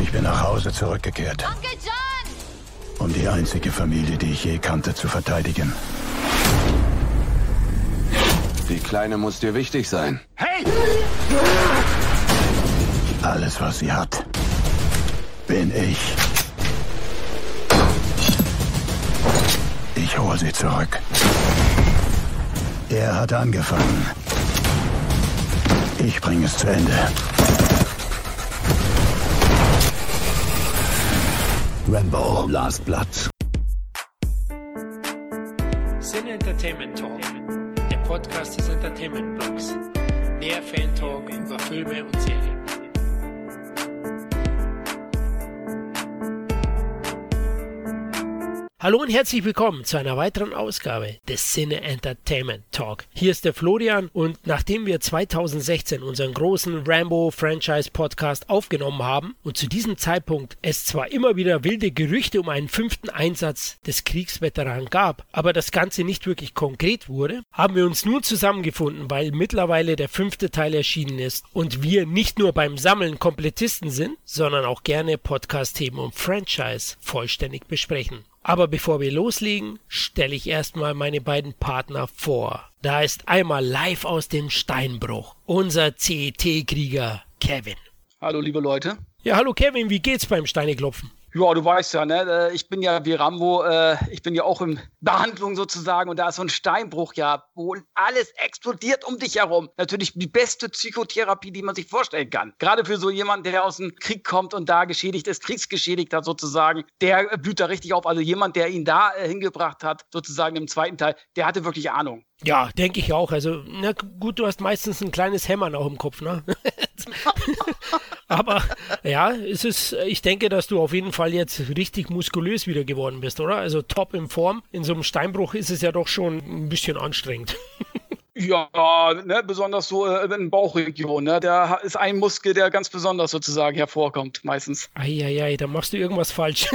Ich bin nach Hause zurückgekehrt. Onkel John! Um die einzige Familie, die ich je kannte, zu verteidigen. Die Kleine muss dir wichtig sein. Hey! Alles, was sie hat, bin ich. Ich hol sie zurück. Er hat angefangen. Ich bringe es zu Ende. Rambo Last Blood. Cine Entertainment Talk, der Podcast des Entertainment Blogs. Mehr Fan-Talk über Filme und Serien. Hallo und herzlich willkommen zu einer weiteren Ausgabe des Cine Entertainment Talk. Hier ist der Florian und nachdem wir 2016 unseren großen Rambo-Franchise-Podcast aufgenommen haben und zu diesem Zeitpunkt es zwar immer wieder wilde Gerüchte um einen 5. Einsatz des Kriegsveteranen gab, aber das Ganze nicht wirklich konkret wurde, haben wir uns nun zusammengefunden, weil mittlerweile der 5. Teil erschienen ist und wir nicht nur beim Sammeln Komplettisten sind, sondern auch gerne Podcast-Themen und Franchise vollständig besprechen. Aber bevor wir loslegen, stelle ich erstmal meine beiden Partner vor. Da ist einmal live aus dem Steinbruch unser CET-Krieger Kevin. Hallo liebe Leute. Ja, hallo Kevin, wie geht's beim Steineklopfen? Ja, du weißt ja, ne? Ich bin ja wie Rambo, ich bin ja auch in Behandlung sozusagen und da ist so ein Steinbruch, ja, wo alles explodiert um dich herum. Natürlich die beste Psychotherapie, die man sich vorstellen kann. Gerade für so jemanden, der aus dem Krieg kommt und da geschädigt ist, kriegsgeschädigt sozusagen, der blüht da richtig auf. Also jemand, der ihn da hingebracht hat, sozusagen im zweiten Teil, der hatte wirklich Ahnung. Ja, denke ich auch. Also, na gut, du hast meistens ein kleines Hämmern auch im Kopf, ne? Aber ja, ich denke, dass du auf jeden Fall jetzt richtig muskulös wieder geworden bist, oder? Also top in Form. In so einem Steinbruch ist es ja doch schon ein bisschen anstrengend. Ja, ne, besonders so in Bauchregion, ne? Da ist ein Muskel, der ganz besonders sozusagen hervorkommt, meistens. Eieiei, da machst du irgendwas falsch.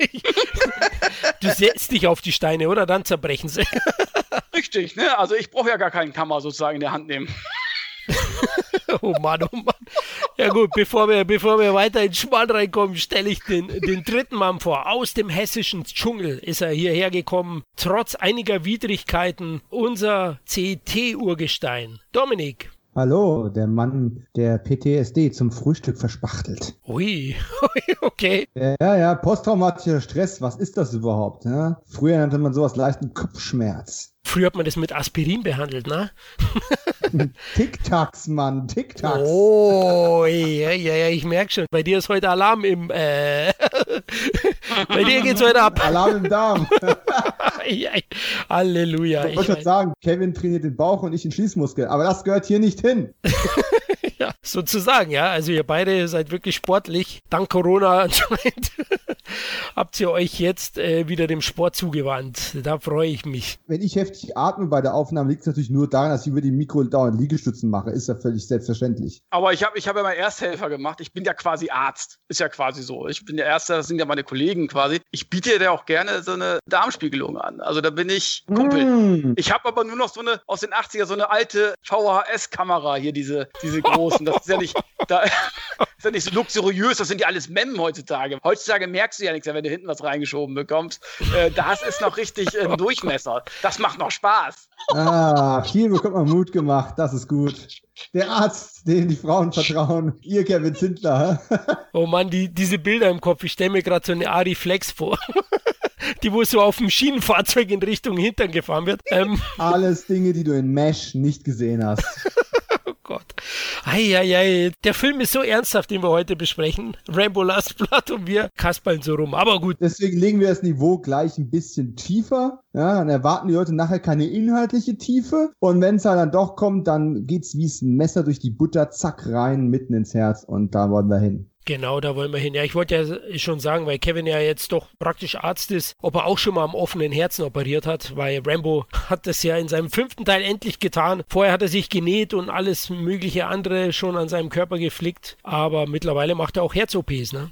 Du setzt dich auf die Steine, oder? Dann zerbrechen sie. Richtig, ne? Also ich brauche ja gar keinen Hammer sozusagen in der Hand nehmen. Oh Mann, oh Mann. Ja gut, bevor wir weiter ins Schmarrn reinkommen, stelle ich den dritten Mann vor. Aus dem hessischen Dschungel ist er hierher gekommen. Trotz einiger Widrigkeiten Unser CET-Urgestein. Dominik. Hallo, der Mann, der PTSD zum Frühstück verspachtelt. Ui, okay. Ja, posttraumatischer Stress, was ist das überhaupt? Ne? Früher nannte man sowas leichten Kopfschmerz. Früher hat man das mit Aspirin behandelt, ne? Tic-Tacs, Mann, Tic-Tacs. Oh, ja, ich merke schon. Bei dir ist heute Alarm im, Bei dir geht's heute ab. Alarm im Darm. Halleluja. Ich wollte sagen, Kevin trainiert den Bauch und ich den Schließmuskel, aber das gehört hier nicht hin. Ja, sozusagen, ja. Also ihr beide seid wirklich sportlich. Dank Corona anscheinend habt ihr euch jetzt wieder dem Sport zugewandt. Da freue ich mich. Wenn ich heftig atme bei der Aufnahme, liegt es natürlich nur daran, dass ich über die Mikro dauernd Liegestützen mache. Ist ja völlig selbstverständlich. Aber ich hab ja mal Ersthelfer gemacht. Ich bin ja quasi Arzt. Ist ja quasi so. Ich bin der Erste, das sind ja meine Kollegen quasi. Ich biete dir auch gerne so eine Darmspiegelung an. Also da bin ich Kumpel. Ich habe aber nur noch so eine, aus den 80er, so eine alte VHS-Kamera hier, diese großen. Das ist ja nicht, ist ja nicht so luxuriös, das sind ja alles Memmen heutzutage. Heutzutage merkst du ja nichts, wenn du hinten was reingeschoben bekommst. Das ist noch richtig ein Durchmesser. Das macht noch Spaß. Hier bekommt man Mut gemacht, das ist gut. Der Arzt, dem die Frauen vertrauen, ihr Kevin Zindler. Oh Mann, diese Bilder im Kopf, ich stelle mir gerade so eine Ari-Flex vor. Die, wo so auf dem Schienenfahrzeug in Richtung Hintern gefahren wird. Alles Dinge, die du in MASH nicht gesehen hast. Oh Gott. Eieiei. Der Film ist so ernsthaft, den wir heute besprechen. Rambo Last Blood und wir kaspeln so rum. Aber gut. Deswegen legen wir das Niveau gleich ein bisschen tiefer. Ja, dann erwarten die Leute nachher keine inhaltliche Tiefe. Und wenn es halt dann doch kommt, dann geht's wie ein Messer durch die Butter, zack, rein, mitten ins Herz. Und da wollen wir hin. Genau, da wollen wir hin. Ja, ich wollte ja schon sagen, weil Kevin ja jetzt doch praktisch Arzt ist, ob er auch schon mal am offenen Herzen operiert hat, weil Rambo hat das ja in seinem 5. Teil endlich getan. Vorher hat er sich genäht und alles mögliche andere schon an seinem Körper geflickt, aber mittlerweile macht er auch Herz-OPs, ne?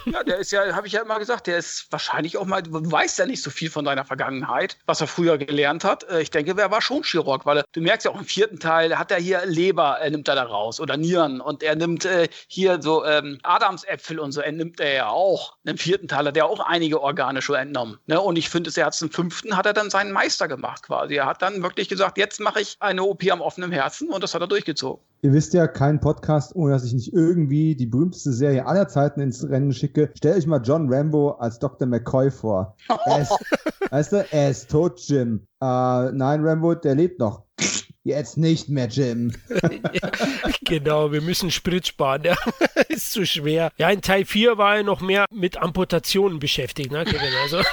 Ja, der ist ja, habe ich ja immer gesagt, der ist wahrscheinlich auch mal, du weißt ja nicht so viel von deiner Vergangenheit, was er früher gelernt hat. Ich denke, er war schon Chirurg, weil du merkst ja auch im 4. Teil, hat er hier Leber, nimmt er da raus oder Nieren und er nimmt hier so Adamsäpfel und so, nimmt er ja auch. Im 4. Teil hat er auch einige Organe schon entnommen. Ne? Und ich finde, er hat es im 5. hat er dann seinen Meister gemacht quasi. Er hat dann wirklich gesagt, jetzt mache ich eine OP am offenen Herzen und das hat er durchgezogen. Ihr wisst ja, kein Podcast, ohne dass ich nicht irgendwie die berühmteste Serie aller Zeiten ins Rennen schicke. Stellt euch mal John Rambo als Dr. McCoy vor. Er ist tot, Jim. Nein, Rambo, der lebt noch. Jetzt nicht mehr, Jim. Ja, genau, wir müssen Sprit sparen. Ja. Ist zu schwer. Ja, in Teil 4 war er noch mehr mit Amputationen beschäftigt, ne, Kevin? Also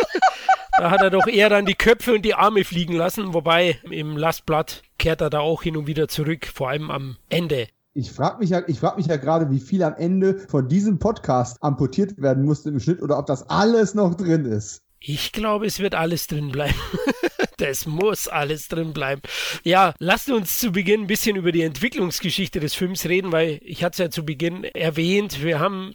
da hat er doch eher dann die Köpfe und die Arme fliegen lassen, wobei im Last Blood kehrt er da auch hin und wieder zurück, vor allem am Ende. Ich frage mich ja gerade, wie viel am Ende von diesem Podcast amputiert werden musste im Schnitt oder ob das alles noch drin ist. Ich glaube, es wird alles drin bleiben. Das muss alles drin bleiben. Ja, lasst uns zu Beginn ein bisschen über die Entwicklungsgeschichte des Films reden, weil ich hatte es ja zu Beginn erwähnt, wir haben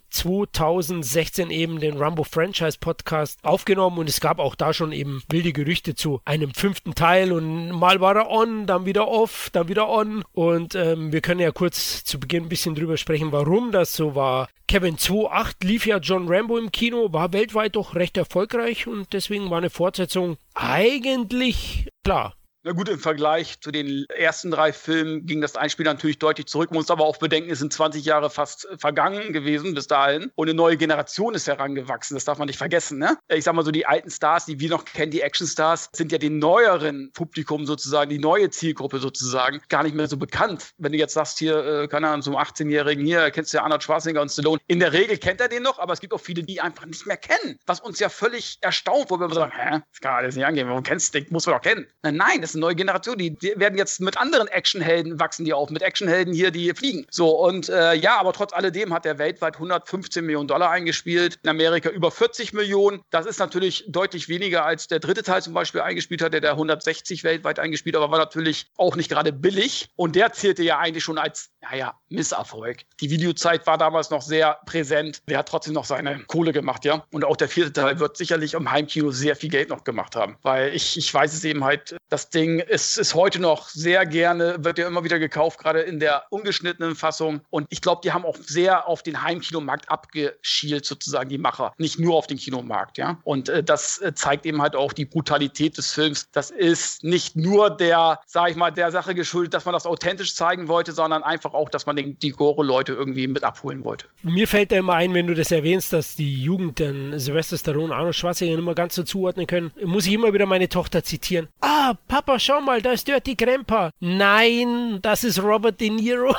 2016 eben den Rambo Franchise Podcast aufgenommen und es gab auch da schon eben wilde Gerüchte zu einem 5. Teil und mal war er on, dann wieder off, dann wieder on und wir können ja kurz zu Beginn ein bisschen drüber sprechen, warum das so war. Kevin, 2008 lief ja John Rambo im Kino, war weltweit doch recht erfolgreich und deswegen war eine Fortsetzung eigentlich klar. Na gut, im Vergleich zu den ersten 3 Filmen ging das Einspiel natürlich deutlich zurück. Man muss aber auch bedenken, es sind 20 Jahre fast vergangen gewesen bis dahin. Und eine neue Generation ist herangewachsen, das darf man nicht vergessen. Ne? Ich sag mal so, die alten Stars, die wir noch kennen, die Actionstars, sind ja den neueren Publikum sozusagen, die neue Zielgruppe sozusagen, gar nicht mehr so bekannt. Wenn du jetzt sagst, hier, keine Ahnung, so einem 18-Jährigen, hier, kennst du ja Arnold Schwarzenegger und Stallone. In der Regel kennt er den noch, aber es gibt auch viele, die einfach nicht mehr kennen. Was uns ja völlig erstaunt, wo wir sagen, das kann alles nicht angehen, warum kennst du den? Muss man doch kennen. Nein, das ist eine neue Generation, die werden jetzt mit anderen Actionhelden, wachsen die auf, mit Actionhelden hier, die fliegen. So, und ja, aber trotz alledem hat er weltweit $115 Millionen eingespielt, in Amerika über 40 Millionen. Das ist natürlich deutlich weniger als der 3. Teil zum Beispiel eingespielt hat, der 160 weltweit eingespielt, aber war natürlich auch nicht gerade billig. Und der zählte ja eigentlich schon als, Misserfolg. Die Videozeit war damals noch sehr präsent. Der hat trotzdem noch seine Kohle gemacht, ja. Und auch der 4. Teil wird sicherlich im Heimkino sehr viel Geld noch gemacht haben. Weil ich weiß es eben halt, das Ding ist heute noch sehr gerne, wird ja immer wieder gekauft, gerade in der ungeschnittenen Fassung. Und ich glaube, die haben auch sehr auf den Heimkinomarkt abgeschielt, sozusagen die Macher. Nicht nur auf den Kinomarkt, ja. Und das zeigt eben halt auch die Brutalität des Films. Das ist nicht nur der Sache geschuldet, dass man das authentisch zeigen wollte, sondern einfach auch, dass man die Gore-Leute irgendwie mit abholen wollte. Mir fällt da immer ein, wenn du das erwähnst, dass die Jugend dann Sylvester Stallone, Arnold Schwarzenegger nicht mehr ganz so zuordnen können, muss ich immer wieder meine Tochter zitieren. Ah, Papa, schau mal, da ist Dirty Grandpa. Nein, das ist Robert De Niro.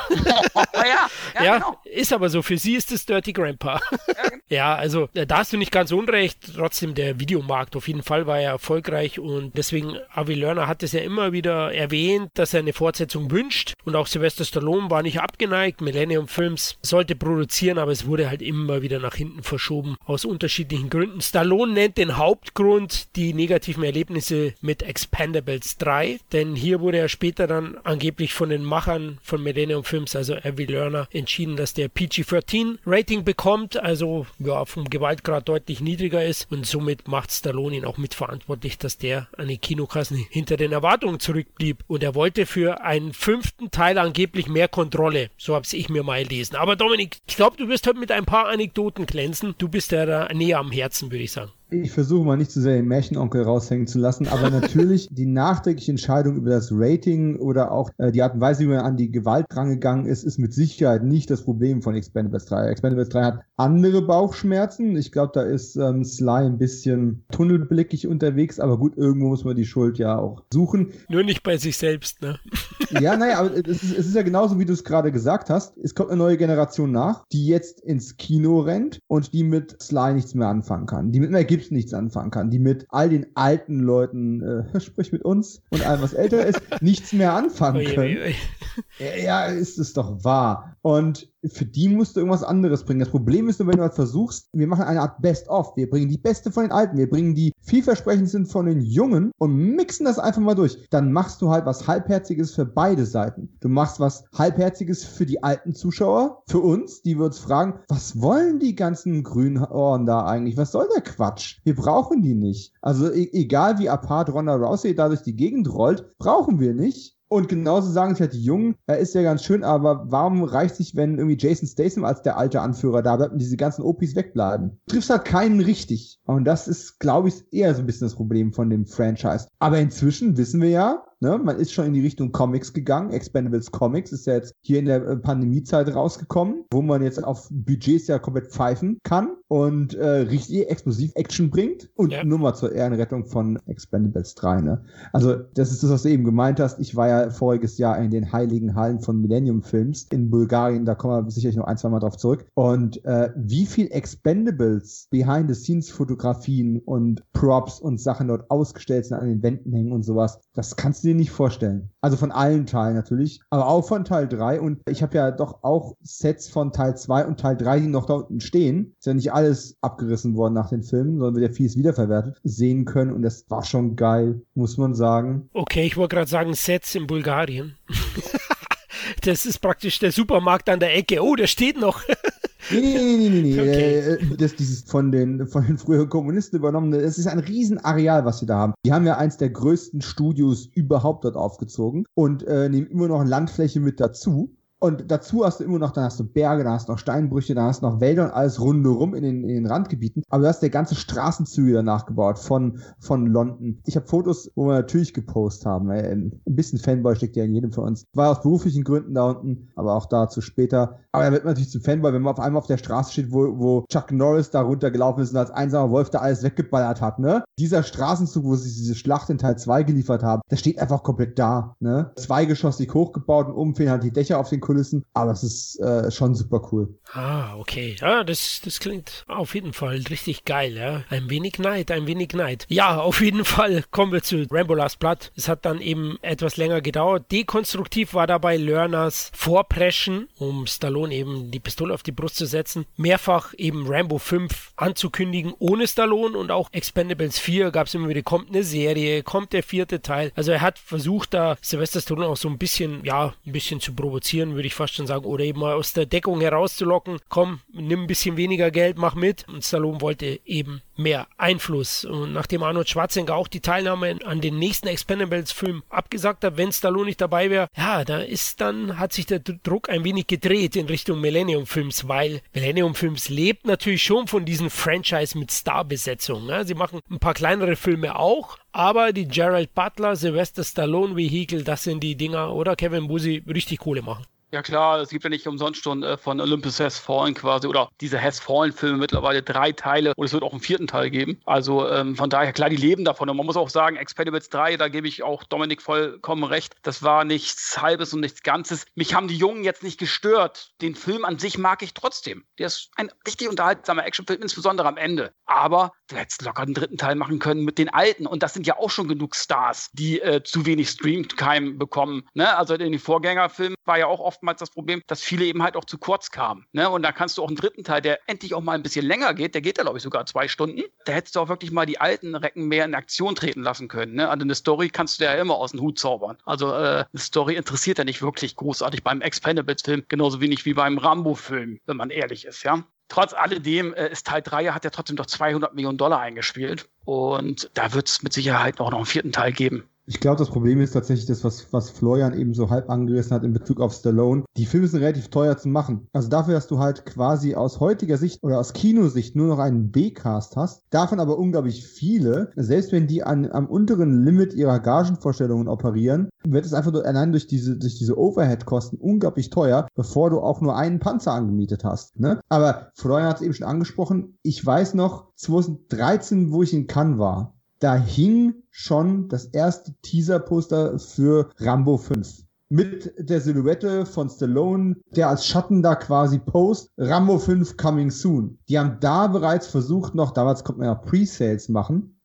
Ja, genau. Ist aber so, für sie ist es Dirty Grandpa. Ja, also da hast du nicht ganz unrecht. Trotzdem, der Videomarkt auf jeden Fall war ja erfolgreich und deswegen, Avi Lerner hat es ja immer wieder erwähnt, dass er eine Fortsetzung wünscht und auch Sylvester Stallone war nicht abgeneigt. Millennium Films sollte produzieren, aber es wurde halt immer wieder nach hinten verschoben, aus unterschiedlichen Gründen. Stallone nennt den Hauptgrund die negativen Erlebnisse mit Expendables 3, denn hier wurde ja später dann angeblich von den Machern von Millennium Films, also Avi Lerner, entschieden, dass der PG-13 Rating bekommt, also ja, vom Gewaltgrad deutlich niedriger ist und somit macht Stallone ihn auch mitverantwortlich, dass der an den Kinokassen hinter den Erwartungen zurückblieb und er wollte für einen 5. Teil angeblich mehr Kontrolle, so hab's ich mir mal gelesen. Aber Dominik, ich glaube, du wirst heute mit ein paar Anekdoten glänzen, du bist ja da näher am Herzen, würde ich sagen. Ich versuche mal nicht zu sehr den Märchenonkel raushängen zu lassen, aber natürlich die nachträgliche Entscheidung über das Rating oder auch die Art und Weise, wie man an die Gewalt rangegangen ist, ist mit Sicherheit nicht das Problem von Expendables 3. Expendables 3 hat andere Bauchschmerzen. Ich glaube, da ist Sly ein bisschen tunnelblickig unterwegs, aber gut, irgendwo muss man die Schuld ja auch suchen. Nur nicht bei sich selbst, ne? Ja, naja, aber es ist ja genauso, wie du es gerade gesagt hast. Es kommt eine neue Generation nach, die jetzt ins Kino rennt und die mit Sly nichts mehr anfangen kann. Die mit Mel Gibson nichts anfangen kann. Die mit all den alten Leuten, sprich mit uns und allem, was älter ist, nichts mehr anfangen können. Ja, ist es doch wahr. Und für die musst du irgendwas anderes bringen. Das Problem ist nur, wenn du halt versuchst, wir machen eine Art Best-of. Wir bringen die Beste von den Alten, wir bringen die vielversprechendsten von den Jungen und mixen das einfach mal durch. Dann machst du halt was Halbherziges für beide Seiten. Du machst was Halbherziges für die alten Zuschauer, für uns, die wir uns fragen, was wollen die ganzen grünen Ohren da eigentlich? Was soll der Quatsch? Wir brauchen die nicht. Also egal wie apart Ronda Rousey da durch die Gegend rollt, brauchen wir nicht. Und genauso sagen sich halt die Jungen, ist ja ganz schön, aber warum reicht sich, wenn irgendwie Jason Statham als der alte Anführer da bleibt und diese ganzen OPs wegbleiben? Du triffst halt keinen richtig. Und das ist, glaube ich, eher so ein bisschen das Problem von dem Franchise. Aber inzwischen wissen wir ja, ne, man ist schon in die Richtung Comics gegangen. Expendables Comics ist ja jetzt hier in der Pandemiezeit rausgekommen, wo man jetzt auf Budgets ja komplett pfeifen kann und richtig explosiv Action bringt. Und nur mal zur Ehrenrettung von Expendables 3, ne? Also, das ist das, was du eben gemeint hast. Ich war ja voriges Jahr in den heiligen Hallen von Millennium Films in Bulgarien. Da kommen wir sicherlich noch ein, zwei Mal drauf zurück. Und wie viel Expendables Behind-the-Scenes-Fotografien und Props und Sachen dort ausgestellt sind, an den Wänden hängen und sowas, das kannst du dir nicht vorstellen. Also von allen Teilen natürlich, aber auch von Teil 3. Und ich habe ja doch auch Sets von Teil 2 und Teil 3, die noch da unten stehen. Ist ja nicht alles abgerissen worden nach den Filmen, sondern wird ja vieles wiederverwertet, sehen können. Und das war schon geil, muss man sagen. Okay, ich wollte gerade sagen, Sets in Bulgarien. Das ist praktisch der Supermarkt an der Ecke. Oh, der steht noch. Nee. Okay. Dieses von den früheren Kommunisten übernommene, das ist ein Riesenareal, was sie da haben. Die haben ja eins der größten Studios überhaupt dort aufgezogen und nehmen immer noch Landfläche mit dazu. Und dazu hast du immer noch, dann hast du Berge, dann hast du noch Steinbrüche, dann hast du noch Wälder und alles rundherum in den Randgebieten. Aber du hast der ganze Straßenzüge danach gebaut von London. Ich habe Fotos, wo wir natürlich gepostet haben. Ein bisschen Fanboy steckt ja in jedem von uns. War aus beruflichen Gründen da unten, aber auch dazu später. Aber er wird natürlich zum Fanboy, wenn man auf einmal auf der Straße steht, wo Chuck Norris da runtergelaufen ist und als einsamer Wolf da alles weggeballert hat, ne? Dieser Straßenzug, wo sie diese Schlacht in Teil 2 geliefert haben, der steht einfach komplett da, ne? Zweigeschossig hochgebaut und oben fehlen halt die Dächer auf den Kulissen, aber es ist schon super cool. Ah, okay. Ja, das klingt auf jeden Fall richtig geil, ja. Ein wenig Neid. Ja, auf jeden Fall kommen wir zu Rambo Last Blood. Es hat dann eben etwas länger gedauert. Dekonstruktiv war dabei Lörners Vorpreschen, um Stallone eben die Pistole auf die Brust zu setzen. Mehrfach eben Rambo 5 anzukündigen ohne Stallone und auch Expendables 4 gab es immer wieder, kommt eine Serie, kommt der 4. Teil. Also er hat versucht, da Sylvester Stallone auch so ein bisschen zu provozieren, würde ich fast schon sagen, oder eben mal aus der Deckung herauszulocken. Komm, nimm ein bisschen weniger Geld, mach mit. Und Stallone wollte eben mehr Einfluss. Und nachdem Arnold Schwarzenegger auch die Teilnahme an den nächsten Expendables-Film abgesagt hat, wenn Stallone nicht dabei wäre, ja, hat sich der Druck ein wenig gedreht in Richtung Millennium Films, weil Millennium Films lebt natürlich schon von diesen Franchise mit Starbesetzung. Ne? Sie machen ein paar kleinere Filme auch, aber die Gerald Butler, Sylvester Stallone Vehikel, das sind die Dinger, oder Kevin, wo sie richtig Kohle machen. Ja klar, es gibt ja nicht umsonst schon von Olympus Has Fallen quasi, oder diese Has Fallen Filme mittlerweile 3 Teile und es wird auch einen 4. Teil geben. Also von daher, klar, die leben davon. Und man muss auch sagen, Expendables 3, da gebe ich auch Dominik vollkommen recht, das war nichts Halbes und nichts Ganzes. Mich haben die Jungen jetzt nicht gestört. Den Film an sich mag ich trotzdem. Der ist ein richtig unterhaltsamer Actionfilm, insbesondere am Ende. Aber du hättest locker einen 3. Teil machen können mit den Alten. Und das sind ja auch schon genug Stars, die zu wenig Streamtime bekommen. Ne? Also in den Vorgängerfilmen war ja auch oftmals das Problem, dass viele eben halt auch zu kurz kamen. Ne? Und da kannst du auch einen 3. Teil, der endlich auch mal ein bisschen länger geht, der geht ja, glaube ich, sogar 2 Stunden. Da hättest du auch wirklich mal die alten Recken mehr in Aktion treten lassen können. Ne? Also eine Story kannst du ja immer aus dem Hut zaubern. Also eine Story interessiert ja nicht wirklich großartig beim Expendables-Film, genauso wenig wie beim Rambo-Film, wenn man ehrlich ist, ja. Trotz alledem ist Teil 3 hat ja trotzdem doch $200 Millionen eingespielt. Und da wird es mit Sicherheit noch einen 4. Teil geben. Ich glaube, das Problem ist tatsächlich das, was Florian eben so halb angerissen hat in Bezug auf Stallone. Die Filme sind relativ teuer zu machen. Also dafür, dass du halt quasi aus heutiger Sicht oder aus Kinosicht nur noch einen B-Cast hast, davon aber unglaublich viele, selbst wenn die am unteren Limit ihrer Gagenvorstellungen operieren, wird es einfach allein durch diese Overhead-Kosten unglaublich teuer, bevor du auch nur einen Panzer angemietet hast. Ne? Aber Florian hat es eben schon angesprochen, ich weiß noch, 2013, wo ich in Cannes war, da hing schon das erste Teaser-Poster für Rambo 5. Mit der Silhouette von Stallone, der als Schatten da quasi post, Rambo 5 coming soon. Die haben da bereits versucht damals konnte man ja Pre-Sales machen,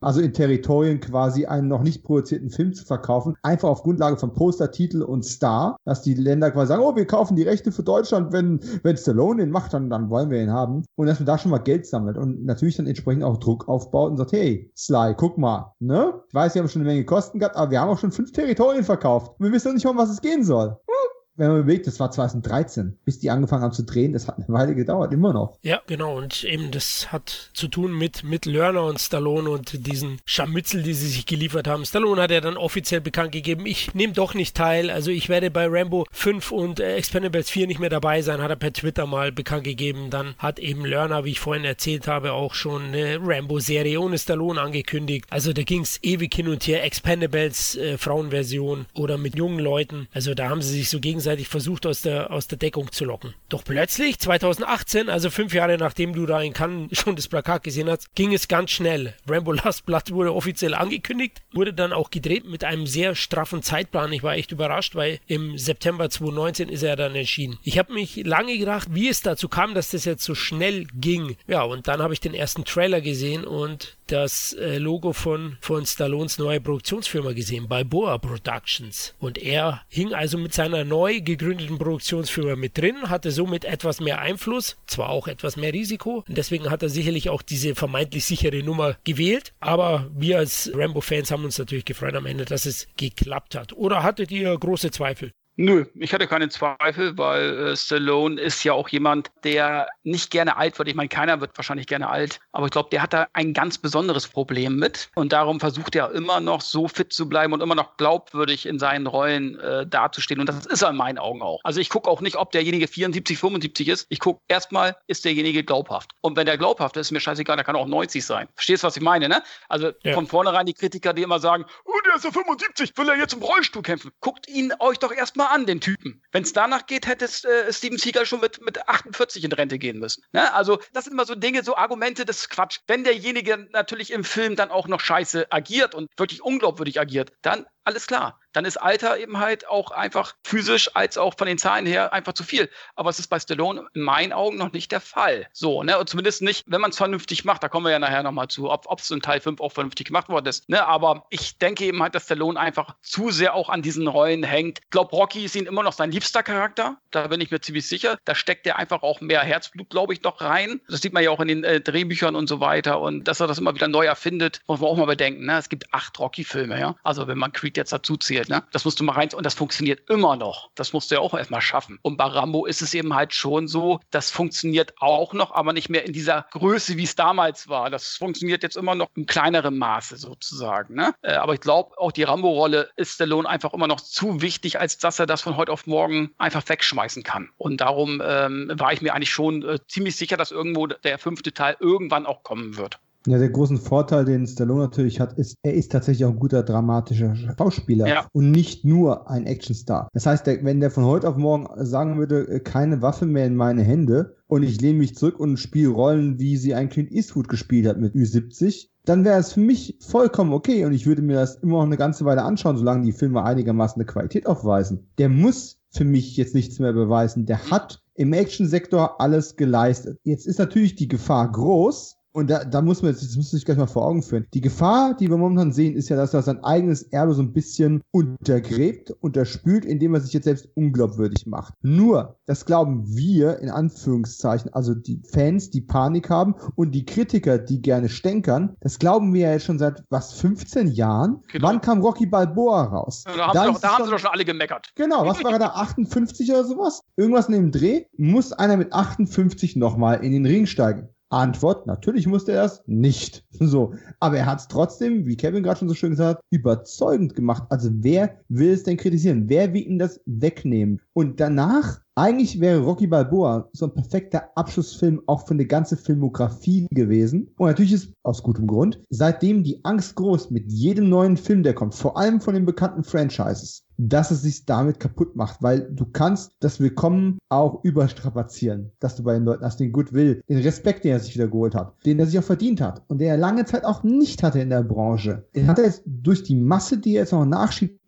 also in Territorien quasi einen noch nicht produzierten Film zu verkaufen, einfach auf Grundlage von Poster, Titel und Star, dass die Länder quasi sagen, oh, wir kaufen die Rechte für Deutschland, wenn Stallone den macht, dann wollen wir ihn haben. Und dass man da schon mal Geld sammelt und natürlich dann entsprechend auch Druck aufbaut und sagt, hey, Sly, guck mal, ne? Ich weiß, wir haben schon eine Menge Kosten gehabt, aber wir haben auch schon 5 Territorien verkauft. Und wir wissen noch nicht mal, um was es gehen soll. Wenn man überlegt, das war 2013, bis die angefangen haben zu drehen, das hat eine Weile gedauert, immer noch. Ja, genau, und eben das hat zu tun mit Lerner und Stallone und diesen Scharmützel, die sie sich geliefert haben. Stallone hat ja dann offiziell bekannt gegeben, ich nehme doch nicht teil, also ich werde bei Rambo 5 und Expendables 4 nicht mehr dabei sein, hat er per Twitter mal bekannt gegeben. Dann hat eben Lerner, wie ich vorhin erzählt habe, auch schon eine Rambo-Serie ohne Stallone angekündigt. Also da ging es ewig hin und her, Expendables Frauenversion oder mit jungen Leuten, also da haben sie sich so gegenseitig versucht, aus der Deckung zu locken. Doch plötzlich, 2018, also 5 Jahre nachdem du da in Cannes schon das Plakat gesehen hast, ging es ganz schnell. Rambo Last Blood wurde offiziell angekündigt, wurde dann auch gedreht mit einem sehr straffen Zeitplan. Ich war echt überrascht, weil im September 2019 ist er dann erschienen. Ich habe mich lange gedacht, wie es dazu kam, dass das jetzt so schnell ging. Ja, und dann habe ich den ersten Trailer gesehen und das Logo von Stallones neue Produktionsfirma gesehen, Balboa Productions. Und er hing also mit seiner neu gegründeten Produktionsfirma mit drin, hatte somit etwas mehr Einfluss, zwar auch etwas mehr Risiko, und deswegen hat er sicherlich auch diese vermeintlich sichere Nummer gewählt, aber wir als Rambo-Fans haben uns natürlich gefreut am Ende, dass es geklappt hat. Oder hattet ihr große Zweifel? Nö, ich hatte keine Zweifel, weil Stallone ist ja auch jemand, der nicht gerne alt wird. Ich meine, keiner wird wahrscheinlich gerne alt, aber ich glaube, der hat da ein ganz besonderes Problem mit und darum versucht er immer noch so fit zu bleiben und immer noch glaubwürdig in seinen Rollen dazustehen und das ist er in meinen Augen auch. Also ich gucke auch nicht, ob derjenige 74, 75 ist. Ich gucke erstmal, ist derjenige glaubhaft. Und wenn der glaubhaft ist, ist mir scheißegal, der kann auch 90 sein. Verstehst du, was ich meine, ne? Also von vornherein die Kritiker, die immer sagen, oh, der ist ja 75, will er jetzt im Rollstuhl kämpfen. Guckt ihn euch doch erstmal an, den Typen. Wenn es danach geht, hätte Steven Seagal schon mit 48 in Rente gehen müssen. Ne? Also das sind immer so Dinge, so Argumente, das ist Quatsch. Wenn derjenige natürlich im Film dann auch noch scheiße agiert und wirklich unglaubwürdig agiert, dann alles klar. Dann ist Alter eben halt auch einfach physisch als auch von den Zahlen her einfach zu viel. Aber es ist bei Stallone in meinen Augen noch nicht der Fall. So, ne? Und zumindest nicht, wenn man es vernünftig macht. Da kommen wir ja nachher nochmal zu, ob es in Teil 5 auch vernünftig gemacht worden ist. Ne? Aber ich denke eben halt, dass Stallone einfach zu sehr auch an diesen Rollen hängt. Ich glaube, Rocky ist ihm immer noch sein liebster Charakter. Da bin ich mir ziemlich sicher. Da steckt er einfach auch mehr Herzblut, glaube ich, noch rein. Das sieht man ja auch in den Drehbüchern und so weiter. Und dass er das immer wieder neu erfindet, muss man auch mal bedenken. Ne? Es gibt 8 Rocky-Filme, ja. Also wenn man Creed jetzt dazu zählt, ne? Das musst du mal rein, und das funktioniert immer noch. Das musst du ja auch erstmal schaffen. Und bei Rambo ist es eben halt schon so, das funktioniert auch noch, aber nicht mehr in dieser Größe, wie es damals war. Das funktioniert jetzt immer noch in kleinerem Maße sozusagen, ne? Aber ich glaube, auch die Rambo-Rolle ist Stallone einfach immer noch zu wichtig, als dass er das von heute auf morgen einfach wegschmeißen kann. Und darum war ich mir eigentlich schon ziemlich sicher, dass irgendwo der 5. Teil irgendwann auch kommen wird. Ja, der große Vorteil, den Stallone natürlich hat, ist, er ist tatsächlich auch ein guter dramatischer Schauspieler und nicht nur ein Actionstar. Das heißt, wenn der von heute auf morgen sagen würde, keine Waffe mehr in meine Hände und ich lehne mich zurück und spiele Rollen, wie sie ein Clint Eastwood gespielt hat mit Ü70, dann wäre es für mich vollkommen okay und ich würde mir das immer noch eine ganze Weile anschauen, solange die Filme einigermaßen eine Qualität aufweisen. Der muss für mich jetzt nichts mehr beweisen. Der hat im Actionsektor alles geleistet. Jetzt ist natürlich die Gefahr groß, und da muss man jetzt, das muss man sich gleich mal vor Augen führen. Die Gefahr, die wir momentan sehen, ist ja, dass er sein eigenes Erbe so ein bisschen untergräbt, unterspült, indem er sich jetzt selbst unglaubwürdig macht. Nur, das glauben wir, in Anführungszeichen, also die Fans, die Panik haben und die Kritiker, die gerne stänkern, das glauben wir ja jetzt schon seit, 15 Jahren? Genau. Wann kam Rocky Balboa raus? Ja, da haben sie doch schon alle gemeckert. Genau, was war er da, 58 oder sowas? Irgendwas in dem Dreh? Muss einer mit 58 nochmal in den Ring steigen? Antwort, natürlich musste er das nicht. So, aber er hat es trotzdem, wie Kevin gerade schon so schön gesagt hat, überzeugend gemacht. Also wer will es denn kritisieren? Wer will ihm das wegnehmen? Und danach, eigentlich wäre Rocky Balboa so ein perfekter Abschlussfilm auch für eine ganze Filmografie gewesen. Und natürlich ist, aus gutem Grund, seitdem die Angst groß mit jedem neuen Film, der kommt, vor allem von den bekannten Franchises, dass es sich damit kaputt macht, weil du kannst das Willkommen auch überstrapazieren, dass du bei den Leuten hast, den Goodwill, den Respekt, den er sich wieder geholt hat, den er sich auch verdient hat und den er lange Zeit auch nicht hatte in der Branche. Den hat er jetzt durch die Masse, die er jetzt noch nachschiebt,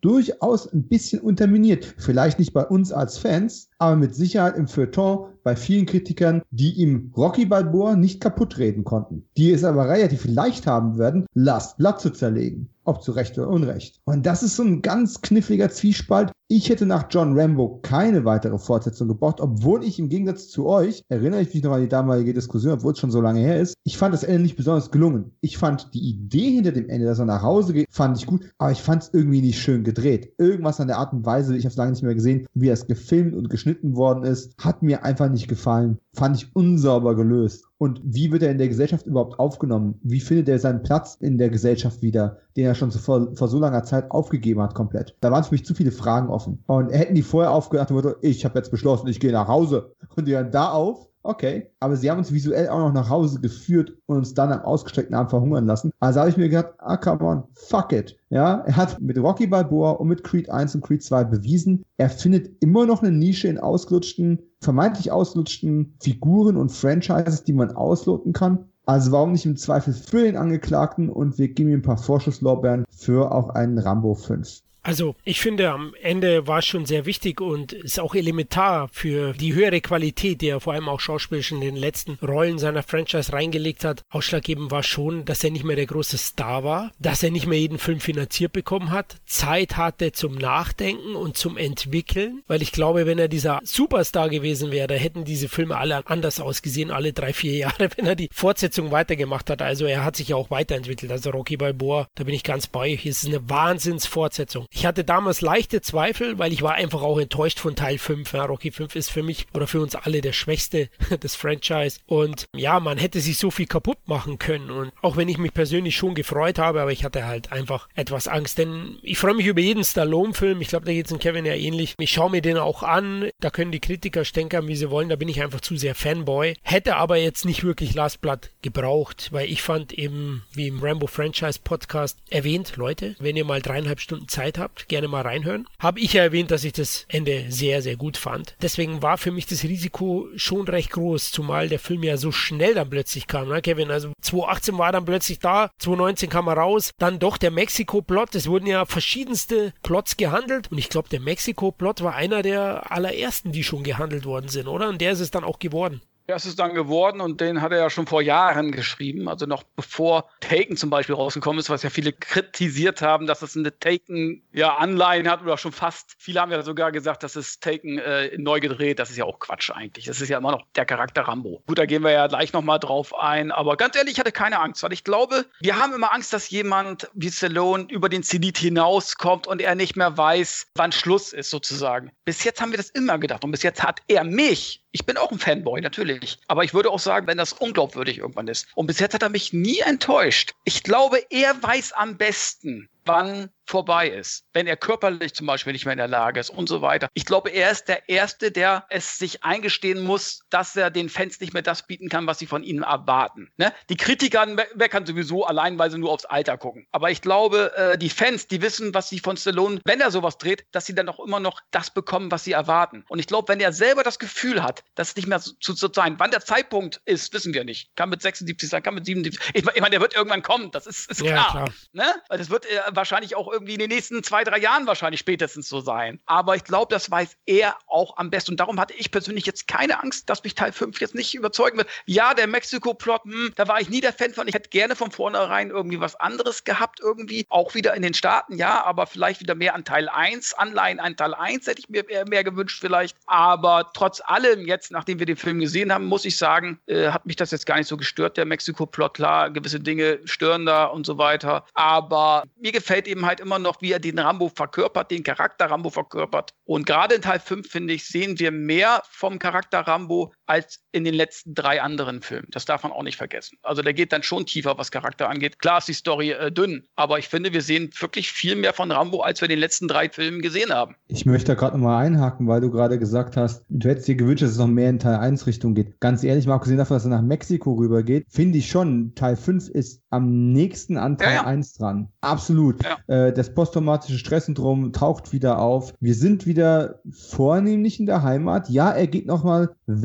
durchaus ein bisschen unterminiert. Vielleicht nicht bei uns als Fans, aber mit Sicherheit im Feuilleton bei vielen Kritikern, die ihm Rocky Balboa nicht kaputt reden konnten. Die es aber relativ leicht haben werden, Last Blood zu zerlegen. Ob zu Recht oder Unrecht. Und das ist so ein ganz kniffliger Zwiespalt. Ich hätte nach John Rambo keine weitere Fortsetzung gebraucht, obwohl ich im Gegensatz zu euch, erinnere ich mich noch an die damalige Diskussion, obwohl es schon so lange her ist, ich fand das Ende nicht besonders gelungen. Ich fand die Idee hinter dem Ende, dass er nach Hause geht, fand ich gut, aber ich fand es irgendwie nicht schön gedreht. Irgendwas an der Art und Weise, ich habe es lange nicht mehr gesehen, wie es gefilmt und geschnitten worden ist, hat mir einfach nicht gefallen. Fand ich unsauber gelöst. Und wie wird er in der Gesellschaft überhaupt aufgenommen? Wie findet er seinen Platz in der Gesellschaft wieder, den er schon vor so langer Zeit aufgegeben hat komplett? Da waren für mich zu viele Fragen offen. Und hätten die vorher aufgedacht, ich habe jetzt beschlossen, ich gehe nach Hause. Und die hören da auf. Okay, aber sie haben uns visuell auch noch nach Hause geführt und uns dann am ausgestreckten Arm verhungern lassen. Also habe ich mir gedacht, come on, fuck it. Ja, er hat mit Rocky Balboa und mit Creed 1 und Creed 2 bewiesen, er findet immer noch eine Nische in vermeintlich ausgelutschten Figuren und Franchises, die man ausloten kann. Also warum nicht im Zweifel für den Angeklagten und wir geben ihm ein paar Vorschusslorbeeren für auch einen Rambo 5. Also ich finde, am Ende war es schon sehr wichtig und ist auch elementar für die höhere Qualität, die er vor allem auch schauspielerisch in den letzten Rollen seiner Franchise reingelegt hat. Ausschlaggebend war schon, dass er nicht mehr der große Star war, dass er nicht mehr jeden Film finanziert bekommen hat, Zeit hatte zum Nachdenken und zum Entwickeln, weil ich glaube, wenn er dieser Superstar gewesen wäre, hätten diese Filme alle anders ausgesehen, alle 3-4 Jahre, wenn er die Fortsetzung weitergemacht hat. Also er hat sich ja auch weiterentwickelt, also Rocky Balboa, da bin ich ganz bei euch, es ist eine Wahnsinnsfortsetzung. Ich hatte damals leichte Zweifel, weil ich war einfach auch enttäuscht von Teil 5. Ja, Rocky 5 ist für mich oder für uns alle der schwächste des Franchise. Und ja, man hätte sich so viel kaputt machen können. Und auch wenn ich mich persönlich schon gefreut habe, aber ich hatte halt einfach etwas Angst. Denn ich freue mich über jeden Stallone-Film. Ich glaube, da geht es in Kevin ja ähnlich. Ich schaue mir den auch an. Da können die Kritiker stänkern, wie sie wollen. Da bin ich einfach zu sehr Fanboy. Hätte aber jetzt nicht wirklich Last Blood gebraucht, weil ich fand eben, wie im Rambo Franchise Podcast erwähnt, Leute, wenn ihr mal 3,5 Stunden Zeit habt, gerne mal reinhören. Habe ich ja erwähnt, dass ich das Ende sehr, sehr gut fand. Deswegen war für mich das Risiko schon recht groß, zumal der Film ja so schnell dann plötzlich kam, ne, Kevin? Also 2018 war dann plötzlich da, 2019 kam er raus, dann doch der Mexiko-Plot, es wurden ja verschiedenste Plots gehandelt und ich glaube, der Mexiko-Plot war einer der allerersten, die schon gehandelt worden sind, oder? Und der ist es dann auch geworden. Ja, es ist dann geworden und den hat er ja schon vor Jahren geschrieben, also noch bevor Taken zum Beispiel rausgekommen ist, was ja viele kritisiert haben, dass es eine Taken Anleihen hat oder schon fast. Viele haben ja sogar gesagt, dass es Taken neu gedreht. Das ist ja auch Quatsch eigentlich. Das ist ja immer noch der Charakter Rambo. Gut, da gehen wir ja gleich nochmal drauf ein, aber ganz ehrlich, ich hatte keine Angst, weil ich glaube, wir haben immer Angst, dass jemand wie Stallone über den Zenit hinauskommt und er nicht mehr weiß, wann Schluss ist sozusagen. Bis jetzt haben wir das immer gedacht und bis jetzt hat er mich. Ich bin auch ein Fanboy, natürlich. Aber ich würde auch sagen, wenn das unglaubwürdig irgendwann ist. Und bis jetzt hat er mich nie enttäuscht. Ich glaube, er weiß am besten, wann vorbei ist. Wenn er körperlich zum Beispiel nicht mehr in der Lage ist und so weiter. Ich glaube, er ist der Erste, der es sich eingestehen muss, dass er den Fans nicht mehr das bieten kann, was sie von ihnen erwarten. Ne? Die Kritiker meckern sowieso allein, weil sie nur aufs Alter gucken. Aber ich glaube, die Fans, die wissen, was sie von Stallone, wenn er sowas dreht, dass sie dann auch immer noch das bekommen, was sie erwarten. Und ich glaube, wenn er selber das Gefühl hat, das nicht mehr zu sein, wann der Zeitpunkt ist, wissen wir nicht. Kann mit 76 sein, kann mit 77. Ich meine, der wird irgendwann kommen, das ist klar. Ja, klar. Ne? Weil das wird wahrscheinlich auch irgendwie in den nächsten 2-3 Jahren wahrscheinlich spätestens so sein. Aber ich glaube, das weiß er auch am besten. Und darum hatte ich persönlich jetzt keine Angst, dass mich Teil 5 jetzt nicht überzeugen wird. Ja, der Mexiko-Plot, da war ich nie der Fan von. Ich hätte gerne von vornherein irgendwie was anderes gehabt, irgendwie. Auch wieder in den Staaten, ja, aber vielleicht wieder mehr an Teil 1. Anleihen an Teil 1 hätte ich mir mehr gewünscht vielleicht. Aber trotz allem jetzt, nachdem wir den Film gesehen haben, muss ich sagen, hat mich das jetzt gar nicht so gestört, der Mexiko-Plot. Klar, gewisse Dinge stören da und so weiter. Aber mir gefällt eben halt immer noch, wie er den Rambo verkörpert, den Charakter Rambo verkörpert. Und gerade in Teil 5, finde ich, sehen wir mehr vom Charakter Rambo als in den letzten 3 anderen Filmen. Das darf man auch nicht vergessen. Also der geht dann schon tiefer, was Charakter angeht. Klar ist die Story dünn, aber ich finde, wir sehen wirklich viel mehr von Rambo, als wir in den letzten 3 Filmen gesehen haben. Ich möchte da gerade nochmal einhaken, weil du gerade gesagt hast, du hättest dir gewünscht, dass es noch mehr in Teil 1 Richtung geht. Ganz ehrlich, mal abgesehen davon, dass er nach Mexiko rübergeht, finde ich schon, Teil 5 ist am nächsten an Teil 1 dran. Absolut. Ja. Das posttraumatische Stresssyndrom taucht wieder auf. Wir sind wieder vornehmlich in der Heimat. Ja, er geht nochmal weg,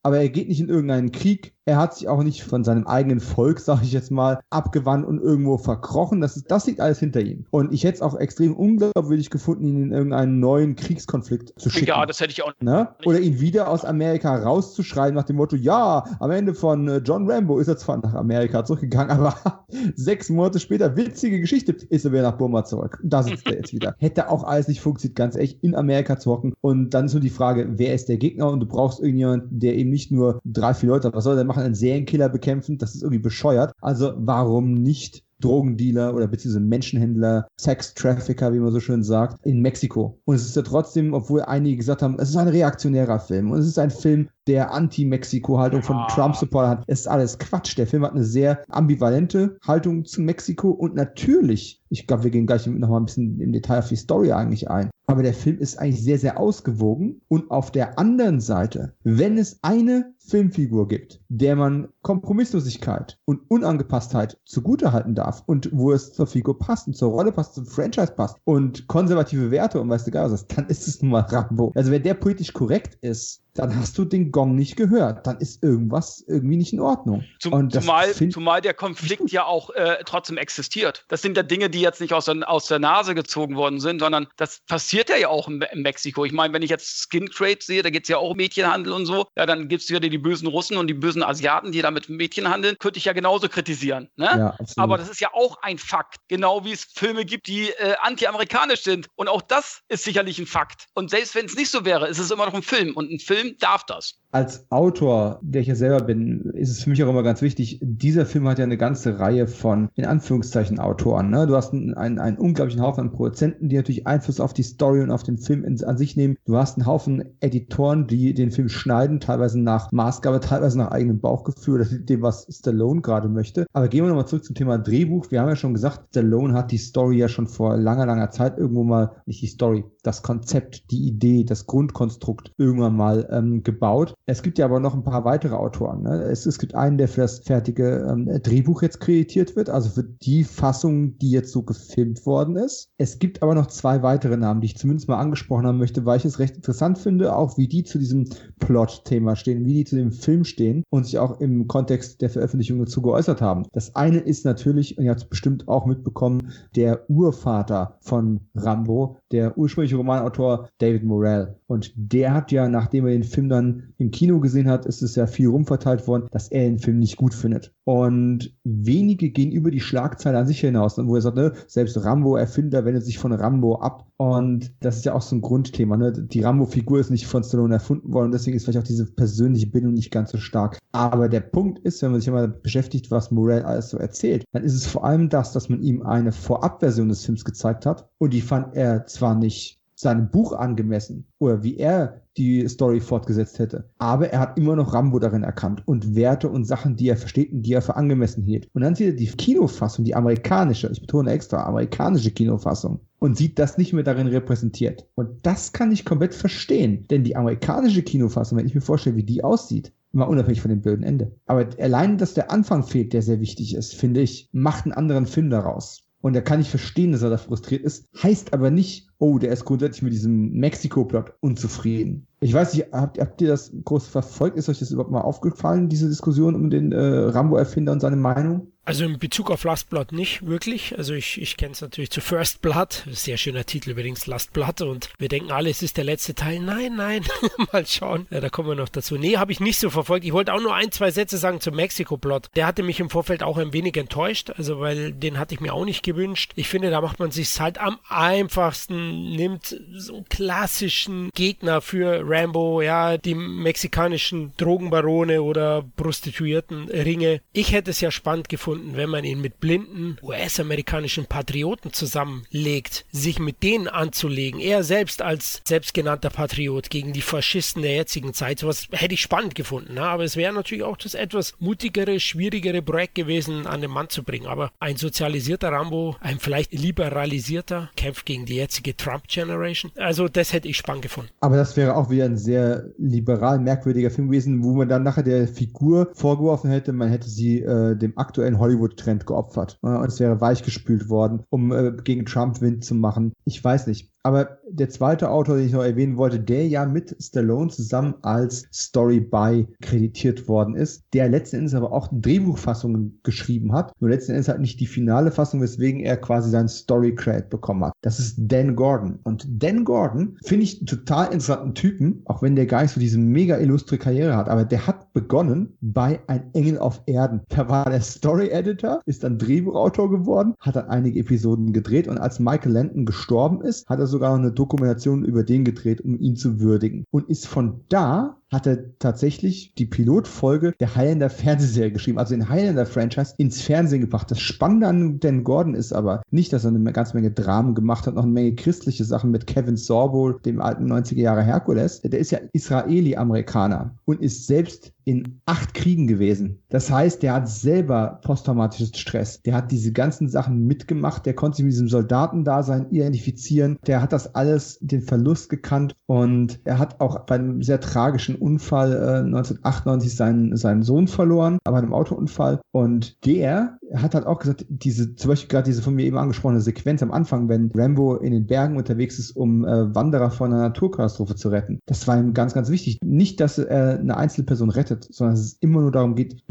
aber er geht nicht in irgendeinen Krieg. Er hat sich auch nicht von seinem eigenen Volk, sage ich jetzt mal, abgewandt und irgendwo verkrochen. Das liegt alles hinter ihm. Und ich hätte es auch extrem unglaubwürdig gefunden, ihn in irgendeinen neuen Kriegskonflikt zu schicken. Ja, das hätte ich auch nicht. Oder ihn wieder aus Amerika rauszuschreiben nach dem Motto, ja, am Ende von John Rambo ist er zwar nach Amerika zurückgegangen, aber 6 Monate später, witzige Geschichte, ist er wieder nach Burma zurück. Da sitzt er jetzt wieder. Hätte auch alles nicht funktioniert, ganz ehrlich, in Amerika zu hocken. Und dann ist nur die Frage, wer ist der Gegner? Und du brauchst irgendjemanden, der eben nicht nur 3, 4 Leute hat. Was soll der machen? Einen Serienkiller bekämpfen? Das ist irgendwie bescheuert. Also warum nicht Drogendealer oder beziehungsweise Menschenhändler, Sex-Trafficker, wie man so schön sagt, in Mexiko. Und es ist ja trotzdem, obwohl einige gesagt haben, es ist ein reaktionärer Film und es ist ein Film, der Anti-Mexiko-Haltung von Trump-Supporter hat. Es ist alles Quatsch. Der Film hat eine sehr ambivalente Haltung zu Mexiko und natürlich, ich glaube, wir gehen gleich noch mal ein bisschen im Detail auf die Story eigentlich ein, aber der Film ist eigentlich sehr, sehr ausgewogen und auf der anderen Seite, wenn es eine Filmfigur gibt, der man Kompromisslosigkeit und Unangepasstheit zugutehalten darf und wo es zur Figur passt und zur Rolle passt, zum Franchise passt und konservative Werte und weißt du gar was, dann ist es nun mal Rambo. Also wenn der politisch korrekt ist, dann hast du den Gong nicht gehört. Dann ist irgendwas irgendwie nicht in Ordnung. Zumal der Konflikt ja auch trotzdem existiert. Das sind ja Dinge, die jetzt nicht aus der Nase gezogen worden sind, sondern das passiert ja auch in Mexiko. Ich meine, wenn ich jetzt Skin Trade sehe, da geht es ja auch um Mädchenhandel und so, ja, dann gibt es wieder die bösen Russen und die bösen Asiaten, die da mit Mädchen handeln, könnte ich ja genauso kritisieren. Ne? Ja, aber das ist ja auch ein Fakt. Genau wie es Filme gibt, die anti-amerikanisch sind. Und auch das ist sicherlich ein Fakt. Und selbst wenn es nicht so wäre, ist es immer noch ein Film. Und ein Film darf das. Als Autor, der ich ja selber bin, ist es für mich auch immer ganz wichtig, dieser Film hat ja eine ganze Reihe von, in Anführungszeichen, Autoren. Ne? Du hast einen unglaublichen Haufen an Produzenten, die natürlich Einfluss auf die Story und auf den Film an sich nehmen. Du hast einen Haufen Editoren, die den Film schneiden, teilweise nach Maßgabe, teilweise nach eigenem Bauchgefühl oder dem, was Stallone gerade möchte. Aber gehen wir nochmal zurück zum Thema Drehbuch. Wir haben ja schon gesagt, Stallone hat die Story ja schon vor langer, langer Zeit irgendwo mal, nicht die Story, das Konzept, die Idee, das Grundkonstrukt irgendwann mal gebaut. Es gibt ja aber noch ein paar weitere Autoren. Ne? Es gibt einen, der für das fertige Drehbuch jetzt kreiert wird, also für die Fassung, die jetzt so gefilmt worden ist. Es gibt aber noch 2 weitere Namen, die ich zumindest mal angesprochen haben möchte, weil ich es recht interessant finde, auch wie die zu diesem Plot-Thema stehen, wie die zu dem Film stehen und sich auch im Kontext der Veröffentlichung dazu geäußert haben. Das eine ist natürlich, und ihr habt es bestimmt auch mitbekommen, der Urvater von Rambo, der ursprüngliche Romanautor David Morrell. Und der hat ja, nachdem er den Film dann im Kino gesehen hat, ist es ja viel rumverteilt worden, dass er den Film nicht gut findet. Und wenige gehen über die Schlagzeile an sich hinaus, wo er sagt, ne, selbst Rambo-Erfinder wendet sich von Rambo ab. Und das ist ja auch so ein Grundthema. Ne? Die Rambo-Figur ist nicht von Stallone erfunden worden, deswegen ist vielleicht auch diese persönliche Bindung nicht ganz so stark. Aber der Punkt ist, wenn man sich immer beschäftigt, was Morrell alles so erzählt, dann ist es vor allem das, dass man ihm eine Vorabversion des Films gezeigt hat. Und die fand er zwar nicht seinem Buch angemessen oder wie er die Story fortgesetzt hätte. Aber er hat immer noch Rambo darin erkannt und Werte und Sachen, die er versteht und die er für angemessen hielt. Und dann sieht er die Kinofassung, die amerikanische, ich betone extra, amerikanische Kinofassung und sieht das nicht mehr darin repräsentiert. Und das kann ich komplett verstehen, denn die amerikanische Kinofassung, wenn ich mir vorstelle, wie die aussieht, mal unabhängig von dem blöden Ende. Aber allein, dass der Anfang fehlt, der sehr wichtig ist, finde ich, macht einen anderen Film daraus. Und da kann ich verstehen, dass er da frustriert ist. Heißt aber nicht, oh, der ist grundsätzlich mit diesem Mexiko-Plot unzufrieden. Ich weiß nicht, habt ihr das groß verfolgt? Ist euch das überhaupt mal aufgefallen, diese Diskussion um den Rambo-Erfinder und seine Meinung? Also in Bezug auf Last Blood nicht wirklich. Also ich kenne es natürlich zu First Blood. Sehr schöner Titel übrigens, Last Blood. Und wir denken alle, es ist der letzte Teil. Nein, mal schauen. Ja, da kommen wir noch dazu. Nee, habe ich nicht so verfolgt. Ich wollte auch nur 1, 2 Sätze sagen zum Mexiko-Plot. Der hatte mich im Vorfeld auch ein wenig enttäuscht. Also weil den hatte ich mir auch nicht gewünscht. Ich finde, da macht man sich halt am einfachsten, nimmt so einen klassischen Gegner für Rambo, ja, die mexikanischen Drogenbarone oder Prostituiertenringe. Ich hätte es ja spannend gefunden, wenn man ihn mit blinden US-amerikanischen Patrioten zusammenlegt, sich mit denen anzulegen. Er selbst als selbstgenannter Patriot gegen die Faschisten der jetzigen Zeit. Sowas hätte ich spannend gefunden. Ne? Aber es wäre natürlich auch das etwas mutigere, schwierigere Projekt gewesen, an den Mann zu bringen. Aber ein sozialisierter Rambo, ein vielleicht liberalisierter, kämpft gegen die jetzige Trump-Generation. Also das hätte ich spannend gefunden. Aber das wäre auch wieder ein sehr liberal, merkwürdiger Film gewesen, wo man dann nachher der Figur vorgeworfen hätte, man hätte sie dem aktuellen Hollywood-Trend geopfert. Und es wäre weichgespült worden, um gegen Trump Wind zu machen. Ich weiß nicht. Aber der zweite Autor, den ich noch erwähnen wollte, der ja mit Stallone zusammen als Story-by kreditiert worden ist, der letzten Endes aber auch Drehbuchfassungen geschrieben hat, nur letzten Endes halt nicht die finale Fassung, weswegen er quasi seinen Story-Credit bekommen hat. Das ist Dan Gordon. Und Dan Gordon finde ich einen total interessanten Typen, auch wenn der gar nicht so diese mega illustre Karriere hat, aber der hat begonnen bei Ein Engel auf Erden. Da war der Story-Editor, ist dann Drehbuchautor geworden, hat dann einige Episoden gedreht und als Michael Landon gestorben ist, hat er sogar noch eine Dokumentation über den gedreht, um ihn zu würdigen. Und ist von da hat er tatsächlich die Pilotfolge der Highlander Fernsehserie geschrieben, also den Highlander Franchise ins Fernsehen gebracht. Das Spannende an Dan Gordon ist aber nicht, dass er eine ganze Menge Dramen gemacht hat, noch eine Menge christliche Sachen mit Kevin Sorbo, dem alten 90er Jahre Herkules. Der ist ja Israeli-Amerikaner und ist selbst in 8 Kriegen gewesen. Das heißt, der hat selber posttraumatisches Stress. Der hat diese ganzen Sachen mitgemacht. Der konnte sich mit diesem Soldatendasein identifizieren. Der hat das alles, den Verlust gekannt und er hat auch bei einem sehr tragischen Unfall 1998 seinen Sohn verloren, bei einem Autounfall. Und der hat halt auch gesagt, zum Beispiel gerade diese von mir eben angesprochene Sequenz am Anfang, wenn Rambo in den Bergen unterwegs ist, um Wanderer vor einer Naturkatastrophe zu retten. Das war ihm ganz, ganz wichtig. Nicht, dass er eine einzelne Person rettet, sondern dass es immer nur darum geht,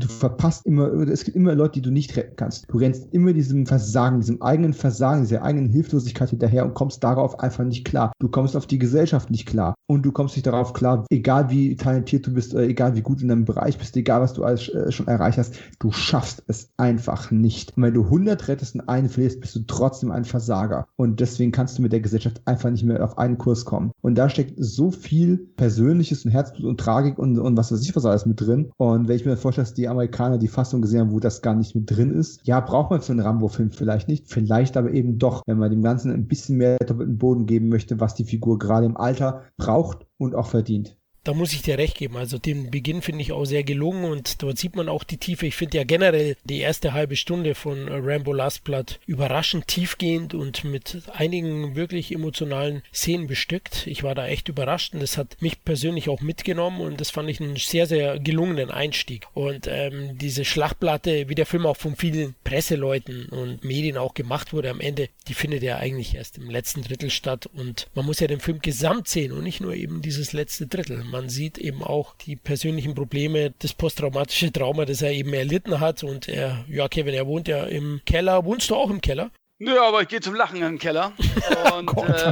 es gibt immer Leute, die du nicht retten kannst. Du rennst immer diesem Versagen, dieser eigenen Hilflosigkeit hinterher und kommst darauf einfach nicht klar. Du kommst auf die Gesellschaft nicht klar. Und du kommst nicht darauf klar, egal wie talentiert du bist, egal wie gut du in deinem Bereich bist, egal was du alles schon erreicht hast, du schaffst es einfach nicht. Und wenn du 100 rettest und einen verlierst, bist du trotzdem ein Versager. Und deswegen kannst du mit der Gesellschaft einfach nicht mehr auf einen Kurs kommen. Und da steckt so viel Persönliches und Herzblut und Tragik und was weiß ich was alles mit drin. Und wenn ich mir vorstelle, dass die Amerikaner die Fassung gesehen haben, wo das gar nicht mit drin ist, ja, braucht man für einen Rambo-Film vielleicht nicht. Vielleicht aber eben doch, wenn man dem Ganzen ein bisschen mehr doppelten Boden geben möchte, was die Figur gerade im Alter braucht und auch verdient. Da muss ich dir recht geben. Also den Beginn finde ich auch sehr gelungen und dort sieht man auch die Tiefe. Ich finde ja generell die erste halbe Stunde von Rambo Last Blood überraschend tiefgehend und mit einigen wirklich emotionalen Szenen bestückt. Ich war da echt überrascht und das hat mich persönlich auch mitgenommen und das fand ich einen sehr, sehr gelungenen Einstieg. Und diese Schlachtplatte, wie der Film auch von vielen Presseleuten und Medien auch gemacht wurde am Ende, die findet ja eigentlich erst im letzten Drittel statt und man muss ja den Film gesamt sehen und nicht nur eben dieses letzte Drittel. Man sieht eben auch die persönlichen Probleme, das posttraumatische Trauma, das er eben erlitten hat. Und Kevin, er wohnt ja im Keller. Wohnst du auch im Keller? Nö, aber ich gehe zum Lachen in den Keller. Und,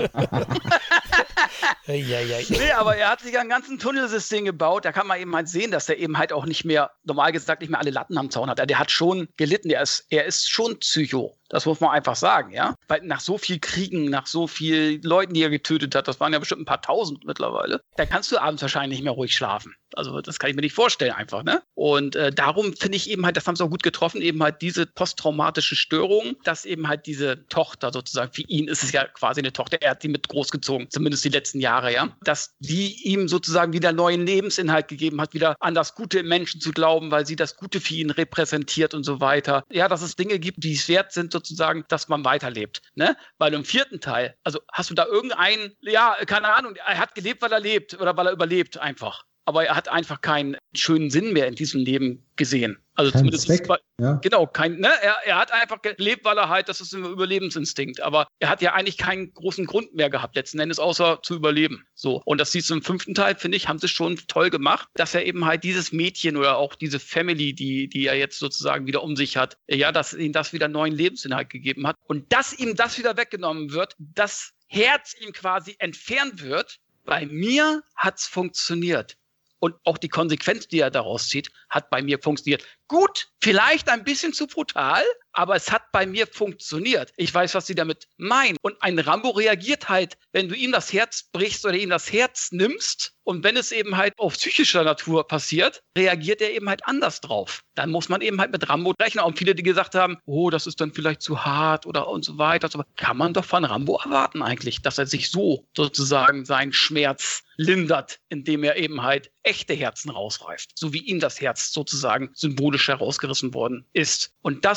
Nee, aber er hat sich ein ganzen Tunnelsystem gebaut. Da kann man eben halt sehen, dass er eben halt auch nicht mehr, normal gesagt, nicht mehr alle Latten am Zaun hat. Der hat schon gelitten. Er ist schon Psycho. Das muss man einfach sagen, ja. Weil nach so viel Kriegen, nach so vielen Leuten, die er getötet hat, das waren ja bestimmt ein paar tausend mittlerweile, da kannst du abends wahrscheinlich nicht mehr ruhig schlafen. Also das kann ich mir nicht vorstellen einfach, ne? Und darum finde ich eben halt, das haben sie auch gut getroffen, eben halt diese posttraumatische Störung, dass eben halt diese Tochter sozusagen, für ihn ist es ja quasi eine Tochter, er hat die mit großgezogen, zumindest die letzten Jahre, ja, dass die ihm sozusagen wieder neuen Lebensinhalt gegeben hat, wieder an das Gute im Menschen zu glauben, weil sie das Gute für ihn repräsentiert und so weiter. Ja, dass es Dinge gibt, die es wert sind, sozusagen, dass man weiterlebt, ne? Weil im 4. Teil, also hast du da irgendeinen, ja, keine Ahnung, er hat gelebt, weil er lebt oder weil er überlebt einfach. Aber er hat einfach keinen schönen Sinn mehr in diesem Leben gesehen. Also kein zumindest Zweck, ja. Genau, er hat einfach gelebt, weil er halt, das ist ein Überlebensinstinkt, aber er hat ja eigentlich keinen großen Grund mehr gehabt, letzten Endes, außer zu überleben. So. Und das siehst du im 5. Teil, finde ich, haben sie schon toll gemacht, dass er eben halt dieses Mädchen oder auch diese Family, die er jetzt sozusagen wieder um sich hat, ja, dass ihm das wieder neuen Lebensinhalt gegeben hat und dass ihm das wieder weggenommen wird, das Herz ihm quasi entfernt wird. Bei mir hat's funktioniert. Und auch die Konsequenz, die er daraus zieht, hat bei mir funktioniert. Gut, vielleicht ein bisschen zu brutal, aber es hat bei mir funktioniert. Ich weiß, was sie damit meinen. Und ein Rambo reagiert halt, wenn du ihm das Herz brichst oder ihm das Herz nimmst. Und wenn es eben halt auf psychischer Natur passiert, reagiert er eben halt anders drauf. Dann muss man eben halt mit Rambo rechnen. Auch viele, die gesagt haben, oh, das ist dann vielleicht zu hart oder und so weiter. Kann man doch von Rambo erwarten eigentlich, dass er sich so sozusagen seinen Schmerz lindert, indem er eben halt echte Herzen rausreißt. So wie ihm das Herz sozusagen symbolisch herausgerissen worden ist. Und das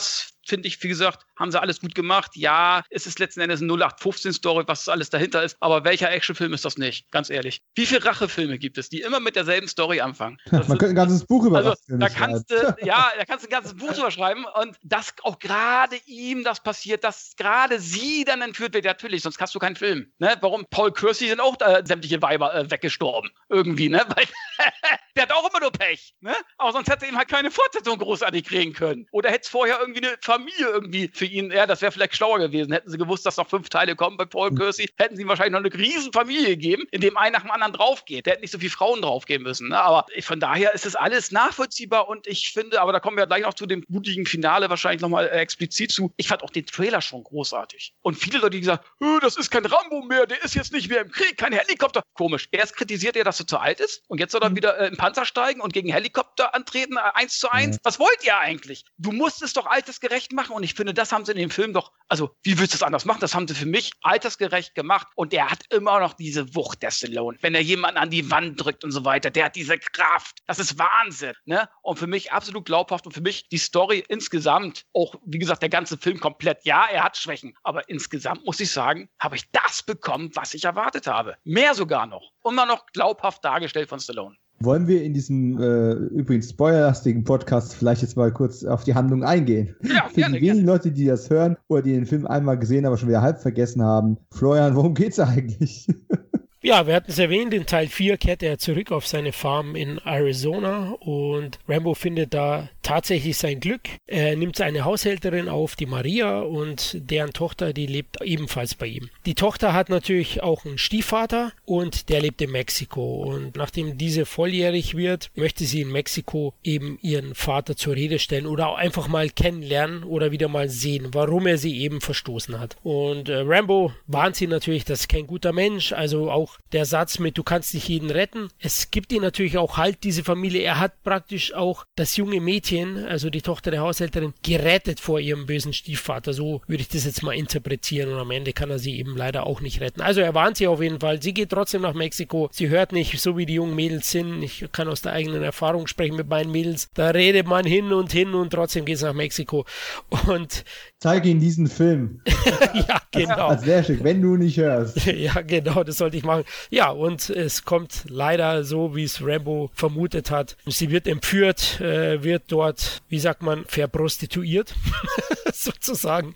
finde ich, wie gesagt, haben sie alles gut gemacht. Ja, es ist letzten Endes eine 0815-Story, was alles dahinter ist. Aber welcher Actionfilm ist das nicht? Ganz ehrlich. Wie viele Rachefilme gibt es, die immer mit derselben Story anfangen? Man könnte ein ganzes Buch über Rachefilme schreiben. Da kannst du ein ganzes Buch drüber schreiben. Und dass auch gerade ihm das passiert, dass gerade sie dann entführt wird, natürlich, sonst hast du keinen Film. Ne? Warum? Paul Kersey sind auch sämtliche Weiber weggestorben. Irgendwie, ne? Weil der hat auch immer nur Pech. Ne? Aber sonst hätte er ihm halt keine Fortsetzung großartig kriegen können. Oder hätte es vorher irgendwie eine Familie irgendwie für ihn, ja, das wäre vielleicht schlauer gewesen. Hätten sie gewusst, dass noch 5 Teile kommen bei Paul Kersey, hätten sie ihm wahrscheinlich noch eine riesen Familie gegeben, in dem ein nach dem anderen draufgeht. Der hätte nicht so viele Frauen draufgehen müssen. Ne? Aber von daher ist es alles nachvollziehbar und ich finde, aber da kommen wir gleich noch zu dem blutigen Finale wahrscheinlich nochmal explizit zu. Ich fand auch den Trailer schon großartig. Und viele Leute, die gesagt, das ist kein Rambo mehr, der ist jetzt nicht mehr im Krieg, kein Helikopter. Komisch. Erst kritisiert er, dass er zu alt ist und jetzt soll er wieder in Panzer steigen und gegen Helikopter antreten, 1:1. Was wollt ihr eigentlich? Du musst es doch altersgerecht machen und ich finde, das haben sie in dem Film doch, also wie willst du es anders machen? Das haben sie für mich altersgerecht gemacht und der hat immer noch diese Wucht, der Stallone. Wenn er jemanden an die Wand drückt und so weiter, der hat diese Kraft. Das ist Wahnsinn. Ne? Und für mich absolut glaubhaft und für mich die Story insgesamt, auch wie gesagt, der ganze Film komplett, ja, er hat Schwächen, aber insgesamt muss ich sagen, habe ich das bekommen, was ich erwartet habe. Mehr sogar noch. Immer noch glaubhaft dargestellt von Stallone. Wollen wir in diesem übrigens spoilerlastigen Podcast vielleicht jetzt mal kurz auf die Handlung eingehen? Ja, Für die wenigen Leute, die das hören oder die den Film einmal gesehen, aber schon wieder halb vergessen haben. Florian, worum geht's eigentlich? Ja, wir hatten es erwähnt, in Teil 4 kehrt er zurück auf seine Farm in Arizona und Rambo findet da tatsächlich sein Glück. Er nimmt seine Haushälterin auf, die Maria, und deren Tochter, die lebt ebenfalls bei ihm. Die Tochter hat natürlich auch einen Stiefvater und der lebt in Mexiko und nachdem diese volljährig wird, möchte sie in Mexiko eben ihren Vater zur Rede stellen oder auch einfach mal kennenlernen oder wieder mal sehen, warum er sie eben verstoßen hat. Und Rambo warnt sie natürlich, das ist kein guter Mensch, also auch der Satz mit, du kannst nicht jeden retten. Es gibt ihm natürlich auch Halt, diese Familie. Er hat praktisch auch das junge Mädchen, also die Tochter der Haushälterin, gerettet vor ihrem bösen Stiefvater. So würde ich das jetzt mal interpretieren und am Ende kann er sie eben leider auch nicht retten. Also er warnt sie auf jeden Fall. Sie geht trotzdem nach Mexiko. Sie hört nicht, so wie die jungen Mädels sind. Ich kann aus der eigenen Erfahrung sprechen mit meinen Mädels. Da redet man hin und trotzdem geht es nach Mexiko. Und zeige ihnen diesen Film. Ja, genau. Als Lehrstück, wenn du nicht hörst. Ja, genau, das sollte ich machen. Ja, und es kommt leider so, wie es Rambo vermutet hat. Sie wird entführt, wird dort, wie sagt man, verprostituiert, sozusagen.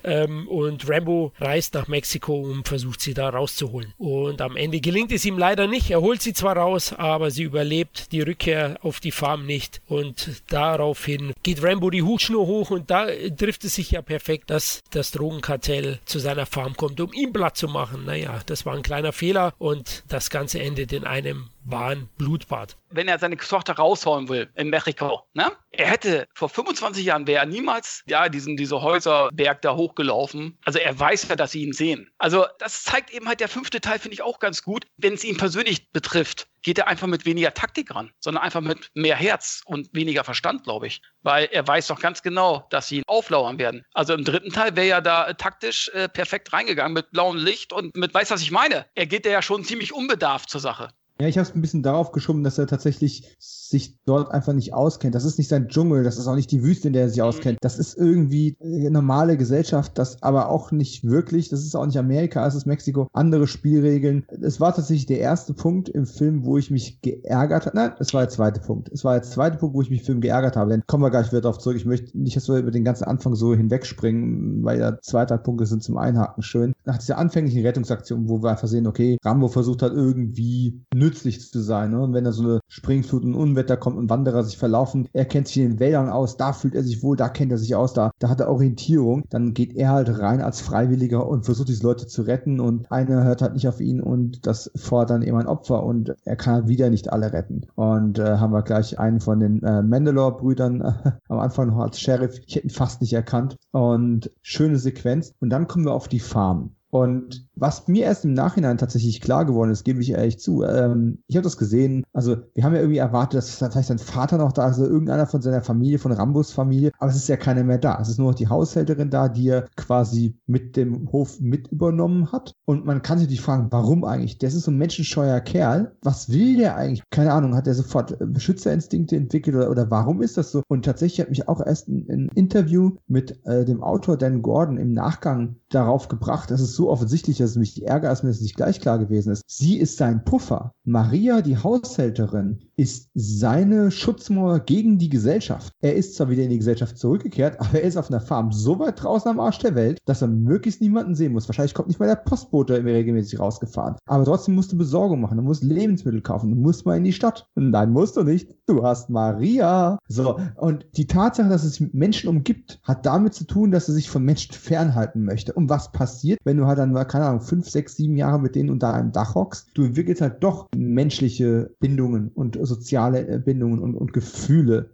Und Rambo reist nach Mexiko und versucht sie da rauszuholen. Und am Ende gelingt es ihm leider nicht. Er holt sie zwar raus, aber sie überlebt die Rückkehr auf die Farm nicht. Und daraufhin geht Rambo die Hutschnur hoch und da trifft es sich ja perfekt, dass das Drogenkartell zu seiner Farm kommt, um ihm Blatt zu machen. Naja, das war ein kleiner Fehler und das Ganze endet in einem wahren Blutbad. Wenn er seine Tochter raushauen will in Mexiko, ne? Er hätte vor 25 Jahren, wäre er niemals diese Häuserberg da hochgelaufen. Also er weiß ja, dass sie ihn sehen. Also das zeigt eben halt der 5. Teil, finde ich auch ganz gut. Wenn es ihn persönlich betrifft, geht er einfach mit weniger Taktik ran, sondern einfach mit mehr Herz und weniger Verstand, glaube ich. Weil er weiß doch ganz genau, dass sie ihn auflauern werden. Also im 3. Teil wäre er da taktisch perfekt reingegangen mit blauem Licht und mit, weißt du, was ich meine? Er geht ja schon ziemlich unbedarft zur Sache. Ja, ich habe es ein bisschen darauf geschoben, dass er tatsächlich sich dort einfach nicht auskennt. Das ist nicht sein Dschungel, das ist auch nicht die Wüste, in der er sich auskennt. Das ist irgendwie eine normale Gesellschaft, das aber auch nicht wirklich, das ist auch nicht Amerika, es ist Mexiko, andere Spielregeln. Es war tatsächlich der erste Punkt im Film, wo ich mich geärgert habe. Nein, es war der zweite Punkt. Es war der zweite Punkt, wo ich mich im Film geärgert habe. Denn kommen wir gleich wieder darauf zurück. Ich möchte nicht, dass wir über den ganzen Anfang so hinwegspringen, weil ja 2 Punkte sind zum Einhaken schön. Nach dieser anfänglichen Rettungsaktion, wo wir einfach sehen, okay, Rambo versucht hat irgendwie nützlich zu sein. Ne? Und wenn da so eine Springflut und Unwetter kommt und Wanderer sich verlaufen, er kennt sich in den Wäldern aus, da fühlt er sich wohl, da kennt er sich aus, da hat er Orientierung, dann geht er halt rein als Freiwilliger und versucht diese Leute zu retten und einer hört halt nicht auf ihn und das fordert dann eben ein Opfer und er kann halt wieder nicht alle retten. Und haben wir gleich einen von den Mandalore-Brüdern am Anfang noch als Sheriff, ich hätte ihn fast nicht erkannt und schöne Sequenz und dann kommen wir auf die Farm. Und was mir erst im Nachhinein tatsächlich klar geworden ist, gebe ich ehrlich zu, ich habe das gesehen, also wir haben ja irgendwie erwartet, dass vielleicht sein Vater noch da ist, also irgendeiner von seiner Familie, von Rambos Familie, aber es ist ja keiner mehr da. Es ist nur noch die Haushälterin da, die er quasi mit dem Hof mit übernommen hat. Und man kann sich fragen, warum eigentlich? Das ist so ein menschenscheuer Kerl. Was will der eigentlich? Keine Ahnung, hat er sofort Beschützerinstinkte entwickelt oder warum ist das so? Und tatsächlich hat mich auch erst ein Interview mit dem Autor Dan Gordon im Nachgang darauf gebracht, dass es so offensichtlich, dass es mich ärgert, als mir das nicht gleich klar gewesen ist. Sie ist sein Puffer. Maria, die Haushälterin, ist seine Schutzmauer gegen die Gesellschaft. Er ist zwar wieder in die Gesellschaft zurückgekehrt, aber er ist auf einer Farm so weit draußen am Arsch der Welt, dass er möglichst niemanden sehen muss. Wahrscheinlich kommt nicht mal der Postbote regelmäßig rausgefahren. Aber trotzdem musst du Besorgung machen. Du musst Lebensmittel kaufen. Du musst mal in die Stadt. Nein, musst du nicht. Du hast Maria. So. Und die Tatsache, dass es sich mit Menschen umgibt, hat damit zu tun, dass er sich von Menschen fernhalten möchte. Und was passiert, wenn du halt dann, keine Ahnung, 5, 6, 7 Jahre mit denen unter einem Dach hockst? Du entwickelst halt doch menschliche Bindungen und soziale Bindungen und Gefühle.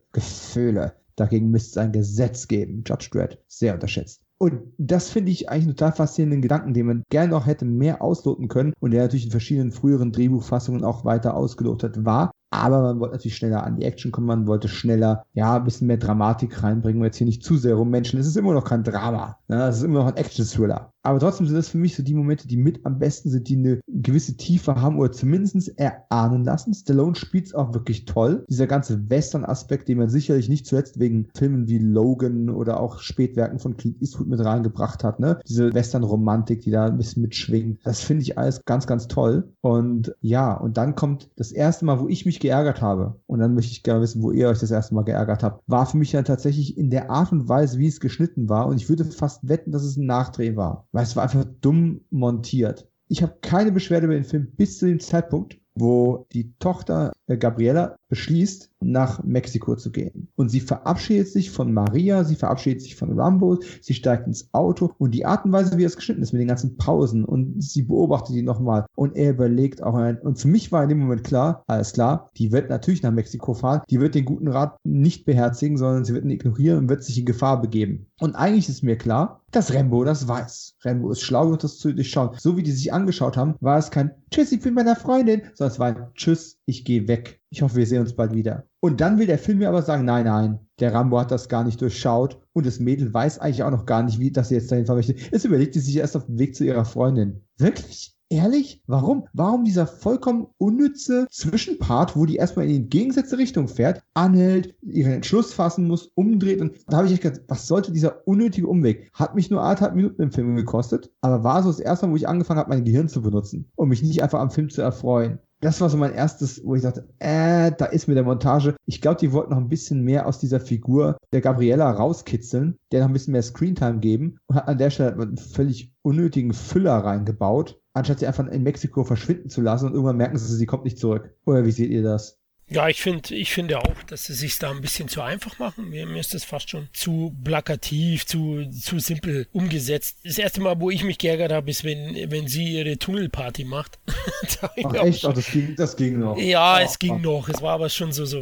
Dagegen müsste es ein Gesetz geben. Judge Dredd, sehr unterschätzt. Und das finde ich eigentlich einen total faszinierenden Gedanken, den man gerne noch hätte mehr ausloten können und der natürlich in verschiedenen früheren Drehbuchfassungen auch weiter ausgelotet war. Aber man wollte natürlich schneller an die Action kommen, man wollte schneller, ein bisschen mehr Dramatik reinbringen, wir jetzt hier nicht zu sehr rummenschen. Es ist immer noch kein Drama, ne? Es ist immer noch ein Action-Thriller. Aber trotzdem sind das für mich so die Momente, die mit am besten sind, die eine gewisse Tiefe haben oder zumindest erahnen lassen. Stallone spielt es auch wirklich toll. Dieser ganze Western-Aspekt, den man sicherlich nicht zuletzt wegen Filmen wie Logan oder auch Spätwerken von Clint Eastwood mit reingebracht hat, ne? Diese Western-Romantik, die da ein bisschen mitschwingt. Das finde ich alles ganz, ganz toll. Und und dann kommt das erste Mal, wo ich mich geärgert habe, und dann möchte ich gerne wissen, wo ihr euch das erste Mal geärgert habt, war für mich dann tatsächlich in der Art und Weise, wie es geschnitten war. Und ich würde fast wetten, dass es ein Nachdreh war. Weil es war einfach dumm montiert. Ich habe keine Beschwerde über den Film bis zu dem Zeitpunkt, wo die Tochter Gabriella beschließt, nach Mexiko zu gehen. Und sie verabschiedet sich von Maria, sie verabschiedet sich von Rambo, sie steigt ins Auto und die Art und Weise, wie es geschnitten ist, mit den ganzen Pausen und sie beobachtet ihn nochmal und er überlegt auch und für mich war in dem Moment klar, alles klar, die wird natürlich nach Mexiko fahren, die wird den guten Rat nicht beherzigen, sondern sie wird ihn ignorieren und wird sich in Gefahr begeben. Und eigentlich ist mir klar, dass Rambo das weiß. Rambo ist schlau genug, das zu durchschauen. So wie die sich angeschaut haben, war es kein Tschüss, ich bin bei meiner Freundin, sondern es war ein Tschüss, ich gehe weg. Ich hoffe, wir sehen uns bald wieder. Und dann will der Film mir aber sagen, nein, der Rambo hat das gar nicht durchschaut und das Mädel weiß eigentlich auch noch gar nicht, wie das sie jetzt dahin fahren möchte. Es überlegt sie sich erst auf dem Weg zu ihrer Freundin. Wirklich? Ehrlich? Warum? Warum dieser vollkommen unnütze Zwischenpart, wo die erstmal in die entgegengesetzte Richtung fährt, anhält, ihren Entschluss fassen muss, umdreht und da habe ich echt gedacht, was sollte dieser unnötige Umweg? Hat mich nur 1,5 Minuten im Film gekostet, aber war so das erste Mal, wo ich angefangen habe, mein Gehirn zu benutzen, um mich nicht einfach am Film zu erfreuen. Das war so mein erstes, wo ich dachte, da ist mit der Montage. Ich glaube, die wollten noch ein bisschen mehr aus dieser Figur der Gabriella rauskitzeln, der noch ein bisschen mehr Screentime geben und hat an der Stelle einen völlig unnötigen Füller reingebaut, anstatt sie einfach in Mexiko verschwinden zu lassen und irgendwann merken sie kommt nicht zurück. Oder wie seht ihr das? Ja, ich finde auch, dass sie sich da ein bisschen zu einfach machen. Mir ist das fast schon zu plakativ, zu simpel umgesetzt. Das erste Mal, wo ich mich geärgert habe, ist, wenn sie ihre Tunnelparty macht. Ach echt? Ach, das ging noch. Ja, es ging noch. Es war aber schon so,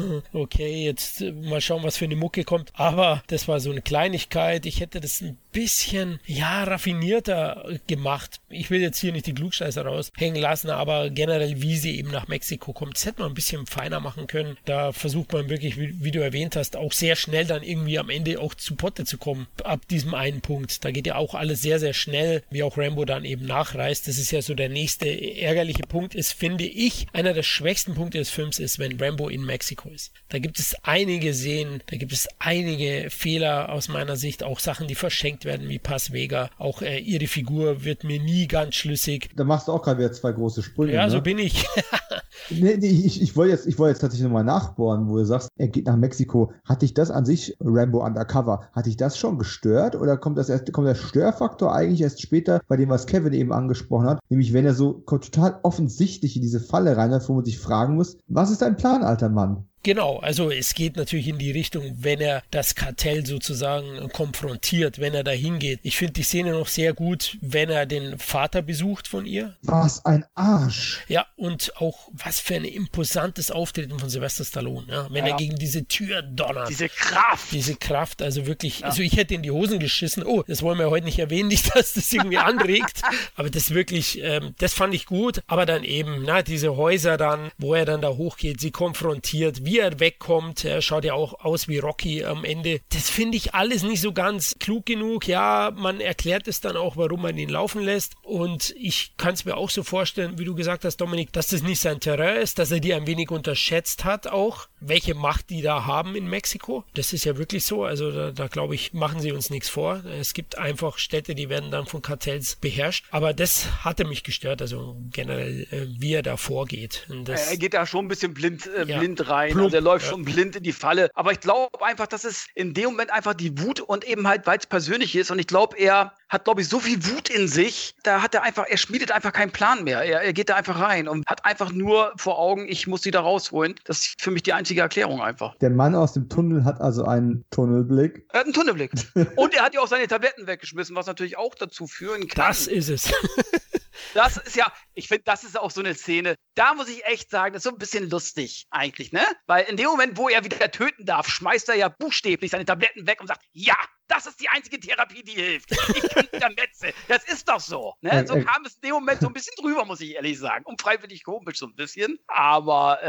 okay, jetzt mal schauen, was für eine Mucke kommt. Aber das war so eine Kleinigkeit. Ich hätte das ein bisschen, raffinierter gemacht. Ich will jetzt hier nicht die Klugscheißer raushängen lassen, aber generell, wie sie eben nach Mexiko kommt, das hätte man ein bisschen feiner machen können. Da versucht man wirklich, wie du erwähnt hast, auch sehr schnell dann irgendwie am Ende auch zu Potte zu kommen. Ab diesem einen Punkt. Da geht ja auch alles sehr, sehr schnell, wie auch Rambo dann eben nachreist. Das ist ja so der nächste ärgerliche Punkt ist, finde ich, einer der schwächsten Punkte des Films ist, wenn Rambo in Mexiko ist. Da gibt es einige Szenen, da gibt es einige Fehler aus meiner Sicht, auch Sachen, die verschenkt werden, wie Paz Vega. Auch ihre Figur wird mir nie ganz schlüssig. Da machst du auch gerade wieder 2 große Sprünge. Ja, ne? so bin ich. Nee, ich wollte jetzt tatsächlich nochmal nachbohren, wo du sagst, er geht nach Mexiko. Hat dich das an sich, Rambo Undercover, hat dich das schon gestört oder kommt der Störfaktor eigentlich erst später bei dem, was Kevin eben angesprochen hat, nämlich wenn er so total offensichtlich in diese Falle reinläuft, wo man sich fragen muss, was ist dein Plan, alter Mann? Genau, also es geht natürlich in die Richtung, wenn er das Kartell sozusagen konfrontiert, wenn er da hingeht. Ich finde die Szene noch sehr gut, wenn er den Vater besucht von ihr. Was ein Arsch. Ja, und auch was für ein imposantes Auftreten von Sylvester Stallone, ja? Wenn er gegen diese Tür donnert. Diese Kraft, also wirklich, also ich hätte in die Hosen geschissen. Oh, das wollen wir heute nicht erwähnen, nicht, dass das irgendwie anregt, aber das wirklich, das fand ich gut, aber dann eben, diese Häuser dann, wo er dann da hochgeht, sie konfrontiert, wie er wegkommt, er schaut ja auch aus wie Rocky am Ende, das finde ich alles nicht so ganz klug genug, ja, man erklärt es dann auch, warum man ihn laufen lässt und ich kann es mir auch so vorstellen, wie du gesagt hast, Dominik, dass das nicht sein Terrain ist, dass er die ein wenig unterschätzt hat auch, welche Macht die da haben in Mexiko, das ist ja wirklich so, also da glaube ich, machen sie uns nichts vor, es gibt einfach Städte, die werden dann von Kartells beherrscht, aber das hatte mich gestört, also generell, wie er da vorgeht. Und das, er geht da schon ein bisschen blind rein, plump, also er läuft schon blind in die Falle, aber ich glaube einfach, dass es in dem Moment einfach die Wut und eben halt, weil es persönlich ist und ich glaube, er hat, glaube ich, so viel Wut in sich, da hat er schmiedet einfach keinen Plan mehr, er geht da einfach rein und hat einfach nur vor Augen, ich muss sie da rausholen, das ist für mich die einzige Erklärung einfach. Der Mann aus dem Tunnel hat also einen Tunnelblick. Er hat einen Tunnelblick und er hat ja auch seine Tabletten weggeschmissen, was natürlich auch dazu führen kann. Das ist es. Das ist ja, ich finde, das ist auch so eine Szene, da muss ich echt sagen, das ist so ein bisschen lustig eigentlich, ne? Weil in dem Moment, wo er wieder töten darf, schmeißt er ja buchstäblich seine Tabletten weg und sagt, ja, das ist die einzige Therapie, die hilft. Ich kann wieder Metze. Das ist doch so. Ne? So kam es in dem Moment so ein bisschen drüber, muss ich ehrlich sagen. Unfreiwillig komisch so ein bisschen. Aber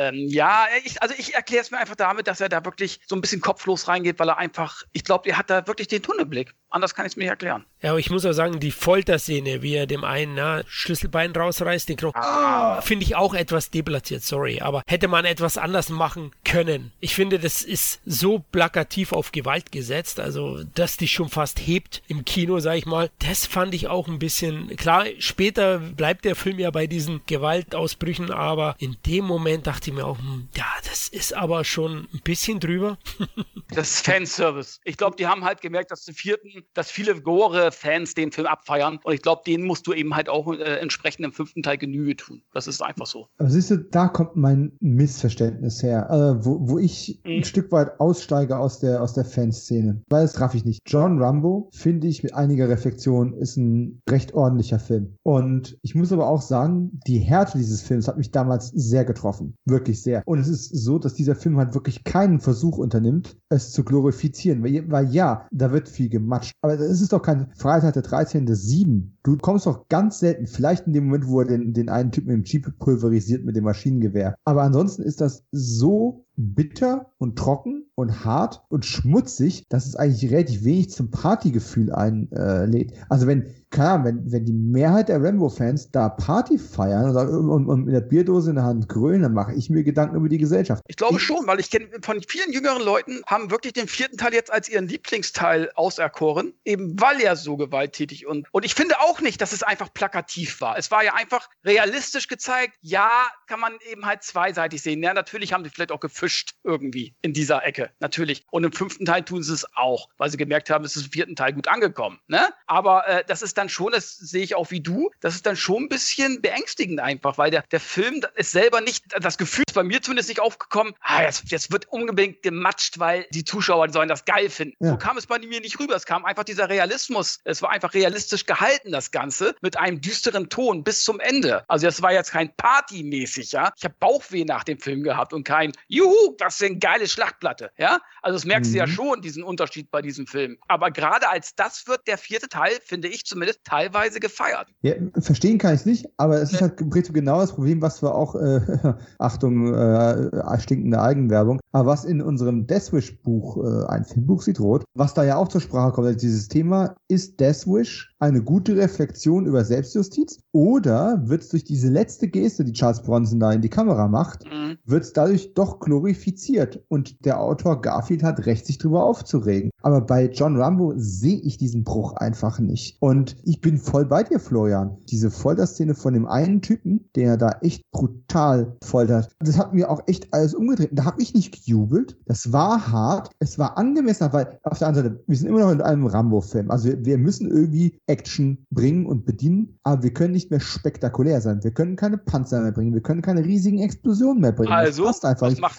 ich erkläre es mir einfach damit, dass er da wirklich so ein bisschen kopflos reingeht, weil er einfach, ich glaube, er hat da wirklich den Tunnelblick. Anders kann ich es mir nicht erklären. Ja, aber ich muss auch sagen, die Folterszene, wie er dem einen Schlüsselbein rausreißt, den Knochen, finde ich auch etwas deplatziert, sorry. Aber hätte man etwas anders machen können. Ich finde, das ist so plakativ auf Gewalt gesetzt, also dass die schon fast hebt im Kino, sag ich mal. Das fand ich auch ein bisschen, klar, später bleibt der Film ja bei diesen Gewaltausbrüchen, aber in dem Moment dachte ich mir auch, das ist aber schon ein bisschen drüber. Das ist Fanservice. Ich glaube, die haben halt gemerkt, dass viele Gore-Fans den Film abfeiern und ich glaube, denen musst du eben halt auch entsprechend im 5. Teil Genüge tun. Das ist einfach so. Aber siehst du, da kommt mein Missverständnis her, wo ich ein Stück weit aussteige aus der Fanszene, weil das raff ich nicht. John Rambo, finde ich, mit einiger Reflexion ist ein recht ordentlicher Film. Und ich muss aber auch sagen, die Härte dieses Films hat mich damals sehr getroffen. Wirklich sehr. Und es ist so, dass dieser Film halt wirklich keinen Versuch unternimmt, es zu glorifizieren. Weil ja, da wird viel gematscht. Aber es ist doch kein Freitag der 13.7. Du kommst doch ganz selten, vielleicht in dem Moment, wo er den einen Typen im Jeep pulverisiert mit dem Maschinengewehr. Aber ansonsten ist das so bitter und trocken und hart und schmutzig, dass es eigentlich relativ wenig zum Partygefühl einlädt. Also wenn die Mehrheit der Rambo-Fans da Party feiern und mit der Bierdose in der Hand grölen, dann mache ich mir Gedanken über die Gesellschaft. Ich glaube schon, weil ich kenne von vielen jüngeren Leuten, haben wirklich den 4. Teil jetzt als ihren Lieblingsteil auserkoren, eben weil er so gewalttätig und ich finde auch nicht, dass es einfach plakativ war. Es war ja einfach realistisch gezeigt. Ja, kann man eben halt zweiseitig sehen. Ja, natürlich haben sie vielleicht auch gefischt irgendwie in dieser Ecke. Natürlich. Und im 5. Teil tun sie es auch, weil sie gemerkt haben, es ist im 4. Teil gut angekommen. Ne? Aber das ist dann schon, das sehe ich auch wie du, das ist dann schon ein bisschen beängstigend einfach, weil der Film ist selber nicht, das Gefühl ist bei mir zumindest nicht aufgekommen, jetzt wird unbedingt gematscht, weil die Zuschauer sollen das geil finden. Ja. So kam es bei mir nicht rüber. Es kam einfach dieser Realismus. Es war einfach realistisch gehalten, das Ganze, mit einem düsteren Ton bis zum Ende. Also das war jetzt kein Partymäßig, ja. Ich habe Bauchweh nach dem Film gehabt und kein Juhu, das ist eine geile Schlachtplatte, ja. Also das merkst du ja schon, diesen Unterschied bei diesem Film. Aber gerade als das wird der 4. Teil, finde ich zumindest, teilweise gefeiert. Ja, verstehen kann ich nicht, aber es ist halt genau das Problem, was wir auch, Achtung, stinkende Eigenwerbung, aber was in unserem Deathwish-Buch, ein Filmbuch sieht rot, was da ja auch zur Sprache kommt, also dieses Thema, ist Deathwish eine gute Reflexion über Selbstjustiz oder wird es durch diese letzte Geste, die Charles Bronson da in die Kamera macht, wird es dadurch doch glorifiziert und der Autor Garfield hat recht, sich drüber aufzuregen. Aber bei John Rambo sehe ich diesen Bruch einfach nicht. Und ich bin voll bei dir, Florian. Diese Folterszene von dem einen Typen, der da echt brutal foltert, das hat mir auch echt alles umgedreht. Da habe ich nicht gejubelt. Das war hart. Es war angemessen, weil auf der anderen Seite, wir sind immer noch in einem Rambo-Film. Also wir müssen irgendwie Action bringen und bedienen, aber wir können nicht mehr spektakulär sein. Wir können keine Panzer mehr bringen. Wir können keine riesigen Explosionen mehr bringen. Also, was macht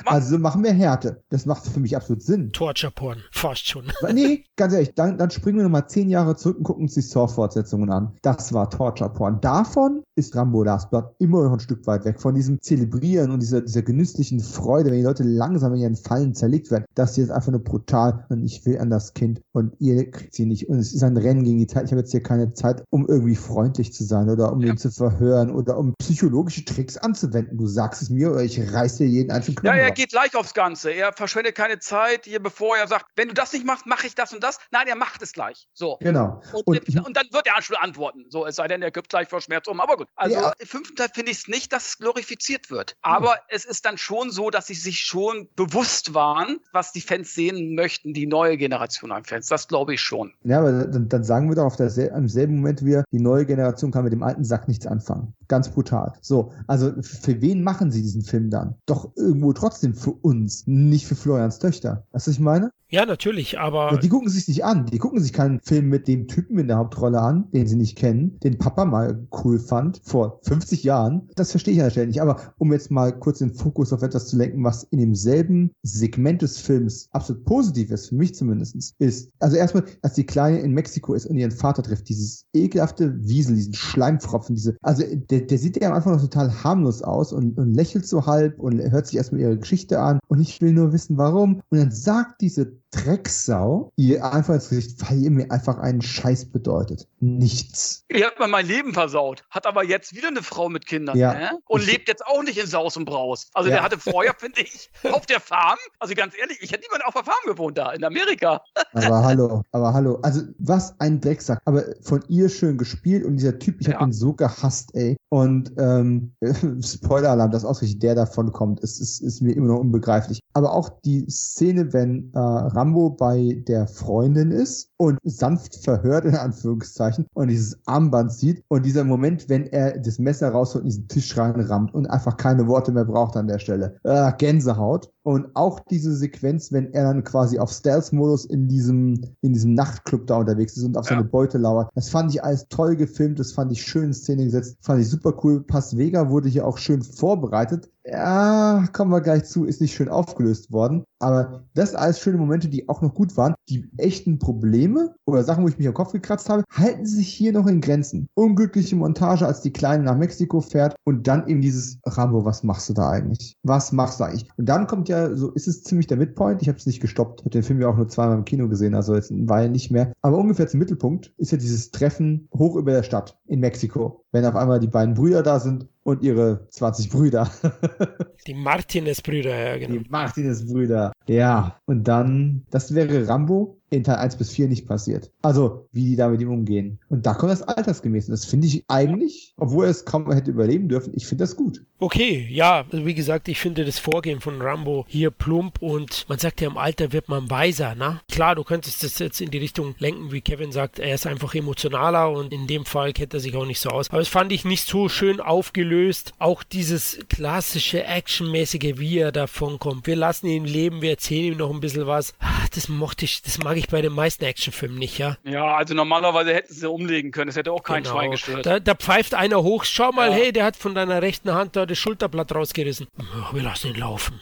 Also machen wir Härte. Das macht für mich absolut Sinn. Torture-Porn, fast schon. Nee, ganz ehrlich, dann springen wir nochmal 10 Jahre zurück und gucken uns die Saw-Fortsetzungen an. Das war Torture-Porn. Davon ist Rambo Last Blood immer noch ein Stück weit weg. Von diesem Zelebrieren und dieser genüsslichen Freude, wenn die Leute langsam in ihren Fallen zerlegt werden. Das hier ist einfach nur brutal und ich will an das Kind und ihr kriegt sie nicht. Und es ist ein Rennen gegen die Zeit. Ich habe jetzt hier keine Zeit, um irgendwie freundlich zu sein oder um ihn zu verhören oder um psychologische Tricks anzuwenden. Du sagst es mir oder ich reiß dir jeden einzelnen Knochen. Ja, er geht gleich aufs Ganze. Er verschwendet keine Zeit, hier bevor er sagt, wenn du das nicht machst, mache ich das und das. Nein, er macht es gleich. So. Genau. Und dann wird er schon antworten. So, es sei denn, er kippt gleich vor Schmerz um. Aber gut. Also im 5. Teil finde ich es nicht, dass es glorifiziert wird. Aber es ist dann schon so, dass sie sich schon bewusst waren, was die Fans sehen möchten, die neue Generation an Fans. Das glaube ich schon. Ja, aber dann sagen wir doch im selben Moment wieder, die neue Generation kann mit dem alten Sack nichts anfangen. Ganz brutal. So, also für wen machen sie diesen Film dann? Doch irgendwo trotzdem für uns, nicht für Florians Töchter. Weißt du, was ich meine? Ja, natürlich, aber... Ja, die gucken sich nicht an. Die gucken sich keinen Film mit dem Typen in der Hauptrolle an, den sie nicht kennen, den Papa mal cool fand, vor 50 Jahren. Das verstehe ich an der Stelle nicht. Aber um jetzt mal kurz den Fokus auf etwas zu lenken, was in demselben Segment des Films absolut positiv ist, für mich zumindest, ist, also erstmal, als die Kleine in Mexiko ist und ihren Vater trifft, dieses ekelhafte Wiesel, diesen Schleimfropfen, also der sieht ja am Anfang noch total harmlos aus und lächelt so halb und hört sich erstmal ihre Geschichte an und ich will nur wissen, warum. Und dann sagt diese Drecksau ihr einfach ins Gesicht, weil ihr mir einfach einen Scheiß bedeutet. Nichts. Ihr habt mir mein Leben versaut, hat aber jetzt wieder eine Frau mit Kindern, und lebt jetzt auch nicht in Saus und Braus. Also der hatte vorher, finde ich, auf der Farm, also ganz ehrlich, ich hätte niemand auf der Farm gewohnt da, in Amerika. Aber hallo, also was ein Drecksack, aber von ihr schön gespielt und dieser Typ, ich habe ihn so gehasst, ey. Und Spoiler-Alarm, dass ausgerechnet der davon kommt, ist mir immer noch unbegreiflich. Aber auch die Szene, wenn Rambo bei der Freundin ist und sanft verhört, in Anführungszeichen, und dieses Armband sieht und dieser Moment, wenn er das Messer rausholt und diesen Tisch reinrammt und einfach keine Worte mehr braucht an der Stelle. Gänsehaut. Und auch diese Sequenz, wenn er dann quasi auf Stealth-Modus in diesem Nachtclub da unterwegs ist und auf seine Beute lauert. Das fand ich alles toll gefilmt, das fand ich schön in Szene gesetzt, fand ich super cool. Paz Vega wurde hier auch schön vorbereitet. Ja, kommen wir gleich zu, ist nicht schön aufgelöst worden. Aber das alles schöne Momente, die auch noch gut waren. Die echten Probleme oder Sachen, wo ich mich am Kopf gekratzt habe, halten sich hier noch in Grenzen. Unglückliche Montage, als die Kleine nach Mexiko fährt und dann eben dieses Rambo, was machst du da eigentlich? Was machst du eigentlich? Und dann kommt ja, so ist es ziemlich der Midpoint. Ich habe es nicht gestoppt. Ich habe den Film ja auch nur zweimal im Kino gesehen, also jetzt war er nicht mehr. Aber ungefähr zum Mittelpunkt ist ja dieses Treffen hoch über der Stadt in Mexiko. Wenn auf einmal die beiden Brüder da sind und ihre 20 Brüder. Die Martinez-Brüder, ja, genau. Die Martinez-Brüder. Ja, und dann, das wäre Rambo in Teil 1 bis 4 nicht passiert. Also, wie die da mit ihm umgehen. Und da kommt das altersgemäß. Und das finde ich eigentlich, obwohl er es kaum hätte überleben dürfen, ich finde das gut. Okay, ja, also wie gesagt, ich finde das Vorgehen von Rambo hier plump und man sagt ja, im Alter wird man weiser, ne? Klar, du könntest das jetzt in die Richtung lenken, wie Kevin sagt, er ist einfach emotionaler und in dem Fall kennt er sich auch nicht so aus. Aber das fand ich nicht so schön aufgelöst. Auch dieses klassische, actionmäßige, wie er davon kommt. Wir lassen ihn leben, wir erzählen ihm noch ein bisschen was. Das mag ich bei den meisten Actionfilmen nicht, ja. Ja, also normalerweise hätten sie umlegen können. Das hätte auch kein Schwein gestört. Da pfeift einer hoch. Schau mal, hey, der hat von deiner rechten Hand da das Schulterblatt rausgerissen. Wir lassen ihn laufen.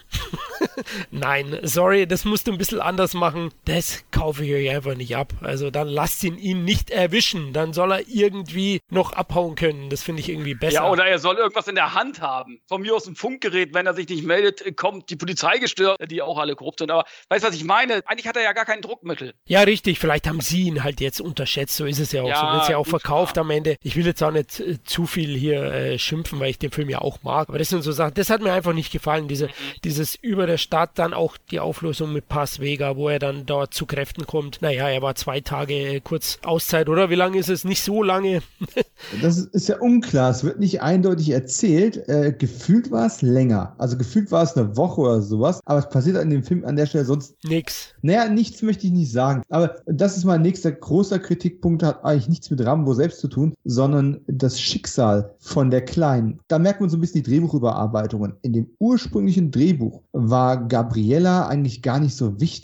Nein, sorry, das musst du ein bisschen anders machen. Das kaufe ich euch einfach nicht ab. Also dann lasst ihn nicht erwischen. Dann soll er irgendwie noch abhauen können. Das finde ich irgendwie besser. Ja, oder er soll irgendwas in der Hand haben. Von mir aus ein Funkgerät. Wenn er sich nicht meldet, kommt die Polizei gestört, die auch alle korrupt sind. Aber weißt du, was ich meine? Eigentlich hat er ja gar kein Druckmittel. Ja, richtig. Vielleicht haben sie ihn halt jetzt unterschätzt. So ist es ja auch. So wird es ja auch verkauft am Ende. Ich will jetzt auch nicht zu viel hier schimpfen, weil ich den Film ja auch mag. Aber das sind so Sachen, das hat mir einfach nicht gefallen. Dieses über der Stadt, dann auch die Auflösung mit Paz Vega, wo er dann dort zu Kräften kommt. Naja, er war 2 Tage kurz Auszeit, oder? Wie lange ist es? Nicht so lange. Das ist ja unklar. Es wird nicht eindeutig erzählt. Gefühlt war es länger. Also gefühlt war es eine Woche oder sowas. Aber es passiert in dem Film an der Stelle sonst nichts. Naja, nichts möchte ich nicht sagen. Aber das ist mein nächster großer Kritikpunkt, hat eigentlich nichts mit Rambo selbst zu tun, sondern das Schicksal von der Kleinen. Da merkt man so ein bisschen die Drehbuchüberarbeitungen. In dem ursprünglichen Drehbuch war Gabriella eigentlich gar nicht so wichtig.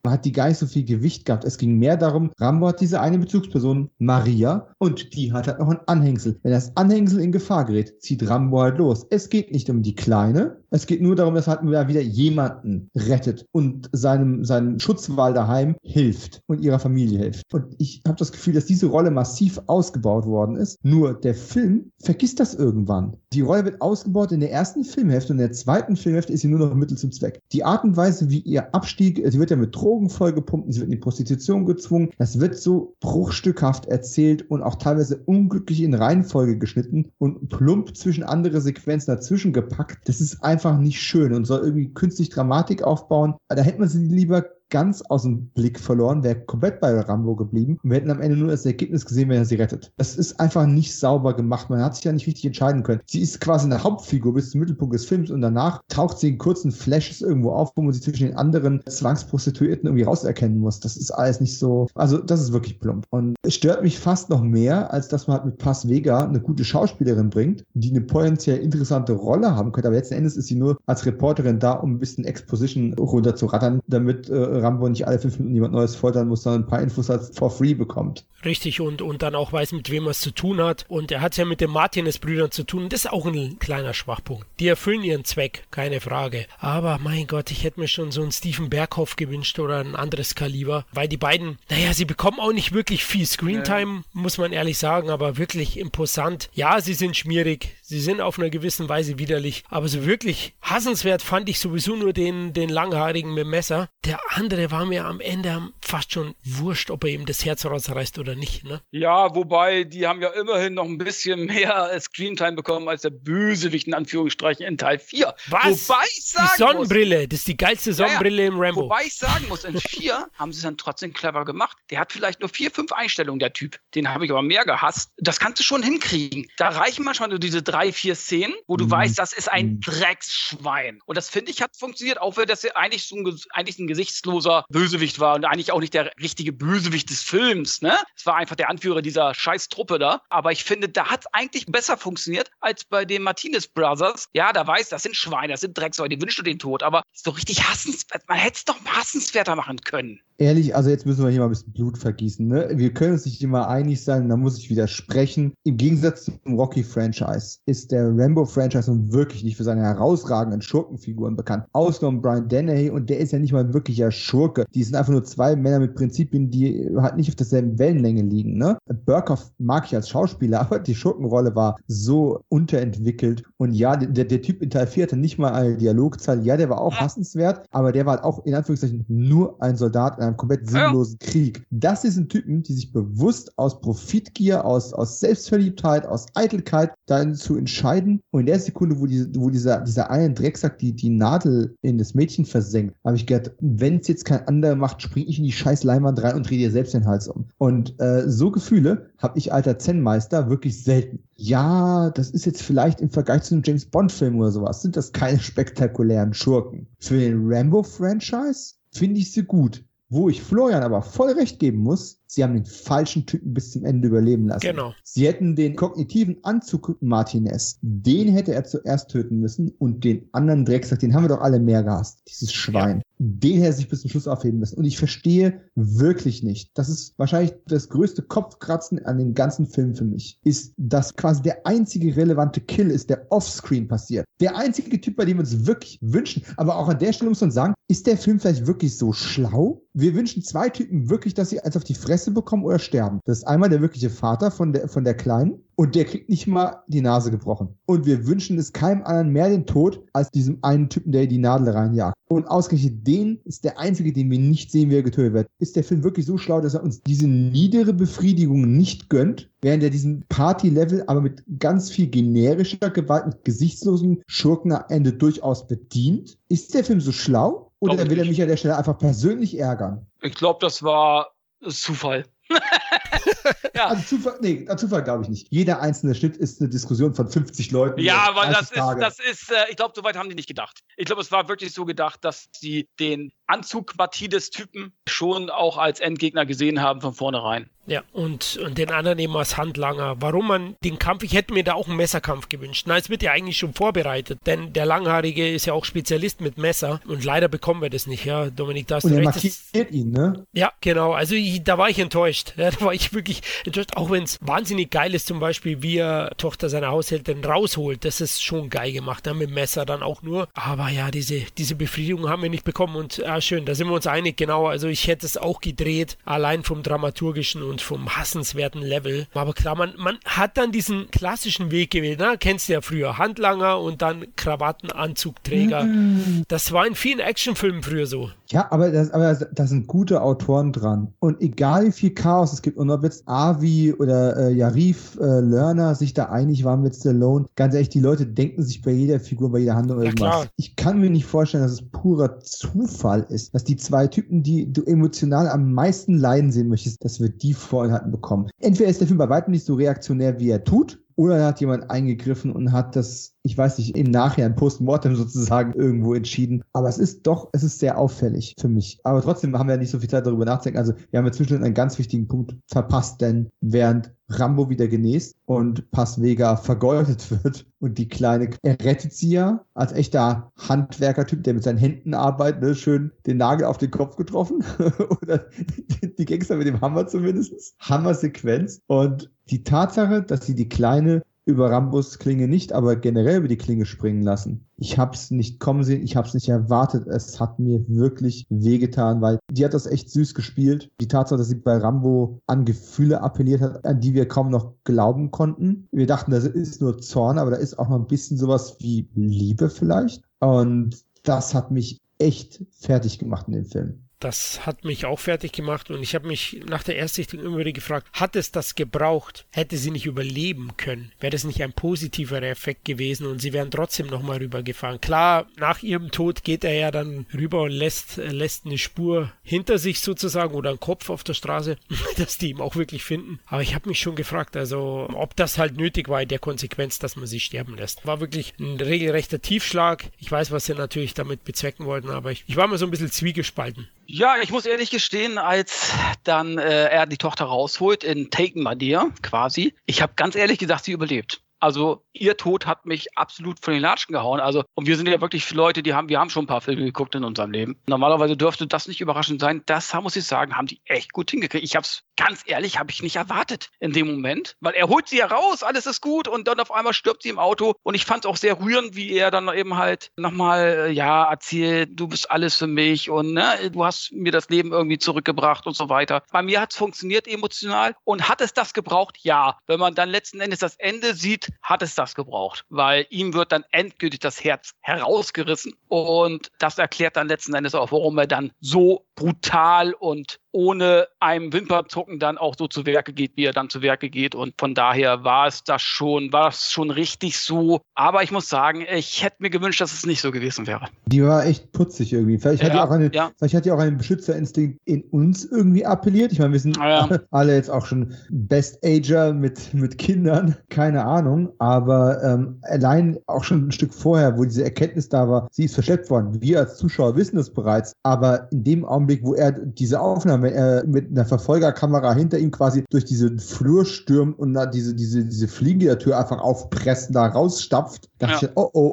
hat die gar nicht so viel Gewicht gehabt. Es ging mehr darum, Rambo hat diese eine Bezugsperson, Maria, und die hat halt noch ein Anhängsel. Wenn das Anhängsel in Gefahr gerät, zieht Rambo halt los. Es geht nicht um die Kleine, es geht nur darum, dass halt wieder jemanden rettet und seinem Schutzwall daheim hilft und ihrer Familie hilft. Und ich habe das Gefühl, dass diese Rolle massiv ausgebaut worden ist. Nur der Film vergisst das irgendwann. Die Rolle wird ausgebaut in der ersten Filmhälfte und in der zweiten Filmhälfte ist sie nur noch Mittel zum Zweck. Die Art und Weise, wie ihr Abstieg, sie wird ja mit Drogen vollgepumpt, sie wird in die Prostitution gezwungen, das wird so bruchstückhaft erzählt und auch teilweise unglücklich in Reihenfolge geschnitten und plump zwischen andere Sequenzen dazwischen gepackt. Das ist einfach nicht schön und soll irgendwie künstlich Dramatik aufbauen. Da hätte man sie lieber ganz aus dem Blick verloren, wäre komplett bei Rambo geblieben und wir hätten am Ende nur das Ergebnis gesehen, wenn er sie rettet. Das ist einfach nicht sauber gemacht. Man hat sich ja nicht richtig entscheiden können. Sie ist quasi eine Hauptfigur bis zum Mittelpunkt des Films und danach taucht sie in kurzen Flashes irgendwo auf, wo man sie zwischen den anderen Zwangsprostituierten irgendwie rauserkennen muss. Das ist alles nicht so, also das ist wirklich plump. Und es stört mich fast noch mehr, als dass man halt mit Paz Vega eine gute Schauspielerin bringt, die eine potenziell interessante Rolle haben könnte, aber letzten Endes ist sie nur als Reporterin da, um ein bisschen Exposition runterzurattern, damit Rambo nicht alle 5 Minuten jemand Neues foltern muss, sondern ein paar Infos als for free bekommt. Richtig, und dann auch weiß, mit wem er es zu tun hat. Und er hat es ja mit den Martinez-Brüdern zu tun. Das ist auch ein kleiner Schwachpunkt. Die erfüllen ihren Zweck, keine Frage. Aber mein Gott, ich hätte mir schon so einen Steven Berghoff gewünscht oder ein anderes Kaliber, weil die beiden, sie bekommen auch nicht wirklich viel Screentime, muss man ehrlich sagen, aber wirklich imposant. Ja, sie sind schmierig, sie sind auf einer gewissen Weise widerlich, aber so wirklich hassenswert fand ich sowieso nur den Langhaarigen mit dem Messer. Der andere war mir am Ende fast schon wurscht, ob er ihm das Herz rausreißt oder nicht, ne? Ja, wobei, die haben ja immerhin noch ein bisschen mehr Screentime bekommen als der Bösewicht in Anführungsstrichen in Teil 4. Was? Wobei ich sagen die Sonnenbrille, das ist die geilste Sonnenbrille im Rambo. Wobei ich sagen muss, in 4 haben sie es dann trotzdem clever gemacht. Der hat vielleicht nur 4, 5 Einstellungen, der Typ. Den habe ich aber mehr gehasst. Das kannst du schon hinkriegen. Da reichen manchmal nur diese 3, 4 Szenen, wo du weißt, das ist ein Drecksschwein. Und das, finde ich, hat funktioniert, auch wenn das eigentlich ein gesichtsloser Bösewicht war und eigentlich auch nicht der richtige Bösewicht des Films, ne? Es war einfach der Anführer dieser scheiß Truppe da. Aber ich finde, da hat es eigentlich besser funktioniert als bei den Martinez Brothers. Ja, da weiß, das sind Schweine, das sind Drecksleute, die wünschen dir den Tod. Aber so richtig hassenswert, man hätte es doch hassenswerter machen können. Ehrlich, also jetzt müssen wir hier mal ein bisschen Blut vergießen, ne? Wir können uns nicht immer einig sein, da muss ich widersprechen. Im Gegensatz zum Rocky-Franchise ist der Rambo-Franchise nun wirklich nicht für seine herausragenden Schurkenfiguren bekannt. Ausgenommen Brian Dennehy, und der ist ja nicht mal wirklicher Schurke. Die sind einfach nur 2 Männer mit Prinzipien, die halt nicht auf derselben Wellenlänge liegen, ne? Berghoff mag ich als Schauspieler, aber die Schurkenrolle war so unterentwickelt. Und ja, der Typ in Teil 4 hatte nicht mal eine Dialogzahl. Ja, der war auch hassenswert, aber der war halt auch in Anführungszeichen nur ein Soldat in einem komplett sinnlosen Krieg. Das sind Typen, die sich bewusst aus Profitgier, aus Selbstverliebtheit, aus Eitelkeit dazu entscheiden. Und in der Sekunde, wo dieser eine Drecksack die Nadel in das Mädchen versenkt, habe ich gedacht, wenn es jetzt kein anderer macht, springe ich in die scheiß Leinwand rein und drehe dir selbst den Hals um. Und so Gefühle habe ich alter Zen-Meister wirklich selten. Ja, das ist jetzt vielleicht im Vergleich zu einem James-Bond-Film oder sowas, sind das keine spektakulären Schurken. Für den Rambo-Franchise finde ich sie gut. Wo ich Florian aber voll recht geben muss, sie haben den falschen Typen bis zum Ende überleben lassen. Genau. Sie hätten den kognitiven Anzug Martinez, den hätte er zuerst töten müssen, und den anderen Drecksack, den haben wir doch alle mehr gehasst, dieses Schwein. Ja. Den hätte er sich bis zum Schluss aufheben müssen. Und ich verstehe wirklich nicht, das ist wahrscheinlich das größte Kopfkratzen an dem ganzen Film für mich, ist, dass quasi der einzige relevante Kill ist, der offscreen passiert. Der einzige Typ, bei dem wir uns wirklich wünschen, aber auch an der Stelle muss man sagen, ist der Film vielleicht wirklich so schlau? Wir wünschen 2 Typen wirklich, dass sie eins auf die Fresse bekommen oder sterben. Das ist einmal der wirkliche Vater von der Kleinen, und der kriegt nicht mal die Nase gebrochen. Und wir wünschen es keinem anderen mehr den Tod, als diesem einen Typen, der die Nadel reinjagt. Und ausgerechnet den ist der einzige, den wir nicht sehen, wie er getötet wird. Ist der Film wirklich so schlau, dass er uns diese niedere Befriedigung nicht gönnt, während er diesen Party-Level aber mit ganz viel generischer Gewalt, mit gesichtslosen Schurken am Ende durchaus bedient? Ist der Film so schlau? Oder will er mich an der Stelle einfach persönlich ärgern? Ich glaube, das war Zufall. Ja. Also Zufall glaube ich nicht. Jeder einzelne Schnitt ist eine Diskussion von 50 Leuten. Ja, weil das ist, ich glaube, so weit haben die nicht gedacht. Ich glaube, es war wirklich so gedacht, dass sie den Anzug Mathides-Typen schon auch als Endgegner gesehen haben von vornherein. Ja, und den anderen eben als Handlanger. Warum man den Kampf, ich hätte mir da auch einen Messerkampf gewünscht. Na, es wird ja eigentlich schon vorbereitet, denn der Langhaarige ist ja auch Spezialist mit Messer und leider bekommen wir das nicht, ja, Dominik, da hast du recht. Und er markiert ihn, ne? Ja, genau, also da war ich enttäuscht. Ja, da war ich wirklich enttäuscht, auch wenn es wahnsinnig geil ist, zum Beispiel, wie er Tochter seiner Haushälterin rausholt. Das ist schon geil gemacht, ja, mit dem Messer dann auch nur. Aber ja, diese Befriedigung haben wir nicht bekommen und schön, da sind wir uns einig, genau. Also ich hätte es auch gedreht, allein vom dramaturgischen und vom hassenswerten Level. Aber klar, man hat dann diesen klassischen Weg gewählt, ne? Kennst du ja früher, Handlanger und dann Krawattenanzugträger. Das war in vielen Actionfilmen früher so. Ja, aber da sind gute Autoren dran. Und egal wie viel Chaos es gibt und ob jetzt Avi oder Yarif Lerner sich da einig waren mit Stallone, ganz ehrlich, die Leute denken sich bei jeder Figur, bei jeder Handlung irgendwas. Klar. Ich kann mir nicht vorstellen, dass es purer Zufall ist, dass die zwei Typen, die du emotional am meisten leiden sehen möchtest, dass wir die Vorenthalten bekommen. Entweder ist der Film bei weitem nicht so reaktionär, wie er tut, oder da hat jemand eingegriffen und hat das, ich weiß nicht, im Nachhinein postmortem sozusagen irgendwo entschieden. Aber es ist sehr auffällig für mich. Aber trotzdem haben wir ja nicht so viel Zeit darüber nachzudenken. Also wir haben ja zwischendurch einen ganz wichtigen Punkt verpasst, denn während Rambo wieder genäst und Paz Vega vergeudet wird und die Kleine, er rettet sie ja als echter Handwerkertyp, der mit seinen Händen arbeitet, ne, schön den Nagel auf den Kopf getroffen oder die Gangster mit dem Hammer zumindest. Hammer-Sequenz und die Tatsache, dass sie die Kleine über Rambos Klinge nicht, aber generell über die Klinge springen lassen. Ich hab's nicht kommen sehen, ich hab's nicht erwartet. Es hat mir wirklich wehgetan, weil die hat das echt süß gespielt. Die Tatsache, dass sie bei Rambo an Gefühle appelliert hat, an die wir kaum noch glauben konnten. Wir dachten, das ist nur Zorn, aber da ist auch noch ein bisschen sowas wie Liebe vielleicht. Und das hat mich echt fertig gemacht in dem Film. Das hat mich auch fertig gemacht und ich habe mich nach der Erstsichtung immer wieder gefragt, hat es das gebraucht? Hätte sie nicht überleben können? Wäre das nicht ein positiverer Effekt gewesen und sie wären trotzdem nochmal rübergefahren? Klar, nach ihrem Tod geht er ja dann rüber und lässt eine Spur hinter sich sozusagen oder einen Kopf auf der Straße, dass die ihn auch wirklich finden. Aber ich habe mich schon gefragt, also ob das halt nötig war in der Konsequenz, dass man sie sterben lässt. War wirklich ein regelrechter Tiefschlag. Ich weiß, was sie natürlich damit bezwecken wollten, aber ich war mal so ein bisschen zwiegespalten. Ja, ich muss ehrlich gestehen, als dann er die Tochter rausholt in Taken My Dear quasi, ich habe ganz ehrlich gesagt, sie überlebt. Also ihr Tod hat mich absolut von den Latschen gehauen. Also, und wir sind ja wirklich Leute, wir haben schon ein paar Filme geguckt in unserem Leben. Normalerweise dürfte das nicht überraschend sein. Das, muss ich sagen, haben die echt gut hingekriegt. Ganz ehrlich, habe ich nicht erwartet in dem Moment. Weil er holt sie ja raus, alles ist gut und dann auf einmal stirbt sie im Auto. Und ich fand es auch sehr rührend, wie er dann eben halt nochmal, erzählt, du bist alles für mich und ne, du hast mir das Leben irgendwie zurückgebracht und so weiter. Bei mir hat es funktioniert emotional und hat es das gebraucht? Ja. Wenn man dann letzten Endes das Ende sieht, hat es das gebraucht, weil ihm wird dann endgültig das Herz herausgerissen und das erklärt dann letzten Endes auch, warum er dann so brutal und ohne einem Wimpernzucken dann auch so zu Werke geht, wie er dann zu Werke geht. Und von daher war es schon richtig so. Aber ich muss sagen, ich hätte mir gewünscht, dass es nicht so gewesen wäre. Die war echt putzig irgendwie. Vielleicht hat die auch einen Beschützerinstinkt in uns irgendwie appelliert. Ich meine, wir sind alle jetzt auch schon Best-Ager mit Kindern. Keine Ahnung. Aber allein auch schon ein Stück vorher, wo diese Erkenntnis da war, sie ist verschleppt worden. Wir als Zuschauer wissen es bereits. Aber in dem Augenblick, wo er diese Aufnahme, wenn er mit einer Verfolgerkamera hinter ihm quasi durch diesen Flur stürmt und da diese Fliegengitter einfach aufpressen, da rausstapft, dachte ich,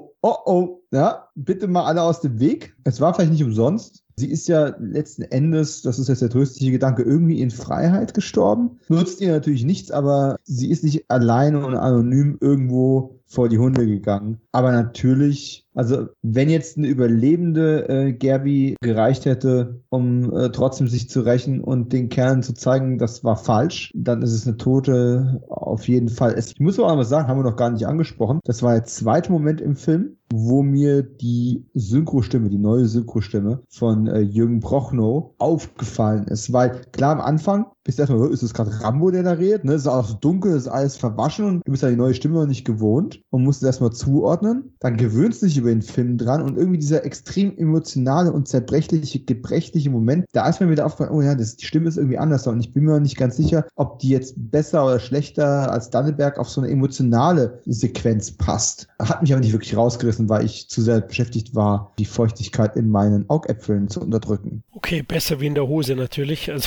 oh, ja, bitte mal alle aus dem Weg. Es war vielleicht nicht umsonst. Sie ist ja letzten Endes, das ist jetzt der tröstliche Gedanke, irgendwie in Freiheit gestorben. Nutzt ihr natürlich nichts, aber sie ist nicht alleine und anonym irgendwo vor die Hunde gegangen. Aber natürlich, also wenn jetzt eine überlebende Gerbi gereicht hätte, um trotzdem sich zu rächen und den Kerlen zu zeigen, das war falsch, dann ist es eine Tote auf jeden Fall. Ich muss aber mal sagen, haben wir noch gar nicht angesprochen, das war der zweite Moment im Film, wo mir die neue Synchrostimme von Jürgen Prochnow aufgefallen ist. Weil klar, am Anfang bist erstmal, ist es gerade Rambo, der da redet, ne? Es ist auch so dunkel, es ist alles verwaschen und du bist ja die neue Stimme noch nicht gewohnt und musst es erstmal zuordnen. Dann gewöhnst du dich über den Film dran und irgendwie dieser extrem emotionale und zerbrechliche, gebrechliche Moment, da ist mir wieder aufgefallen, oh ja, die Stimme ist irgendwie anders und ich bin mir noch nicht ganz sicher, ob die jetzt besser oder schlechter als Danneberg auf so eine emotionale Sequenz passt. Hat mich aber nicht wirklich rausgerissen, weil ich zu sehr beschäftigt war, die Feuchtigkeit in meinen Augäpfeln zu unterdrücken. Okay, besser wie in der Hose natürlich. Also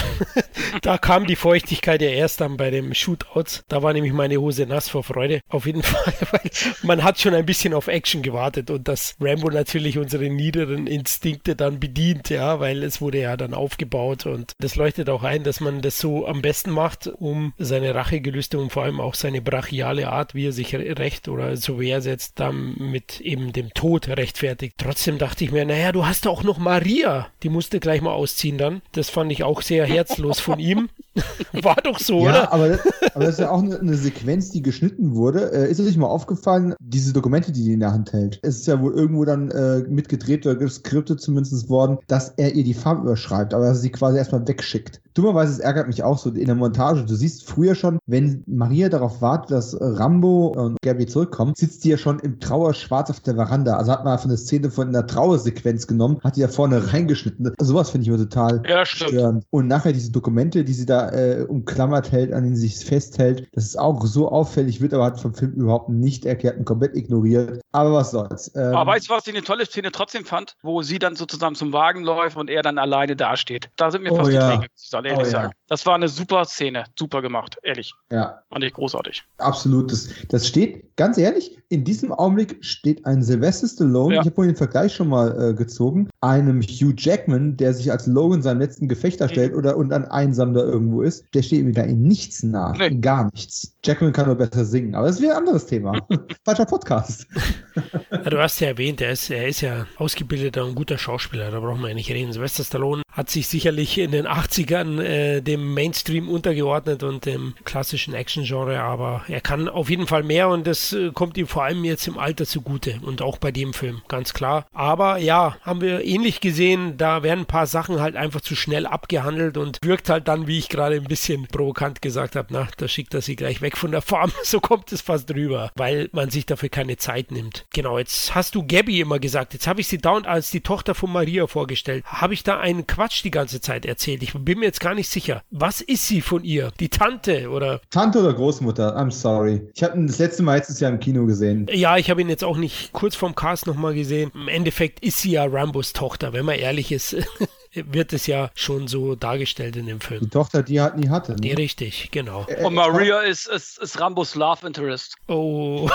da kam die Feuchtigkeit ja erst dann bei dem Shootouts. Da war nämlich meine Hose nass vor Freude. Auf jeden Fall, weil man hat schon ein bisschen auf Action gewartet und dass Rambo natürlich unsere niederen Instinkte dann bedient, ja, weil es wurde ja dann aufgebaut und das leuchtet auch ein, dass man das so am besten macht, um seine Rachegelüste und vor allem auch seine brachiale Art, wie er sich recht oder zur Wehr setzt, dann mit eben dem Tod rechtfertigt. Trotzdem dachte ich mir, naja, du hast auch noch Maria. Die musste gleich mal ausziehen dann. Das fand ich auch sehr herzlos von ihm. War doch so, ja, oder? Aber das ist ja auch eine Sequenz, die geschnitten wurde. Ist euch mal aufgefallen, diese Dokumente, die in der Hand hält? Es ist ja wohl irgendwo dann mitgedreht oder geskriptet zumindest worden, dass er ihr die Farbe überschreibt, aber dass er sie quasi erstmal wegschickt. Dummerweise, es ärgert mich auch so in der Montage. Du siehst früher schon, wenn Maria darauf wartet, dass Rambo und Gabby zurückkommen, sitzt die ja schon im Trauerschwarz auf der Veranda. Also hat man einfach eine Szene von einer Trauersequenz genommen, hat die da vorne reingeschnitten. Also sowas finde ich immer total störend. Und nachher diese Dokumente, die sie da umklammert hält, an denen sie sich festhält, das ist auch so auffällig, wird aber vom Film überhaupt nicht erklärt und komplett ignoriert. Aber was soll's. Aber weißt du, was ich eine tolle Szene trotzdem fand? Wo sie dann sozusagen zum Wagen läuft und er dann alleine dasteht. Da sind mir fast die Tränen, muss ich ehrlich sagen. Das war eine super Szene. Super gemacht, ehrlich. Ja. Fand ich großartig. Absolut. Das steht, ganz ehrlich, in diesem Augenblick steht ein Sylvester Stallone, ich habe vorhin den Vergleich schon mal gezogen, einem Hugh Jackman, der sich als Logan seinem letzten Gefecht darstellt und dann einsam da irgendwo ist, der steht ihm da in nichts nach. Nee. In gar nichts. Jackman kann nur besser singen, aber das ist wieder ein anderes Thema. Falscher Podcast. Ja, du hast ja erwähnt, er ist ja ausgebildeter und guter Schauspieler, da brauchen wir ja nicht reden. Sylvester Stallone hat sich sicherlich in den 80ern dem Mainstream untergeordnet und dem klassischen Action-Genre, aber er kann auf jeden Fall mehr und das kommt ihm vor allem jetzt im Alter zugute und auch bei dem Film, ganz klar. Aber ja, haben wir ähnlich gesehen, da werden ein paar Sachen halt einfach zu schnell abgehandelt und wirkt halt dann, wie ich gerade ein bisschen provokant gesagt habe, na, da schickt er sie gleich weg von der Farm, so kommt es fast drüber, weil man sich dafür keine Zeit nimmt. Genau, jetzt hast du Gabby immer gesagt, jetzt habe ich sie dauernd als die Tochter von Maria vorgestellt. Habe ich da einen Quatsch die ganze Zeit erzählt? Ich bin mir jetzt gar nicht sicher. Was ist sie von ihr? Die Tante oder? Tante oder Großmutter? I'm sorry. Ich habe ihn das letzte Mal letztes Jahr im Kino gesehen. Ja, ich habe ihn jetzt auch nicht kurz vorm Cast nochmal gesehen. Im Endeffekt ist sie ja Rambos Tochter, wenn man ehrlich ist. Wird es ja schon so dargestellt in dem Film. Die Tochter, die er nie hatte. Ne? Die richtig, genau. Und Maria ist Rambos Love Interest. Oh.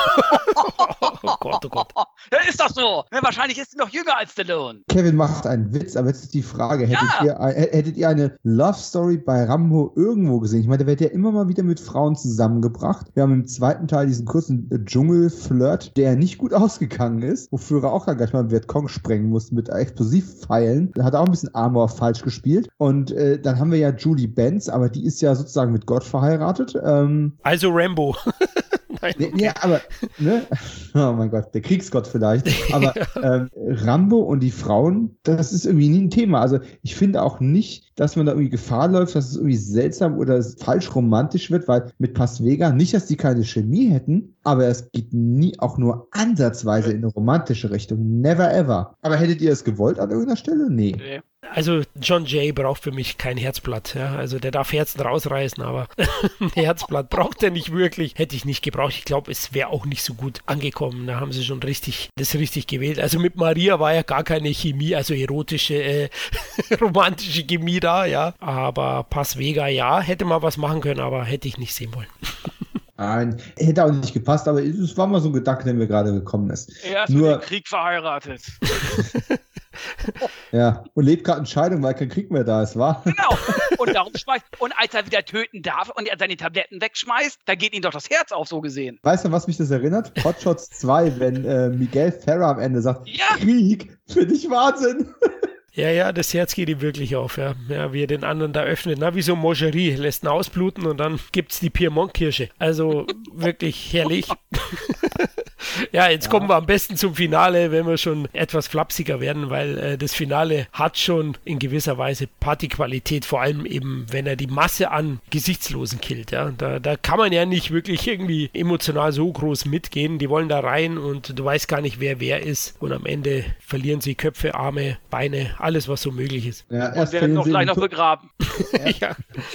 Oh Gott, oh Gott. Ja, ist doch so. Ja, wahrscheinlich ist sie noch jünger als Stallone. Kevin macht einen Witz, aber jetzt ist die Frage, hättet ihr eine Love Story bei Rambo irgendwo gesehen? Ich meine, der wird ja immer mal wieder mit Frauen zusammengebracht. Wir haben im zweiten Teil diesen kurzen Dschungelflirt, der nicht gut ausgegangen ist, wofür er auch dann gleich mal einen Vietcong sprengen musste mit Explosivpfeilen. Da hat er auch ein bisschen Armor falsch gespielt. Und dann haben wir ja Julie Benz, aber die ist ja sozusagen mit Gott verheiratet. Also Rambo. Nein, okay. Ja, aber, ne? Oh mein Gott, der Kriegsgott vielleicht. Aber Rambo und die Frauen, das ist irgendwie nie ein Thema. Also ich finde auch nicht, dass man da irgendwie Gefahr läuft, dass es irgendwie seltsam oder falsch romantisch wird, weil mit Paz Vega, nicht, dass die keine Chemie hätten, aber es geht nie auch nur ansatzweise in eine romantische Richtung. Never ever. Aber hättet ihr es gewollt an irgendeiner Stelle? Nee. Also John Jay braucht für mich kein Herzblatt. Ja? Also der darf Herzen rausreißen, aber ein Herzblatt braucht er nicht wirklich. Hätte ich nicht gebraucht. Ich glaube, es wäre auch nicht so gut angekommen. Da haben sie schon das richtig gewählt. Also mit Maria war ja gar keine Chemie, also erotische, romantische Chemie da, ja. Aber Paz Vega, ja, hätte mal was machen können, aber hätte ich nicht sehen wollen. Nein, hätte auch nicht gepasst, aber es war mal so ein Gedanke, der mir gerade gekommen ist. Er ist mit dem Krieg verheiratet. Ja, und lebt gerade in Scheidung, weil kein Krieg mehr da ist, wa? Genau. Und darum und als er wieder töten darf und er seine Tabletten wegschmeißt, da geht ihm doch das Herz auf, so gesehen. Weißt du, was mich das erinnert? Hot Shots 2, wenn Miguel Ferrer am Ende sagt, Krieg, finde ich Wahnsinn. Ja, das Herz geht ihm wirklich auf, ja. Ja, wie er den anderen da öffnet. Na, wie so Moscherie, lässt ihn ausbluten und dann gibt's die Piemont-Kirsche. Also wirklich herrlich. Ja, jetzt kommen wir am besten zum Finale, wenn wir schon etwas flapsiger werden, weil das Finale hat schon in gewisser Weise Partyqualität, vor allem eben, wenn er die Masse an Gesichtslosen killt. Ja? Da kann man ja nicht wirklich irgendwie emotional so groß mitgehen. Die wollen da rein und du weißt gar nicht, wer ist. Und am Ende verlieren sie Köpfe, Arme, Beine, alles, was so möglich ist. Ja, und werden noch gleich noch begraben. Ja.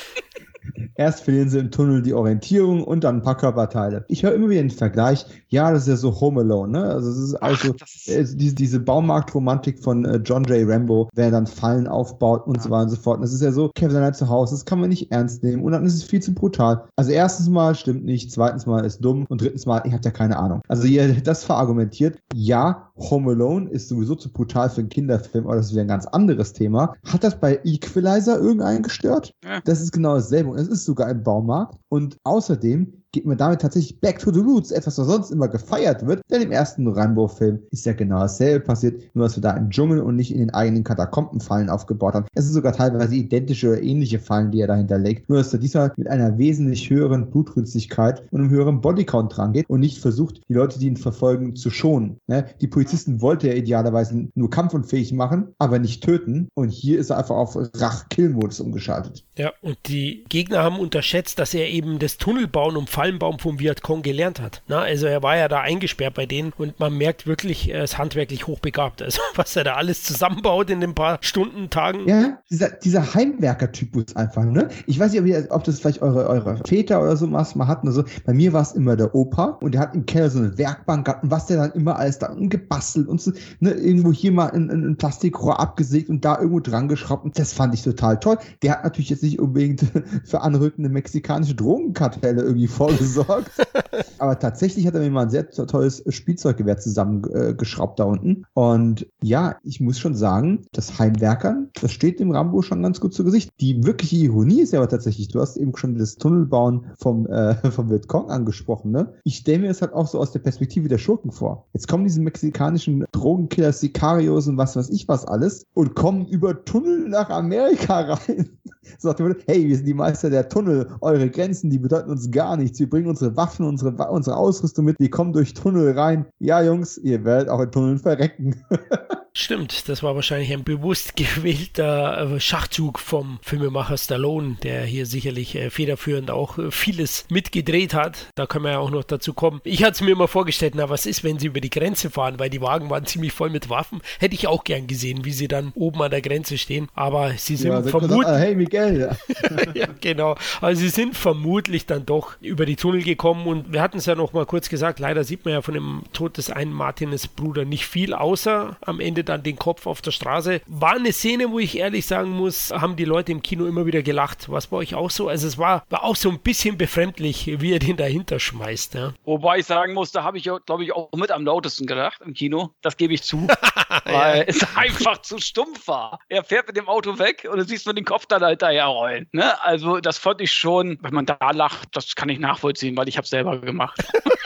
Erst verlieren sie im Tunnel die Orientierung und dann ein paar Körperteile. Ich höre immer wieder den Vergleich, ja, das ist ja so Home Alone, ne? Also es ist also diese Baumarktromantik von John J. Rambo, wer dann Fallen aufbaut und so weiter und so fort. Und das ist ja so, Kevin allein zu Hause, das kann man nicht ernst nehmen und dann ist es viel zu brutal. Also erstens mal stimmt nicht, zweitens mal ist dumm und drittens mal, ich habe ja keine Ahnung. Also ihr das verargumentiert, ja, Home Alone ist sowieso zu brutal für einen Kinderfilm, aber das ist wieder ein ganz anderes Thema. Hat das bei Equalizer irgendeinen gestört? Ja. Das ist genau dasselbe. Und es ist sogar ein Baumarkt. Und außerdem geht man damit tatsächlich back to the roots, etwas, was sonst immer gefeiert wird. Denn im ersten Rambo-Film ist ja genau dasselbe passiert, nur dass wir da im Dschungel und nicht in den eigenen Katakombenfallen aufgebaut haben. Es sind sogar teilweise identische oder ähnliche Fallen, die er dahinter legt. Nur dass er diesmal mit einer wesentlich höheren Blutrünstigkeit und einem höheren Bodycount rangeht und nicht versucht, die Leute, die ihn verfolgen, zu schonen. Ne? Die Polizisten wollte er idealerweise nur kampfunfähig machen, aber nicht töten. Und hier ist er einfach auf Rach-Kill-Modus umgeschaltet. Ja, und die Gegner haben unterschätzt, dass er eben das Tunnelbauen und Fallenbaum vom Vietcong gelernt hat. Na, also er war ja da eingesperrt bei denen und man merkt wirklich, er ist handwerklich hochbegabt. Also was er da alles zusammenbaut in den paar Stunden, Tagen. Ja, dieser Heimwerker-Typus einfach, ne? Ich weiß nicht, ob das vielleicht eure Väter oder so mal hatten oder so. Bei mir war es immer der Opa und der hat im Keller so eine Werkbank gehabt und was der dann immer alles da gebastelt und so, ne, irgendwo hier mal ein Plastikrohr abgesägt und da irgendwo dran geschraubt und das fand ich total toll. Der hat natürlich jetzt nicht unbedingt für anrückende mexikanische Drogenkartelle irgendwie vorgesorgt. Aber tatsächlich hat er mir mal ein sehr tolles Spielzeuggewehr zusammengeschraubt da unten. Und ja, ich muss schon sagen, das Heimwerkern, das steht dem Rambo schon ganz gut zu Gesicht. Die wirkliche Ironie ist ja aber tatsächlich, du hast eben schon das Tunnelbauen vom Vietcong angesprochen, ne? Ich stelle mir das halt auch so aus der Perspektive der Schurken vor. Jetzt kommen diese mexikanischen Drogenkiller, Sicarios und was weiß ich was alles und kommen über Tunnel nach Amerika rein. So sagt man, hey, wir sind die Meister der Tunnel, eure Grenzen, die bedeuten uns gar nichts. Wir bringen unsere Waffen, unsere Ausrüstung mit, wir kommen durch Tunnel rein. Ja, Jungs, ihr werdet auch in Tunneln verrecken. Stimmt, das war wahrscheinlich ein bewusst gewählter Schachzug vom Filmemacher Stallone, der hier sicherlich federführend auch vieles mitgedreht hat. Da können wir ja auch noch dazu kommen. Ich hatte es mir immer vorgestellt, na, was ist, wenn sie über die Grenze fahren, weil die Wagen waren ziemlich voll mit Waffen. Hätte ich auch gern gesehen, wie sie dann oben an der Grenze stehen. Aber sie sind vermutlich... Hey, Miguel! Ja, genau. Also sie sind vermutlich dann doch über die Tunnel gekommen und wir hatten es ja noch mal kurz gesagt, leider sieht man ja von dem Tod des einen Martinez Bruder nicht viel, außer am Ende dann den Kopf auf der Straße. War eine Szene, wo ich ehrlich sagen muss, haben die Leute im Kino immer wieder gelacht. Was bei euch auch so? Also es war auch so ein bisschen befremdlich, wie er den dahinter schmeißt. Ja. Wobei ich sagen muss, da habe ich, glaube ich, auch mit am lautesten gelacht im Kino. Das gebe ich zu. Weil es einfach zu stumpf war. Er fährt mit dem Auto weg und du siehst nur den Kopf dann hinterher rollen. Ne? Also das fand ich schon, wenn man da lacht, das kann ich nachvollziehen, weil ich habe es selber gemacht.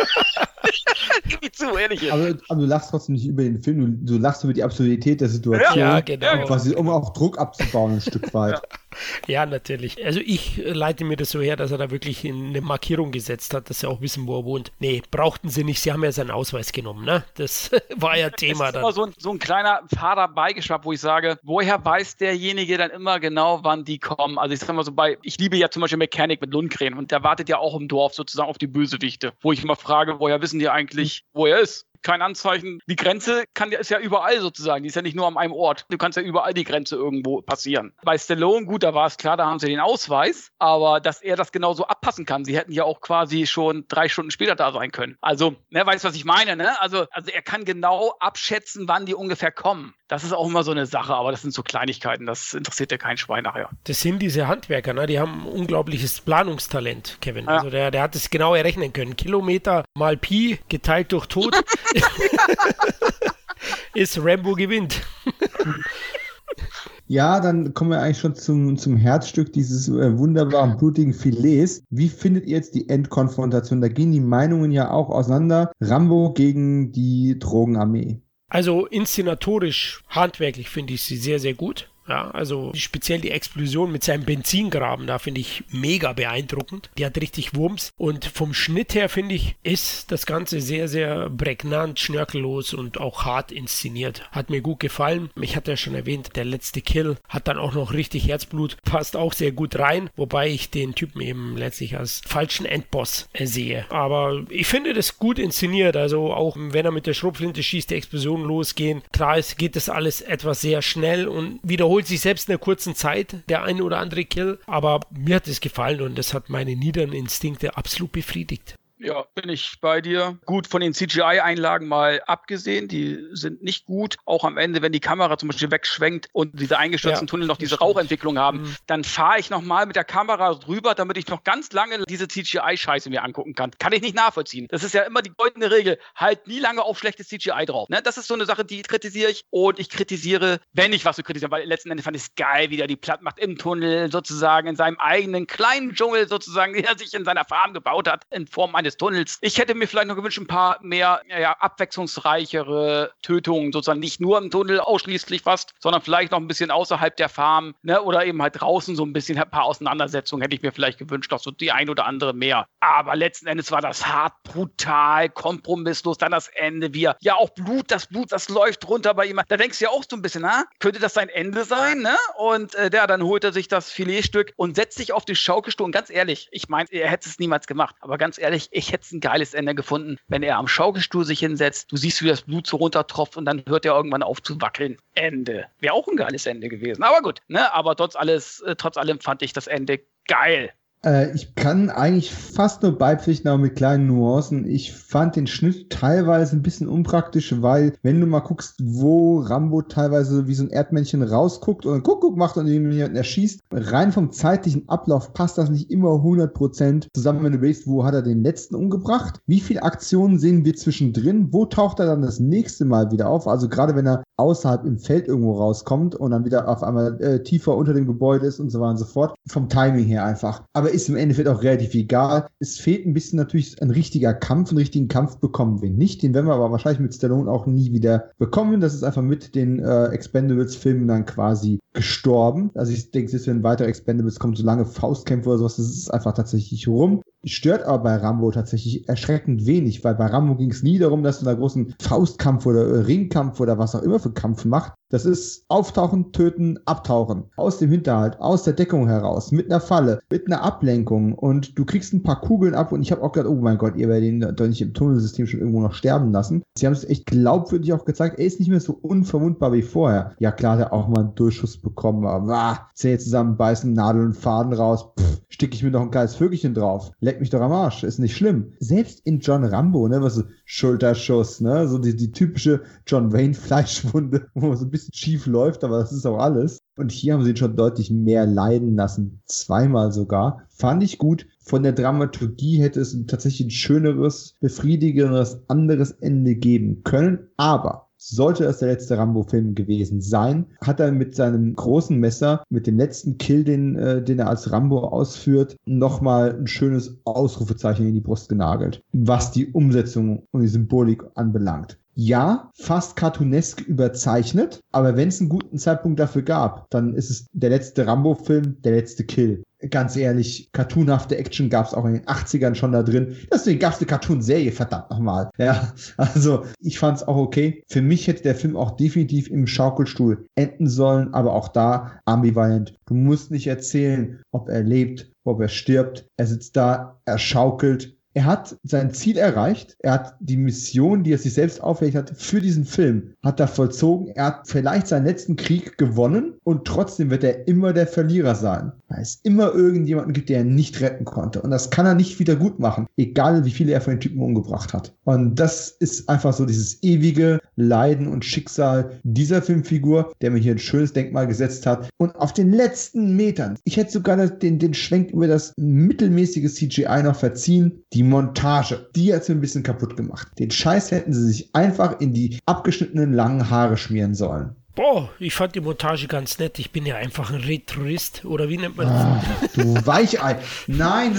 Gib ich zu, ehrlich. Aber du lachst trotzdem nicht über den Film, du lachst über die Absurdität der Situation. Ja, genau. Quasi, um auch Druck abzubauen ein Stück weit. Ja, natürlich. Also ich leite mir das so her, dass er da wirklich eine Markierung gesetzt hat, dass sie auch wissen, wo er wohnt. Nee, brauchten sie nicht, sie haben ja seinen Ausweis genommen, ne? Das war ja Thema das ist dann. Immer so ein kleiner Faderbeigeschmack, wo ich sage, woher weiß derjenige dann immer genau, wann die kommen? Also ich sag mal so ich liebe ja zum Beispiel Mechanic mit Lundgren und der wartet ja auch im Dorf sozusagen auf die Bösewichte, wo ich immer frage, woher wissen die eigentlich, wo er ist? Kein Anzeichen. Die Grenze ist ja überall sozusagen. Die ist ja nicht nur an einem Ort. Du kannst ja überall die Grenze irgendwo passieren. Bei Stallone, gut, da war es klar, da haben sie den Ausweis. Aber dass er das genauso abpassen kann. Sie hätten ja auch quasi schon 3 Stunden später da sein können. Also, weißt du, was ich meine, ne? Also er kann genau abschätzen, wann die ungefähr kommen. Das ist auch immer so eine Sache, aber das sind so Kleinigkeiten. Das interessiert ja kein Schwein nachher. Das sind diese Handwerker, ne? Die haben ein unglaubliches Planungstalent, Kevin. Ja. Also der hat es genau errechnen können. Kilometer mal Pi geteilt durch Tod ist Rambo gewinnt. Ja, dann kommen wir eigentlich schon zum Herzstück dieses wunderbaren, blutigen Filets. Wie findet ihr jetzt die Endkonfrontation? Da gehen die Meinungen ja auch auseinander. Rambo gegen die Drogenarmee. Also inszenatorisch, handwerklich finde ich sie sehr, sehr gut. Ja, also speziell die Explosion mit seinem Benzingraben, da finde ich mega beeindruckend. Die hat richtig Wumms. Und vom Schnitt her, finde ich, ist das Ganze sehr, sehr prägnant, schnörkellos und auch hart inszeniert. Hat mir gut gefallen. Ich hatte ja schon erwähnt, der letzte Kill hat dann auch noch richtig Herzblut. Passt auch sehr gut rein, wobei ich den Typen eben letztlich als falschen Endboss sehe. Aber ich finde das gut inszeniert. Also auch wenn er mit der Schrotflinte schießt, die Explosionen losgehen. Klar ist, geht das alles etwas sehr schnell und wiederholt sich selbst in einer kurzen Zeit, der ein oder andere Kill. Aber mir hat es gefallen und das hat meine niederen Instinkte absolut befriedigt. Ja, bin ich bei dir. Gut, von den CGI-Einlagen mal abgesehen, die sind nicht gut. Auch am Ende, wenn die Kamera zum Beispiel wegschwenkt und diese eingestürzten Tunnel noch diese Rauchentwicklung haben, dann fahre ich nochmal mit der Kamera drüber, damit ich noch ganz lange diese CGI-Scheiße mir angucken kann. Kann ich nicht nachvollziehen. Das ist ja immer die goldene Regel. Halt nie lange auf schlechtes CGI drauf. Ne? Das ist so eine Sache, die kritisiere ich. Und ich kritisiere, wenn ich was zu kritisieren, weil letzten Endes fand ich es geil, wie der die platt macht im Tunnel sozusagen, in seinem eigenen kleinen Dschungel sozusagen, den er sich in seiner Farm gebaut hat, in Form eines Tunnels. Ich hätte mir vielleicht noch gewünscht, ein paar mehr abwechslungsreichere Tötungen, sozusagen nicht nur im Tunnel ausschließlich fast, sondern vielleicht noch ein bisschen außerhalb der Farm, ne? Oder eben halt draußen so ein bisschen ein paar Auseinandersetzungen hätte ich mir vielleicht gewünscht, noch so die ein oder andere mehr. Aber letzten Endes war das hart, brutal, kompromisslos, dann das Ende, auch das Blut, das läuft runter bei ihm. Da denkst du ja auch so ein bisschen, könnte das sein Ende sein, ne? Und dann holt er sich das Filetstück und setzt sich auf den Schaukelstuhl. Und ganz ehrlich, ich meine, er hätte es niemals gemacht, aber ganz ehrlich, ich hätte es ein geiles Ende gefunden, wenn er am Schaukelstuhl sich hinsetzt, du siehst, wie das Blut so runtertropft und dann hört er irgendwann auf zu wackeln. Ende. Wäre auch ein geiles Ende gewesen. Aber gut, ne? Aber trotz allem fand ich das Ende geil. Ich kann eigentlich fast nur beipflichten, aber mit kleinen Nuancen. Ich fand den Schnitt teilweise ein bisschen unpraktisch, weil, wenn du mal guckst, wo Rambo teilweise wie so ein Erdmännchen rausguckt und Kuckuck macht und jemanden erschießt, rein vom zeitlichen Ablauf passt das nicht immer 100% zusammen, wenn du weißt, wo hat er den letzten umgebracht, wie viele Aktionen sehen wir zwischendrin, wo taucht er dann das nächste Mal wieder auf, also gerade wenn er außerhalb im Feld irgendwo rauskommt und dann wieder auf einmal tiefer unter dem Gebäude ist und so weiter und so fort, vom Timing her einfach. Aber ist im Endeffekt auch relativ egal. Es fehlt ein bisschen natürlich ein richtiger Kampf. Einen richtigen Kampf bekommen wir nicht. Den werden wir aber wahrscheinlich mit Stallone auch nie wieder bekommen. Das ist einfach mit den Expendables-Filmen dann quasi gestorben. Also ich denke, jetzt wenn weitere Expendables kommen, so lange Faustkämpfe oder sowas, das ist einfach tatsächlich rum. Stört aber bei Rambo tatsächlich erschreckend wenig, weil bei Rambo ging es nie darum, dass du da großen Faustkampf oder Ringkampf oder was auch immer für Kampf macht. Das ist auftauchen, töten, abtauchen. Aus dem Hinterhalt, aus der Deckung heraus, mit einer Falle, mit einer Ablenkung und du kriegst ein paar Kugeln ab und ich habe auch gedacht, oh mein Gott, ihr werdet ihn doch nicht im Tunnelsystem schon irgendwo noch sterben lassen. Sie haben es echt glaubwürdig auch gezeigt, er ist nicht mehr so unverwundbar wie vorher. Ja klar, hat er auch mal einen Durchschuss bekommen, aber Zähne zusammenbeißen, Nadel und Faden raus, sticke ich mir noch ein geiles Vögelchen drauf. Leck mich doch am Arsch, ist nicht schlimm. Selbst in John Rambo, ne, was so Schulterschuss, ne, so die typische John Wayne Fleischwunde, wo man so ein bisschen schief läuft, aber das ist auch alles. Und hier haben sie ihn schon deutlich mehr leiden lassen. Zweimal sogar. Fand ich gut. Von der Dramaturgie hätte es tatsächlich ein schöneres, befriedigenderes, anderes Ende geben können. Aber sollte es der letzte Rambo-Film gewesen sein, hat er mit seinem großen Messer, mit dem letzten Kill, den er als Rambo ausführt, nochmal ein schönes Ausrufezeichen in die Brust genagelt, was die Umsetzung und die Symbolik anbelangt. Ja, fast cartoonesk überzeichnet, aber wenn es einen guten Zeitpunkt dafür gab, dann ist es der letzte Rambo-Film, der letzte Kill. Ganz ehrlich, cartoonhafte Action gab es auch in den 80ern schon da drin. Deswegen gab es eine Cartoon-Serie, verdammt nochmal. Ja, also ich fand es auch okay. Für mich hätte der Film auch definitiv im Schaukelstuhl enden sollen, aber auch da ambivalent. Du musst nicht erzählen, ob er lebt, ob er stirbt. Er sitzt da, er schaukelt. Er hat sein Ziel erreicht. Er hat die Mission, die er sich selbst auferlegt hat, für diesen Film, hat er vollzogen. Er hat vielleicht seinen letzten Krieg gewonnen und trotzdem wird er immer der Verlierer sein. Weil es immer irgendjemanden gibt, der er nicht retten konnte. Und das kann er nicht wieder gut machen, egal wie viele er von den Typen umgebracht hat. Und das ist einfach so dieses ewige Leiden und Schicksal dieser Filmfigur, der mir hier ein schönes Denkmal gesetzt hat. Und auf den letzten Metern, ich hätte sogar den Schwenk über das mittelmäßige CGI noch verziehen, die Montage, die hat es mir ein bisschen kaputt gemacht. Den Scheiß hätten sie sich einfach in die abgeschnittenen langen Haare schmieren sollen. Boah, ich fand die Montage ganz nett. Ich bin ja einfach ein Retroist. Oder wie nennt man das? Du Weichei. Nein,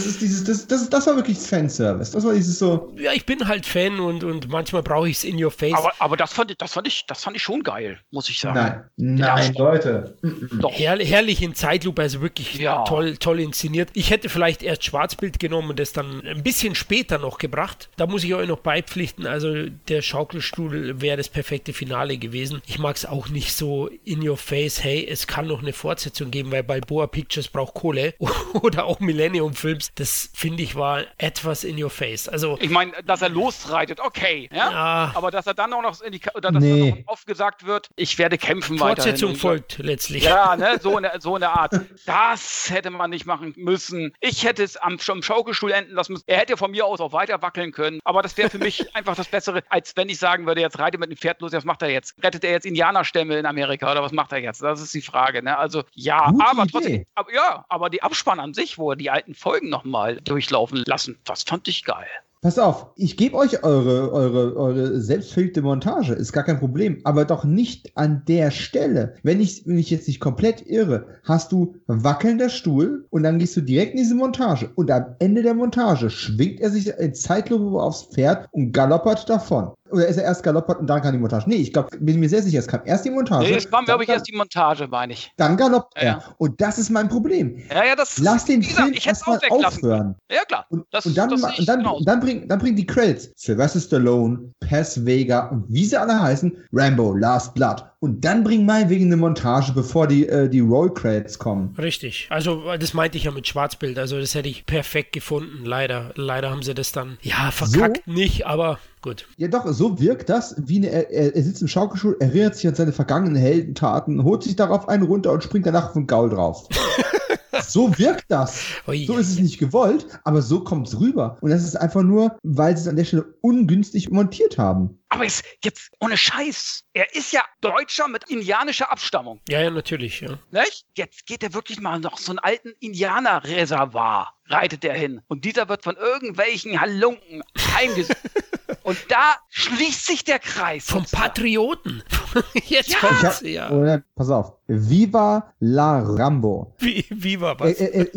das war wirklich Fanservice. Das war dieses so. Ja, ich bin halt Fan und manchmal brauche ich es in your face. Aber das fand ich schon geil, muss ich sagen. Nein, Leute. Doch. Herrlich in Zeitlupe, also wirklich toll inszeniert. Ich hätte vielleicht erst Schwarzbild genommen und das dann ein bisschen später noch gebracht. Da muss ich euch noch beipflichten. Also der Schaukelstuhl wäre das perfekte Finale gewesen. Ich mag es auch nicht so in your face, hey, es kann noch eine Fortsetzung geben, weil Balboa Pictures braucht Kohle oder auch Millennium Films. Das, finde ich, war etwas in your face. Also ich meine, dass er losreitet, okay, ja? Aber dass er dann auch noch dann noch oft gesagt wird, ich werde kämpfen weiter. Fortsetzung folgt letztlich. Ja, ne, so eine Art. Das hätte man nicht machen müssen. Ich hätte es am Schaukelstuhl enden lassen müssen. Er hätte von mir aus auch weiter wackeln können, aber das wäre für mich einfach das Bessere, als wenn ich sagen würde, jetzt reite mit dem Pferd los, was macht er jetzt? Rettet er jetzt Indianerstämme in Amerika oder was macht er jetzt? Das ist die Frage, ne? Also ja, gute aber Idee. trotzdem, aber die Abspann an sich, wo er die alten Folgen nochmal durchlaufen lassen, das fand ich geil. Pass auf, ich gebe euch eure selbstverliebte Montage, ist gar kein Problem, aber doch nicht an der Stelle. Wenn ich jetzt nicht komplett irre, hast du wackelnder Stuhl und dann gehst du direkt in diese Montage und am Ende der Montage schwingt er sich in Zeitlupe aufs Pferd und galoppert davon. Oder ist er erst galoppert und dann kam die Montage? Nee, ich glaube, bin mir sehr sicher, es kam erst die Montage. Nee, es kam, glaube ich, erst die Montage, meine ich. Dann galoppt er. Ja. Und das ist mein Problem. Ja, das Lass den Film ich hätte es auch erstmal weglassen aufhören. Ja, klar. Und Genau. dann bring die Credits. Sylvester Stallone, Paz Vega und wie sie alle heißen, Rambo, Last Blood. Und dann bring meinetwegen eine Montage, bevor die Roll Credits kommen. Richtig. Also das meinte ich ja mit Schwarzbild. Also das hätte ich perfekt gefunden. Leider haben sie das dann, verkackt nicht, aber gut. Ja doch, so wirkt das, wie er sitzt im Schaukelstuhl, erinnert sich an seine vergangenen Heldentaten, holt sich darauf einen runter und springt danach auf den Gaul drauf. So wirkt das. So ist es nicht gewollt, aber so kommt es rüber. Und das ist einfach nur, weil sie es an der Stelle ungünstig montiert haben. Aber jetzt ohne Scheiß. Er ist ja Deutscher mit indianischer Abstammung. Ja, natürlich, ja. Nicht? Jetzt geht er wirklich mal noch so einen alten Indianerreservoir, reitet er hin. Und dieser wird von irgendwelchen Halunken heimgesucht. Und da schließt sich der Kreis. Vom Patrioten. Jetzt Ja. kommt's, ja. Pass auf. Viva la Rambo. Viva was?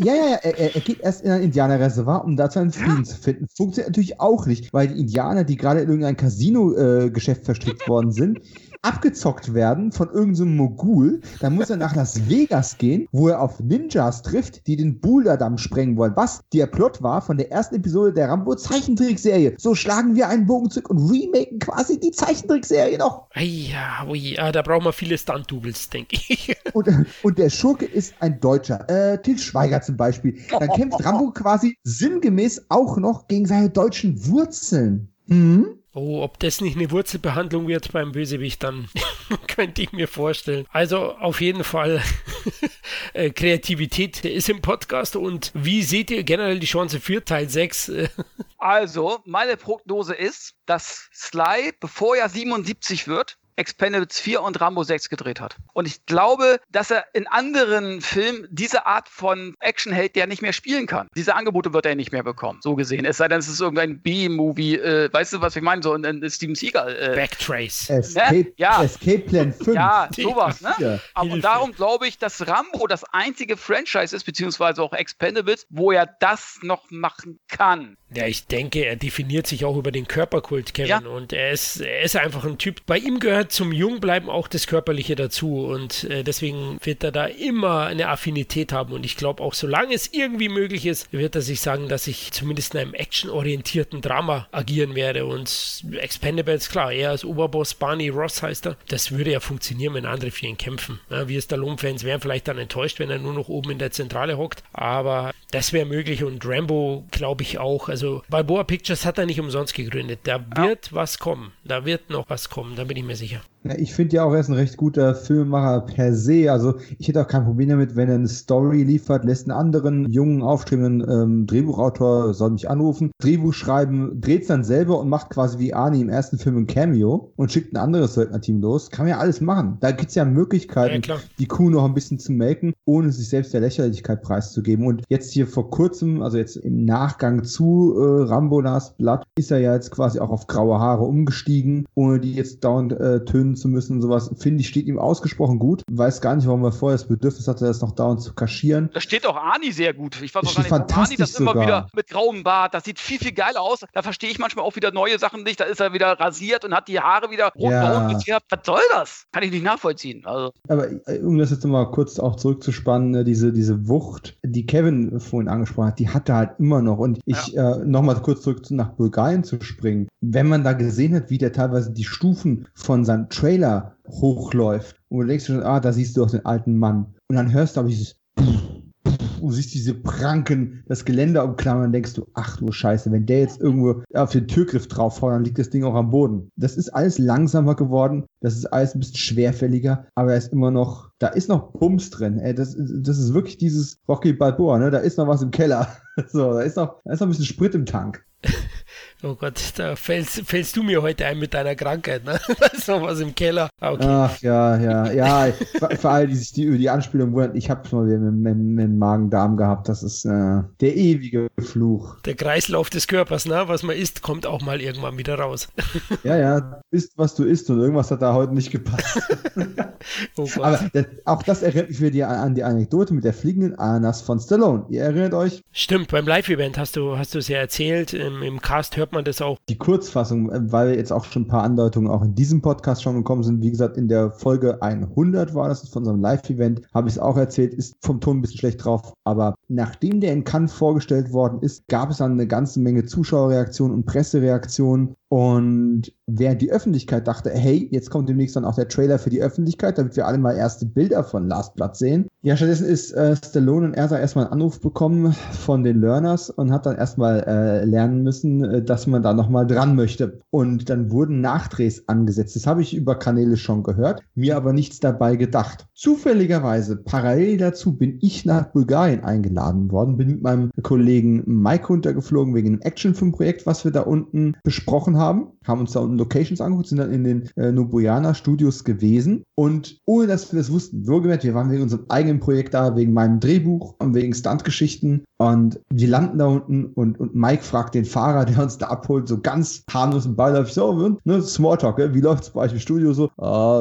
Er geht erst in ein Indianerreservoir, um da seinen Frieden zu finden. Funktioniert natürlich auch nicht, weil die Indianer, die gerade in irgendein Casino-Geschäft verstrickt worden sind, abgezockt werden von irgendeinem Mogul. Dann muss er nach Las Vegas gehen, wo er auf Ninjas trifft, die den Boulderdamm sprengen wollen. Was der Plot war von der ersten Episode der Rambo-Zeichentrickserie. So schlagen wir einen Bogen zurück und remaken quasi die Zeichentrickserie noch. Da brauchen wir viele Stunt-Doubles, denke ich. Und der Schurke ist ein Deutscher. Til Schweiger zum Beispiel. Dann kämpft Rambo quasi sinngemäß auch noch gegen seine deutschen Wurzeln. Oh, ob das nicht eine Wurzelbehandlung wird beim Bösewicht, dann könnte ich mir vorstellen. Also auf jeden Fall Kreativität ist im Podcast. Und wie seht ihr generell die Chance für Teil 6? Also, meine Prognose ist, dass Sly, bevor er 77 wird, Expendables 4 und Rambo 6 gedreht hat. Und ich glaube, dass er in anderen Filmen diese Art von Actionheld der nicht mehr spielen kann. Diese Angebote wird er nicht mehr bekommen, so gesehen. Es sei denn, es ist irgendein B-Movie, weißt du, was ich meine? So ein Steven Seagal. Backtrace. Escape Plan 5. Ja, sowas, ne? Ja. Aber darum glaube ich, dass Rambo das einzige Franchise ist, beziehungsweise auch Expendables, wo er das noch machen kann. Ja, ich denke, er definiert sich auch über den Körperkult, Kevin. Ja. Und er ist einfach ein Typ. Bei ihm gehört zum Jungbleiben auch das Körperliche dazu. Und deswegen wird er da immer eine Affinität haben. Und ich glaube auch, solange es irgendwie möglich ist, wird er sich sagen, dass ich zumindest in einem actionorientierten Drama agieren werde. Und Expendables, klar, er als Oberboss, Barney Ross heißt er, das würde ja funktionieren, wenn andere für ihn kämpfen. Ja, wir Stallone-Fans wären vielleicht dann enttäuscht, wenn er nur noch oben in der Zentrale hockt. Aber das wäre möglich. Und Rambo, glaube ich auch. Also Balboa Pictures hat er nicht umsonst gegründet. Da wird was kommen. Da wird noch was kommen, da bin ich mir sicher. Ja, ich finde ja auch, er ist ein recht guter Filmemacher per se. Also ich hätte auch kein Problem damit, wenn er eine Story liefert, lässt einen anderen jungen, aufstrebenden Drehbuchautor, soll mich anrufen, Drehbuch schreiben, dreht es dann selber und macht quasi wie Arnie im ersten Film ein Cameo und schickt ein anderes Söldnerteam los. Kann man ja alles machen. Da gibt es ja Möglichkeiten, die Kuh noch ein bisschen zu melken, ohne sich selbst der Lächerlichkeit preiszugeben. Und jetzt hier vor kurzem, also jetzt im Nachgang zu Rambo Last Blood, ist er ja jetzt quasi auch auf graue Haare umgestiegen, ohne die jetzt dauernd tönen erfüllen zu müssen und sowas, finde ich, steht ihm ausgesprochen gut. Weiß gar nicht, warum er vorher das Bedürfnis hatte, das noch dauernd zu kaschieren. Da steht auch Arnie sehr gut. Ich weiß auch Steht gar nicht, warum Arnie das immer sogar. wieder mit grauem Bart, das sieht viel, viel geiler aus. Da verstehe ich manchmal auch wieder neue Sachen nicht. Da ist er wieder rasiert und hat die Haare wieder rot-braun gefärbt. Was soll das? Kann ich nicht nachvollziehen. Also. Aber um das jetzt mal kurz auch zurückzuspannen, diese Wucht, die Kevin vorhin angesprochen hat, die hat er halt immer noch. Und ich nochmal kurz zurück nach Bulgarien zu springen. Wenn man da gesehen hat, wie der teilweise die Stufen von seinem Trailer hochläuft und du denkst schon, da siehst du auch den alten Mann. Und dann hörst du aber dieses du siehst diese Pranken, das Geländer umklammern, denkst du, ach du Scheiße, wenn der jetzt irgendwo auf den Türgriff draufhaut, dann liegt das Ding auch am Boden. Das ist alles langsamer geworden, das ist alles ein bisschen schwerfälliger, aber da ist noch Bums drin. Das ist wirklich dieses Rocky Balboa, ne? Da ist noch was im Keller. So, da ist noch ein bisschen Sprit im Tank. Oh Gott, da fällst du mir heute ein mit deiner Krankheit, ne? Da ist noch was im Keller. Okay. Ach, ja. Für alle, die sich über die Anspielung wundern, ich habe es mal wieder mit Magen-Darm gehabt. Das ist der ewige Fluch. Der Kreislauf des Körpers, ne? Was man isst, kommt auch mal irgendwann wieder raus. Ja, isst, was du isst und irgendwas hat da heute nicht gepasst. Oh Gott. Aber auch das erinnert mich wieder an die Anekdote mit der fliegenden Ananas von Stallone. Ihr erinnert euch? Stimmt, beim Live-Event hast du es ja erzählt. Im Cast hört man das auch. Die Kurzfassung, weil jetzt auch schon ein paar Andeutungen auch in diesem Podcast schon gekommen sind. Wie gesagt, in der Folge 100 war das von unserem Live-Event. Habe ich es auch erzählt, ist vom Ton ein bisschen schlecht drauf. Aber nachdem der in Cannes vorgestellt worden ist, gab es dann eine ganze Menge Zuschauerreaktionen und Pressereaktionen. Und während die Öffentlichkeit dachte, hey, jetzt kommt demnächst dann auch der Trailer für die Öffentlichkeit, damit wir alle mal erste Bilder von Last Blood sehen. Ja, stattdessen ist Stallone und Ersa erstmal einen Anruf bekommen von den Learners und hat dann erstmal lernen müssen, dass man da nochmal dran möchte. Und dann wurden Nachdrehs angesetzt. Das habe ich über Kanäle schon gehört, mir aber nichts dabei gedacht. Zufälligerweise, parallel dazu, bin ich nach Bulgarien eingeladen worden, bin mit meinem Kollegen Mike runtergeflogen wegen einem Actionfilmprojekt, was wir da unten besprochen haben uns da unten Locations angeguckt, sind dann in den Ljubljana Studios gewesen und ohne dass wir das wussten, wohlgemerkt, wir waren wegen unserem eigenen Projekt da, wegen meinem Drehbuch und wegen Stuntgeschichten und wir landen da unten und Mike fragt den Fahrer, der uns da abholt, so ganz harmlos und beiläufig, so, ne, Smalltalk, wie läuft's bei euch im Studio so?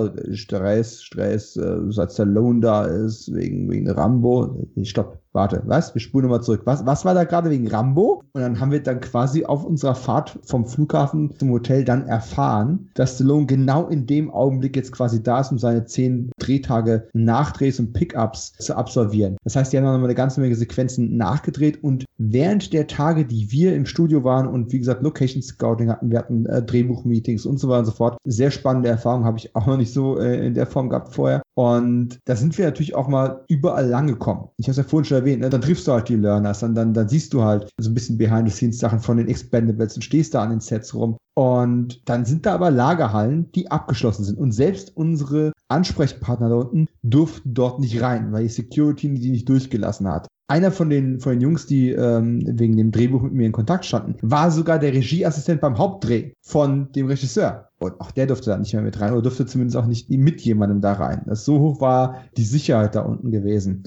Stress, seit Stallone da ist, wegen Rambo. Stopp. Warte, was? Wir spulen nochmal zurück. Was war da gerade wegen Rambo? Und dann haben wir dann quasi auf unserer Fahrt vom Flughafen zum Hotel dann erfahren, dass Stallone genau in dem Augenblick jetzt quasi da ist, um seine 10 Drehtage Nachdrehs und Pickups zu absolvieren. Das heißt, die haben dann nochmal eine ganze Menge Sequenzen nachgedreht und während der Tage, die wir im Studio waren und wie gesagt Location Scouting hatten, wir hatten Drehbuchmeetings und so weiter und so fort. Sehr spannende Erfahrungen, habe ich auch noch nicht so in der Form gehabt vorher. Und da sind wir natürlich auch mal überall lang gekommen. Ich habe es ja vorhin schon erwähnt, ne? Dann triffst du halt die Learners, dann siehst du halt so ein bisschen Behind-the-Scenes-Sachen von den Expendables und stehst da an den Sets rum. Und dann sind da aber Lagerhallen, die abgeschlossen sind. Und selbst unsere Ansprechpartner da unten durften dort nicht rein, weil die Security die nicht durchgelassen hat. Einer von den Jungs, die wegen dem Drehbuch mit mir in Kontakt standen, war sogar der Regieassistent beim Hauptdreh von dem Regisseur. Und auch der durfte da nicht mehr mit rein oder durfte zumindest auch nicht mit jemandem da rein. So hoch war die Sicherheit da unten gewesen.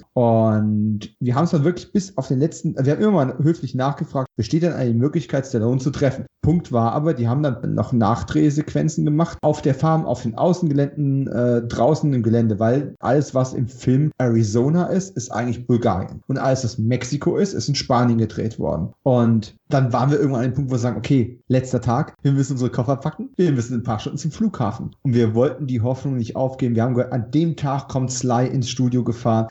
Und wir haben es dann wirklich bis auf den letzten, wir haben immer mal höflich nachgefragt, besteht denn eine Möglichkeit, Stallone zu treffen? Punkt war aber, die haben dann noch Nachdrehsequenzen gemacht auf der Farm, auf den Außengeländen, draußen im Gelände, weil alles, was im Film Arizona ist eigentlich Bulgarien. Und alles, was Mexiko ist in Spanien gedreht worden. Und dann waren wir irgendwann an dem Punkt, wo wir sagen, okay, letzter Tag, wir müssen unsere Koffer packen, wir müssen ein paar Stunden zum Flughafen. Und wir wollten die Hoffnung nicht aufgeben. Wir haben gehört, an dem Tag kommt Sly ins Studio gefahren.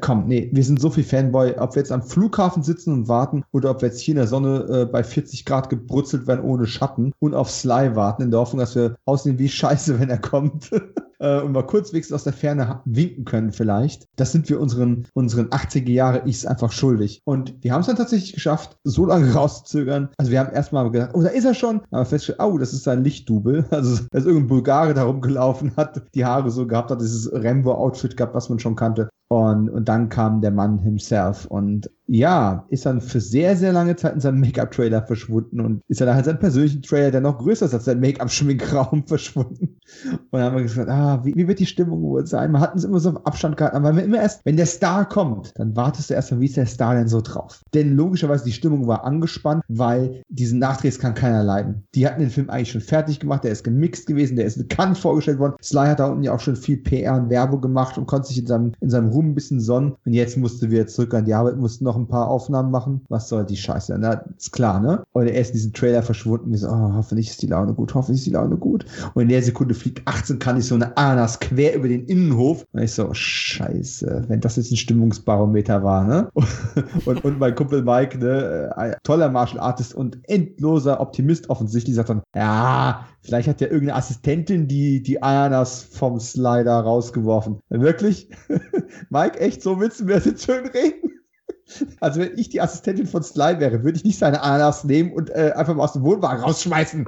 Wir sind so viel Fanboy, ob wir jetzt am Flughafen sitzen und warten oder ob wir jetzt hier in der Sonne bei 40 Grad gebrutzelt werden ohne Schatten und auf Sly warten, in der Hoffnung, dass wir aussehen wie Scheiße, wenn er kommt. Und mal kurz wenigstens aus der Ferne winken können vielleicht. Das sind wir unseren 80er Jahre Ichs einfach schuldig. Und wir haben es dann tatsächlich geschafft, so lange rauszuzögern. Also wir haben erstmal gedacht, oh, da ist er schon. Aber festgestellt, oh, das ist sein Lichtdubel. Also da ist irgendein Bulgare da rumgelaufen, hat die Haare so gehabt, hat dieses Rambo-Outfit gehabt, was man schon kannte. Und dann kam der Mann himself und ja, ist dann für sehr, sehr lange Zeit in seinem Make-up-Trailer verschwunden und ist dann halt sein persönlichen Trailer, der noch größer ist als sein Make-up-Schminkraum, verschwunden. Und dann haben wir gesagt, wie wird die Stimmung wohl sein? Wir hatten es immer so auf Abstand gehalten, aber wenn der Star kommt, dann wartest du erstmal, wie ist der Star denn so drauf? Denn logischerweise, die Stimmung war angespannt, weil diesen Nachdrehs kann keiner leiden. Die hatten den Film eigentlich schon fertig gemacht, der ist gemixt gewesen, der ist in Cannes vorgestellt worden. Sly hat da unten ja auch schon viel PR und Werbung gemacht und konnte sich in seinem Ruhm ein bisschen sonnen. Und jetzt musste wieder zurück an die Arbeit, mussten noch ein paar Aufnahmen machen. Was soll die Scheiße? Na, ist klar, ne? Und er ist in diesem Trailer verschwunden. Wir so, hoffentlich ist die Laune gut, hoffentlich ist die Laune gut. Und in der Sekunde fliegt 18 Kannis so eine Ananas quer über den Innenhof. Und ich so, Scheiße, wenn das jetzt ein Stimmungsbarometer war, ne? Und mein Kumpel Mike, ne? Ein toller Martial Artist und endloser Optimist offensichtlich, sagt dann, ja, vielleicht hat ja irgendeine Assistentin die Ananas vom Slider rausgeworfen. Wirklich? Mike, echt, so willst du mir das jetzt schön reden? Also wenn ich die Assistentin von Sly wäre, würde ich nicht seine Ananas nehmen und einfach mal aus dem Wohnwagen rausschmeißen.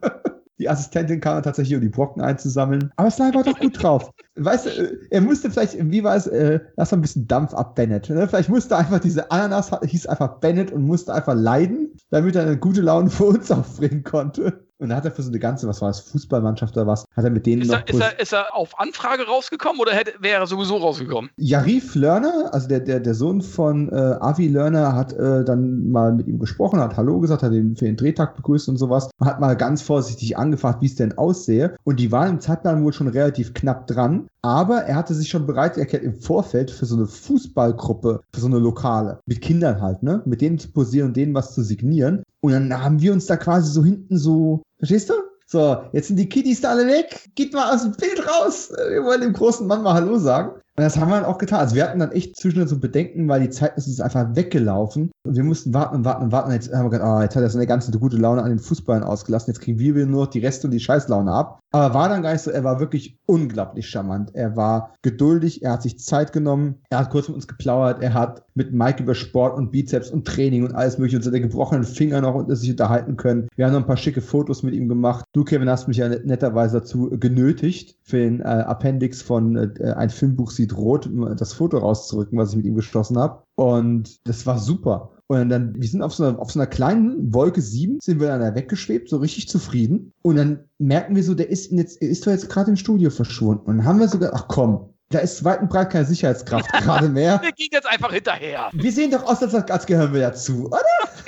Die Assistentin kam dann tatsächlich, um die Brocken einzusammeln. Aber Sly war doch gut drauf. Weißt du, er musste vielleicht, wie war es, lass mal ein bisschen Dampf ab, Bennett. Ne? Vielleicht musste einfach diese Ananas, hieß einfach Bennett und musste einfach leiden, damit er eine gute Laune für uns aufbringen konnte. Und da hat er für so eine ganze, was war das, Fußballmannschaft oder was, hat er mit denen Ist er auf Anfrage rausgekommen oder wäre er sowieso rausgekommen? Jarif Lerner, also der Sohn von Avi Lerner, hat dann mal mit ihm gesprochen, hat Hallo gesagt, hat ihn für den Drehtag begrüßt und sowas, hat mal ganz vorsichtig angefragt, wie es denn aussehe. Und die waren im Zeitplan wohl schon relativ knapp dran. Aber er hatte sich schon bereit erklärt im Vorfeld für so eine Fußballgruppe, für so eine Lokale, mit Kindern halt, ne, mit denen zu posieren und denen was zu signieren. Und dann haben wir uns da quasi so hinten so, verstehst du? So, jetzt sind die Kiddies da alle weg, geht mal aus dem Bild raus, wir wollen dem großen Mann mal Hallo sagen. Und das haben wir dann auch getan. Also wir hatten dann echt zwischendurch so Bedenken, weil die Zeit ist uns einfach weggelaufen. Und wir mussten warten. Und jetzt haben wir gedacht, jetzt hat er seine ganze gute Laune an den Fußballern ausgelassen. Jetzt kriegen wir wieder nur noch die Reste und die Scheißlaune ab. Aber war dann gar nicht so, er war wirklich unglaublich charmant. Er war geduldig, er hat sich Zeit genommen, er hat kurz mit uns geplaudert, er hat mit Mike über Sport und Bizeps und Training und alles mögliche und seine gebrochenen Finger noch sich unterhalten können. Wir haben noch ein paar schicke Fotos mit ihm gemacht. Du, Kevin, hast mich ja netterweise dazu genötigt, für den Appendix von ein Filmbuch sieht rot, das Foto rauszurücken, was ich mit ihm geschlossen habe. Und das war super. Und dann, wir sind auf so einer kleinen Wolke 7, sind wir dann da weggeschwebt, so richtig zufrieden. Und dann merken wir so, er ist doch jetzt gerade im Studio verschwunden. Und dann haben wir so gedacht, ach komm, da ist weit und breit keine Sicherheitskraft gerade mehr. Wir gehen jetzt einfach hinterher. Wir sehen doch aus, als gehören wir dazu, oder?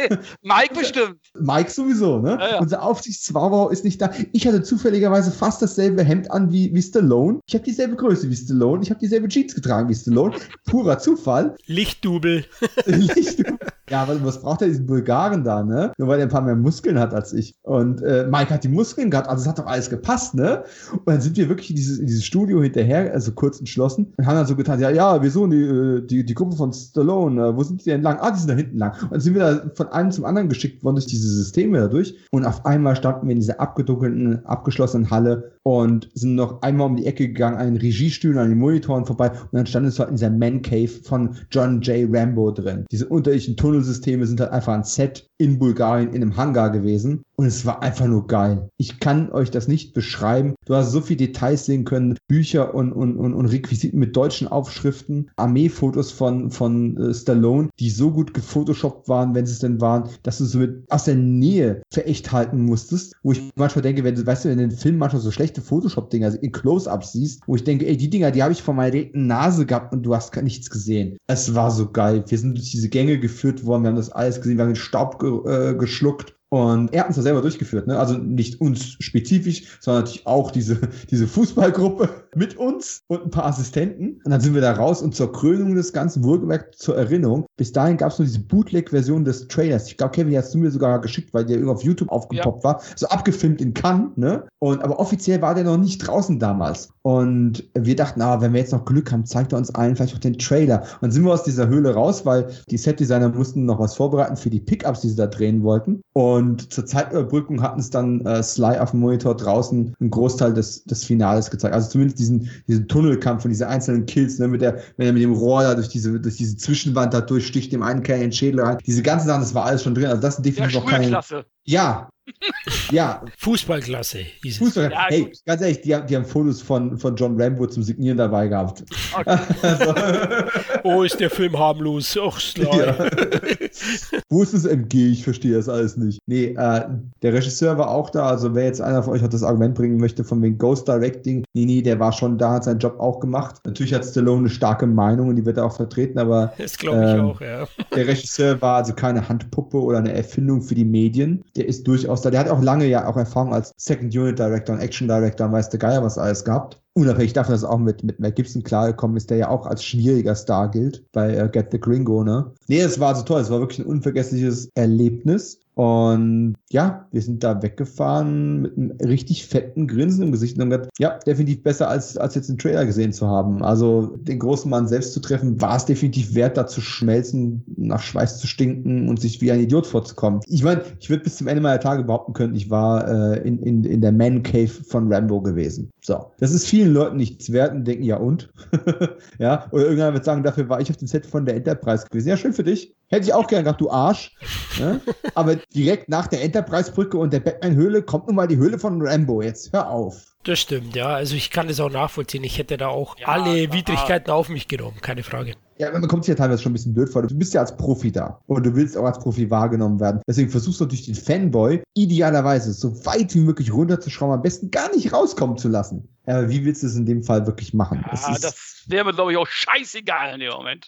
Mike bestimmt. Mike sowieso, ne? Ja. Unser Aufsichtswauwau ist nicht da. Ich hatte zufälligerweise fast dasselbe Hemd an wie Stallone. Ich habe dieselbe Größe wie Stallone. Ich habe dieselbe Jeans getragen wie Stallone. Purer Zufall. Lichtdubel. Lichtdubel. Ja, was braucht er diesen Bulgaren da, ne? Nur weil er ein paar mehr Muskeln hat als ich. Und Mike hat die Muskeln gehabt, also es hat doch alles gepasst, ne? Und dann sind wir wirklich in dieses Studio hinterher, also kurz entschlossen, und haben dann so getan, ja, wir suchen die Gruppe von Stallone, wo sind die denn lang? Ah, die sind da hinten lang. Und dann sind wir da von einem zum anderen geschickt worden durch diese Systeme dadurch. Und auf einmal standen wir in dieser abgedunkelten, abgeschlossenen Halle und sind noch einmal um die Ecke gegangen, an den Regiestühlen, an den Monitoren vorbei. Und dann stand es halt in dieser Man Cave von John J. Rambo drin. Diese unterirdischen Tunnelsysteme sind halt einfach ein Set in Bulgarien in einem Hangar gewesen. Und es war einfach nur geil. Ich kann euch das nicht beschreiben. Du hast so viele Details sehen können, Bücher und Requisiten mit deutschen Aufschriften, Armeefotos von Stallone, die so gut gefotoshoppt waren, wenn sie es denn waren, dass du so aus der Nähe für echt halten musstest. Wo ich manchmal denke, wenn du in den Filmen manchmal so schlechte Photoshop-Dinger in Close-Ups siehst, wo ich denke, ey, die Dinger, die habe ich vor meiner rechten Nase gehabt und du hast nichts gesehen. Es war so geil. Wir sind durch diese Gänge geführt worden, wir haben das alles gesehen, wir haben den Staub geschluckt. Und er hat uns da selber durchgeführt, ne? Also nicht uns spezifisch, sondern natürlich auch diese Fußballgruppe mit uns und ein paar Assistenten. Und dann sind wir da raus und zur Krönung des Ganzen, wohlgemerkt zur Erinnerung, bis dahin gab es nur diese Bootleg-Version des Trailers. Ich glaube, Kevin, die hast du mir sogar geschickt, weil der irgendwie auf YouTube aufgepoppt war. So abgefilmt in Cannes, ne? Aber offiziell war der noch nicht draußen damals. Und wir dachten, wenn wir jetzt noch Glück haben, zeigt er uns allen vielleicht auch den Trailer. Und dann sind wir aus dieser Höhle raus, weil die Setdesigner mussten noch was vorbereiten für die Pickups, die sie da drehen wollten. Und zur Zeitüberbrückung hatten es dann Sly auf dem Monitor draußen einen Großteil des Finales gezeigt. Also zumindest diesen Tunnelkampf von diese einzelnen Kills, ne, wenn er mit dem Rohr da durch diese Zwischenwand da durchsticht, dem einen Kerl in den Schädel rein. Diese ganzen Sachen, das war alles schon drin. Also das sind definitiv noch keine... Ja. Ja. Fußballklasse hieß es. Fußball. Ja, hey, gut. ganz ehrlich, die haben Fotos von John Rambo zum Signieren dabei gehabt. Okay. Oh, ist der Film harmlos. Och, Sly. Ja. Wo ist das MG? Ich verstehe das alles nicht. Nee, der Regisseur war auch da. Also wer jetzt einer von euch hat das Argument bringen möchte von wegen Ghost Directing, nee, der war schon da, hat seinen Job auch gemacht. Natürlich hat Stallone eine starke Meinung und die wird er auch vertreten, aber Das glaube ich auch, ja. der Regisseur war also keine Handpuppe oder eine Erfindung für die Medien. Der ist durchaus da. Der hat auch lange ja auch Erfahrung als Second Unit Director und Action Director und weiß der Geier was alles gehabt. Unabhängig davon, dass er auch mit Mel Gibson klargekommen ist, der ja auch als schwieriger Star gilt bei Get the Gringo, ne? Nee, es war so toll. Es war wirklich ein unvergessliches Erlebnis. Und ja, wir sind da weggefahren mit einem richtig fetten Grinsen im Gesicht und haben gesagt, ja, definitiv besser als jetzt den Trailer gesehen zu haben. Also den großen Mann selbst zu treffen, war es definitiv wert, da zu schmelzen, nach Schweiß zu stinken und sich wie ein Idiot vorzukommen. Ich meine, ich würde bis zum Ende meiner Tage behaupten können, ich war in der Man Cave von Rambo gewesen. So, das ist vielen Leuten nichts wert und denken, ja und? Ja, oder irgendjemand wird sagen, dafür war ich auf dem Set von der Enterprise gewesen. Ja, schön für dich. Hätte ich auch gern gehabt, du Arsch. Ja? Aber direkt nach der Enterprise-Brücke und der Batman-Höhle kommt nun mal die Höhle von Rambo. Jetzt hör auf. Das stimmt, ja. Also ich kann das auch nachvollziehen. Ich hätte da auch alle Widrigkeiten auf mich genommen, keine Frage. Ja, man kommt sich ja teilweise schon ein bisschen blöd vor. Du bist ja als Profi da und du willst auch als Profi wahrgenommen werden. Deswegen versuchst du natürlich den Fanboy idealerweise so weit wie möglich runterzuschrauben, am besten gar nicht rauskommen zu lassen. Aber wie willst du es in dem Fall wirklich machen? Das wäre mir, glaube ich, auch scheißegal in dem Moment.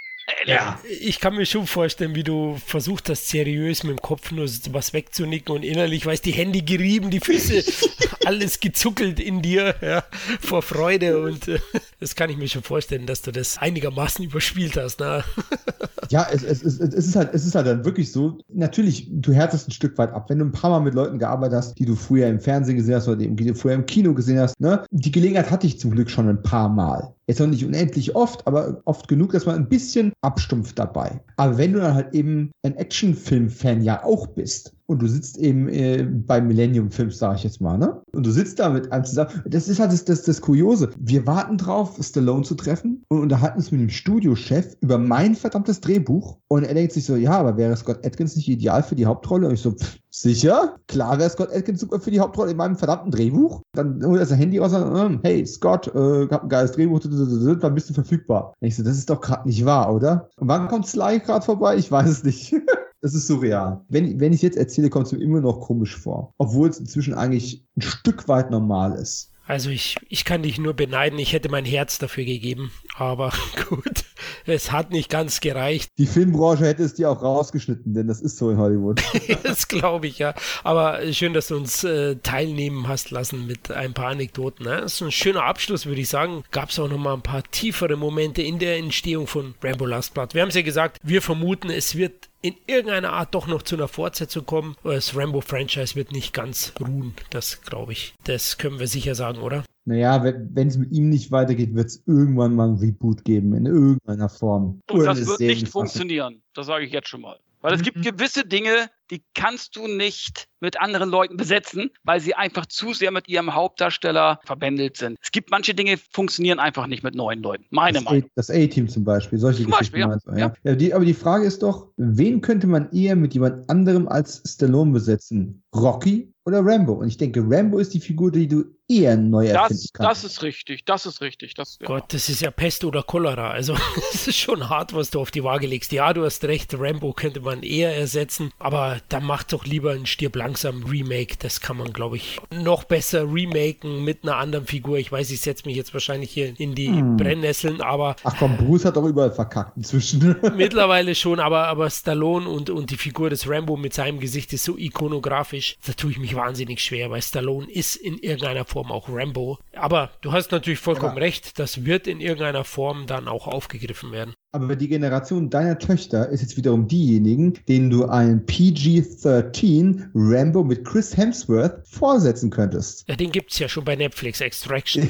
Ja, ich kann mir schon vorstellen, wie du versucht hast, seriös mit dem Kopf nur was wegzunicken und innerlich, weißt, die Hände gerieben, die Füße, alles gezuckelt in dir, ja, vor Freude und das kann ich mir schon vorstellen, dass du das einigermaßen überspielt hast, ne? Ja, es ist halt dann wirklich so, natürlich, du härtest ein Stück weit ab, wenn du ein paar Mal mit Leuten gearbeitet hast, die du früher im Fernsehen gesehen hast oder die du früher im Kino gesehen hast, ne? Die Gelegenheit hatte ich zum Glück schon ein paar Mal. Jetzt noch nicht unendlich oft, aber oft genug, dass man ein bisschen abstumpft dabei. Aber wenn du dann halt eben ein Actionfilm-Fan ja auch bist und du sitzt eben bei Millennium Films, sage ich jetzt mal, ne? Und du sitzt da mit einem zusammen. Das ist halt das Kuriose. Wir warten drauf, Stallone zu treffen und unterhalten uns mit dem Studiochef über mein verdammtes Drehbuch. Und er denkt sich so, ja, aber wäre Scott Adkins nicht ideal für die Hauptrolle? Und ich so, sicher? Klar wäre Scott Adkins super für die Hauptrolle in meinem verdammten Drehbuch. Dann holt er sein Handy raus und sagt, hey, Scott, ich hab ein geiles Drehbuch, wann bist du verfügbar? Und ich so, das ist doch gerade nicht wahr, oder? Und wann kommt Sly gerade vorbei? Ich weiß es nicht. Das ist surreal. Wenn ich es jetzt erzähle, kommt es mir immer noch komisch vor. Obwohl es inzwischen eigentlich ein Stück weit normal ist. Also ich kann dich nur beneiden, ich hätte mein Herz dafür gegeben, aber gut, es hat nicht ganz gereicht. Die Filmbranche hätte es dir auch rausgeschnitten, denn das ist so in Hollywood. Das glaube ich, ja. Aber schön, dass du uns teilnehmen hast lassen mit ein paar Anekdoten. Ne? Das ist ein schöner Abschluss, würde ich sagen. Gab es auch noch mal ein paar tiefere Momente in der Entstehung von Rambo Last Blood. Wir haben es ja gesagt, wir vermuten, es wird in irgendeiner Art doch noch zu einer Fortsetzung kommen. Das Rambo-Franchise wird nicht ganz ruhen, das glaube ich. Das können wir sicher sagen, oder? Naja, wenn es mit ihm nicht weitergeht, wird es irgendwann mal ein Reboot geben, in irgendeiner Form. Und das wird nicht funktionieren, das sage ich jetzt schon mal. Weil es gibt gewisse Dinge, die kannst du nicht mit anderen Leuten besetzen, weil sie einfach zu sehr mit ihrem Hauptdarsteller verbändelt sind. Es gibt manche Dinge, die funktionieren einfach nicht mit neuen Leuten. Meine Meinung. Das A-Team zum Beispiel, solche Geschichten. Ja. Aber die Frage ist doch, wen könnte man eher mit jemand anderem als Stallone besetzen? Rocky oder Rambo? Und ich denke, Rambo ist die Figur, die du eher neu erfinden kannst. Das ist richtig. Gott, das ist ja Pest oder Cholera. Also es ist schon hart, was du auf die Waage legst. Ja, du hast recht, Rambo könnte man eher ersetzen, aber dann macht doch lieber ein Stirb langsam Remake. Das kann man, glaube ich, noch besser remaken mit einer anderen Figur. Ich weiß, ich setze mich jetzt wahrscheinlich hier in die Brennnesseln, aber... Ach komm, Bruce hat doch überall verkackt inzwischen. Mittlerweile schon, aber Stallone und die Figur des Rambo mit seinem Gesicht ist so ikonografisch, da tue ich mich wahnsinnig schwer, weil Stallone ist in irgendeiner Form auch Rambo. Aber du hast natürlich vollkommen recht, das wird in irgendeiner Form dann auch aufgegriffen werden. Aber die Generation deiner Töchter ist jetzt wiederum diejenigen, denen du einen PG-13 Rambo mit Chris Hemsworth vorsetzen könntest. Ja, den gibt's ja schon bei Netflix, Extraction.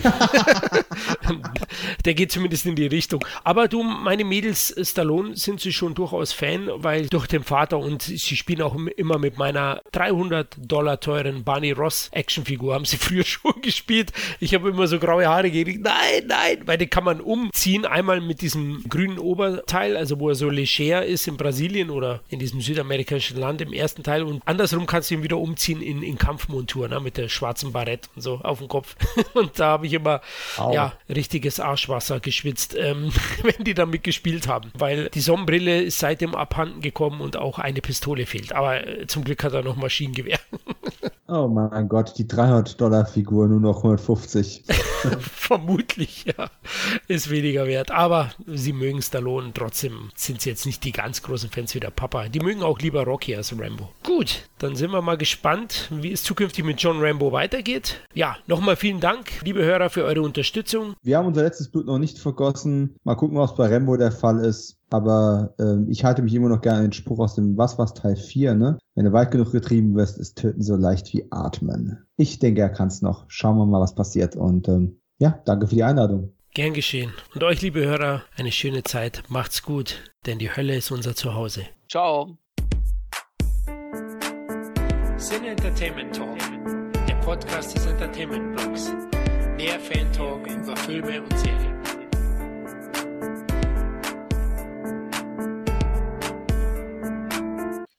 Der geht zumindest in die Richtung. Aber du, meine Mädels Stallone sind sie schon durchaus Fan, weil durch den Vater und sie spielen auch immer mit meiner $300 teuren Barney Ross Actionfigur, haben sie früher schon gespielt. Ich ich habe immer so graue Haare gekriegt. Nein, weil die kann man umziehen. Einmal mit diesem grünen Oberteil, also wo er so leger ist in Brasilien oder in diesem südamerikanischen Land im ersten Teil. Und andersrum kannst du ihn wieder umziehen in Kampfmontur, ne, mit der schwarzen Barett und so auf dem Kopf. Und da habe ich immer richtiges Arschwasser geschwitzt, wenn die damit gespielt haben. Weil die Sonnenbrille ist seitdem abhanden gekommen und auch eine Pistole fehlt. Aber zum Glück hat er noch Maschinengewehr. Oh mein Gott, die $300-Figur nur noch 150. Vermutlich, ja. Ist weniger wert. Aber sie mögen Stallone. Trotzdem sind sie jetzt nicht die ganz großen Fans wie der Papa. Die mögen auch lieber Rocky als Rambo. Gut, dann sind wir mal gespannt, wie es zukünftig mit John Rambo weitergeht. Ja, nochmal vielen Dank, liebe Hörer, für eure Unterstützung. Wir haben unser letztes Blut noch nicht vergossen. Mal gucken, was bei Rambo der Fall ist. Aber ich halte mich immer noch gerne an den Spruch aus dem Was Teil 4, ne? Wenn du weit genug getrieben wirst, ist Töten so leicht wie Atmen. Ich denke, er kann es noch. Schauen wir mal, was passiert. Und danke für die Einladung. Gern geschehen. Und euch, liebe Hörer, eine schöne Zeit. Macht's gut, denn die Hölle ist unser Zuhause. Ciao. Cine Entertainment Talk, der Podcast des Entertainment Blogs. Mehr Fan-Talk über Filme und Serien.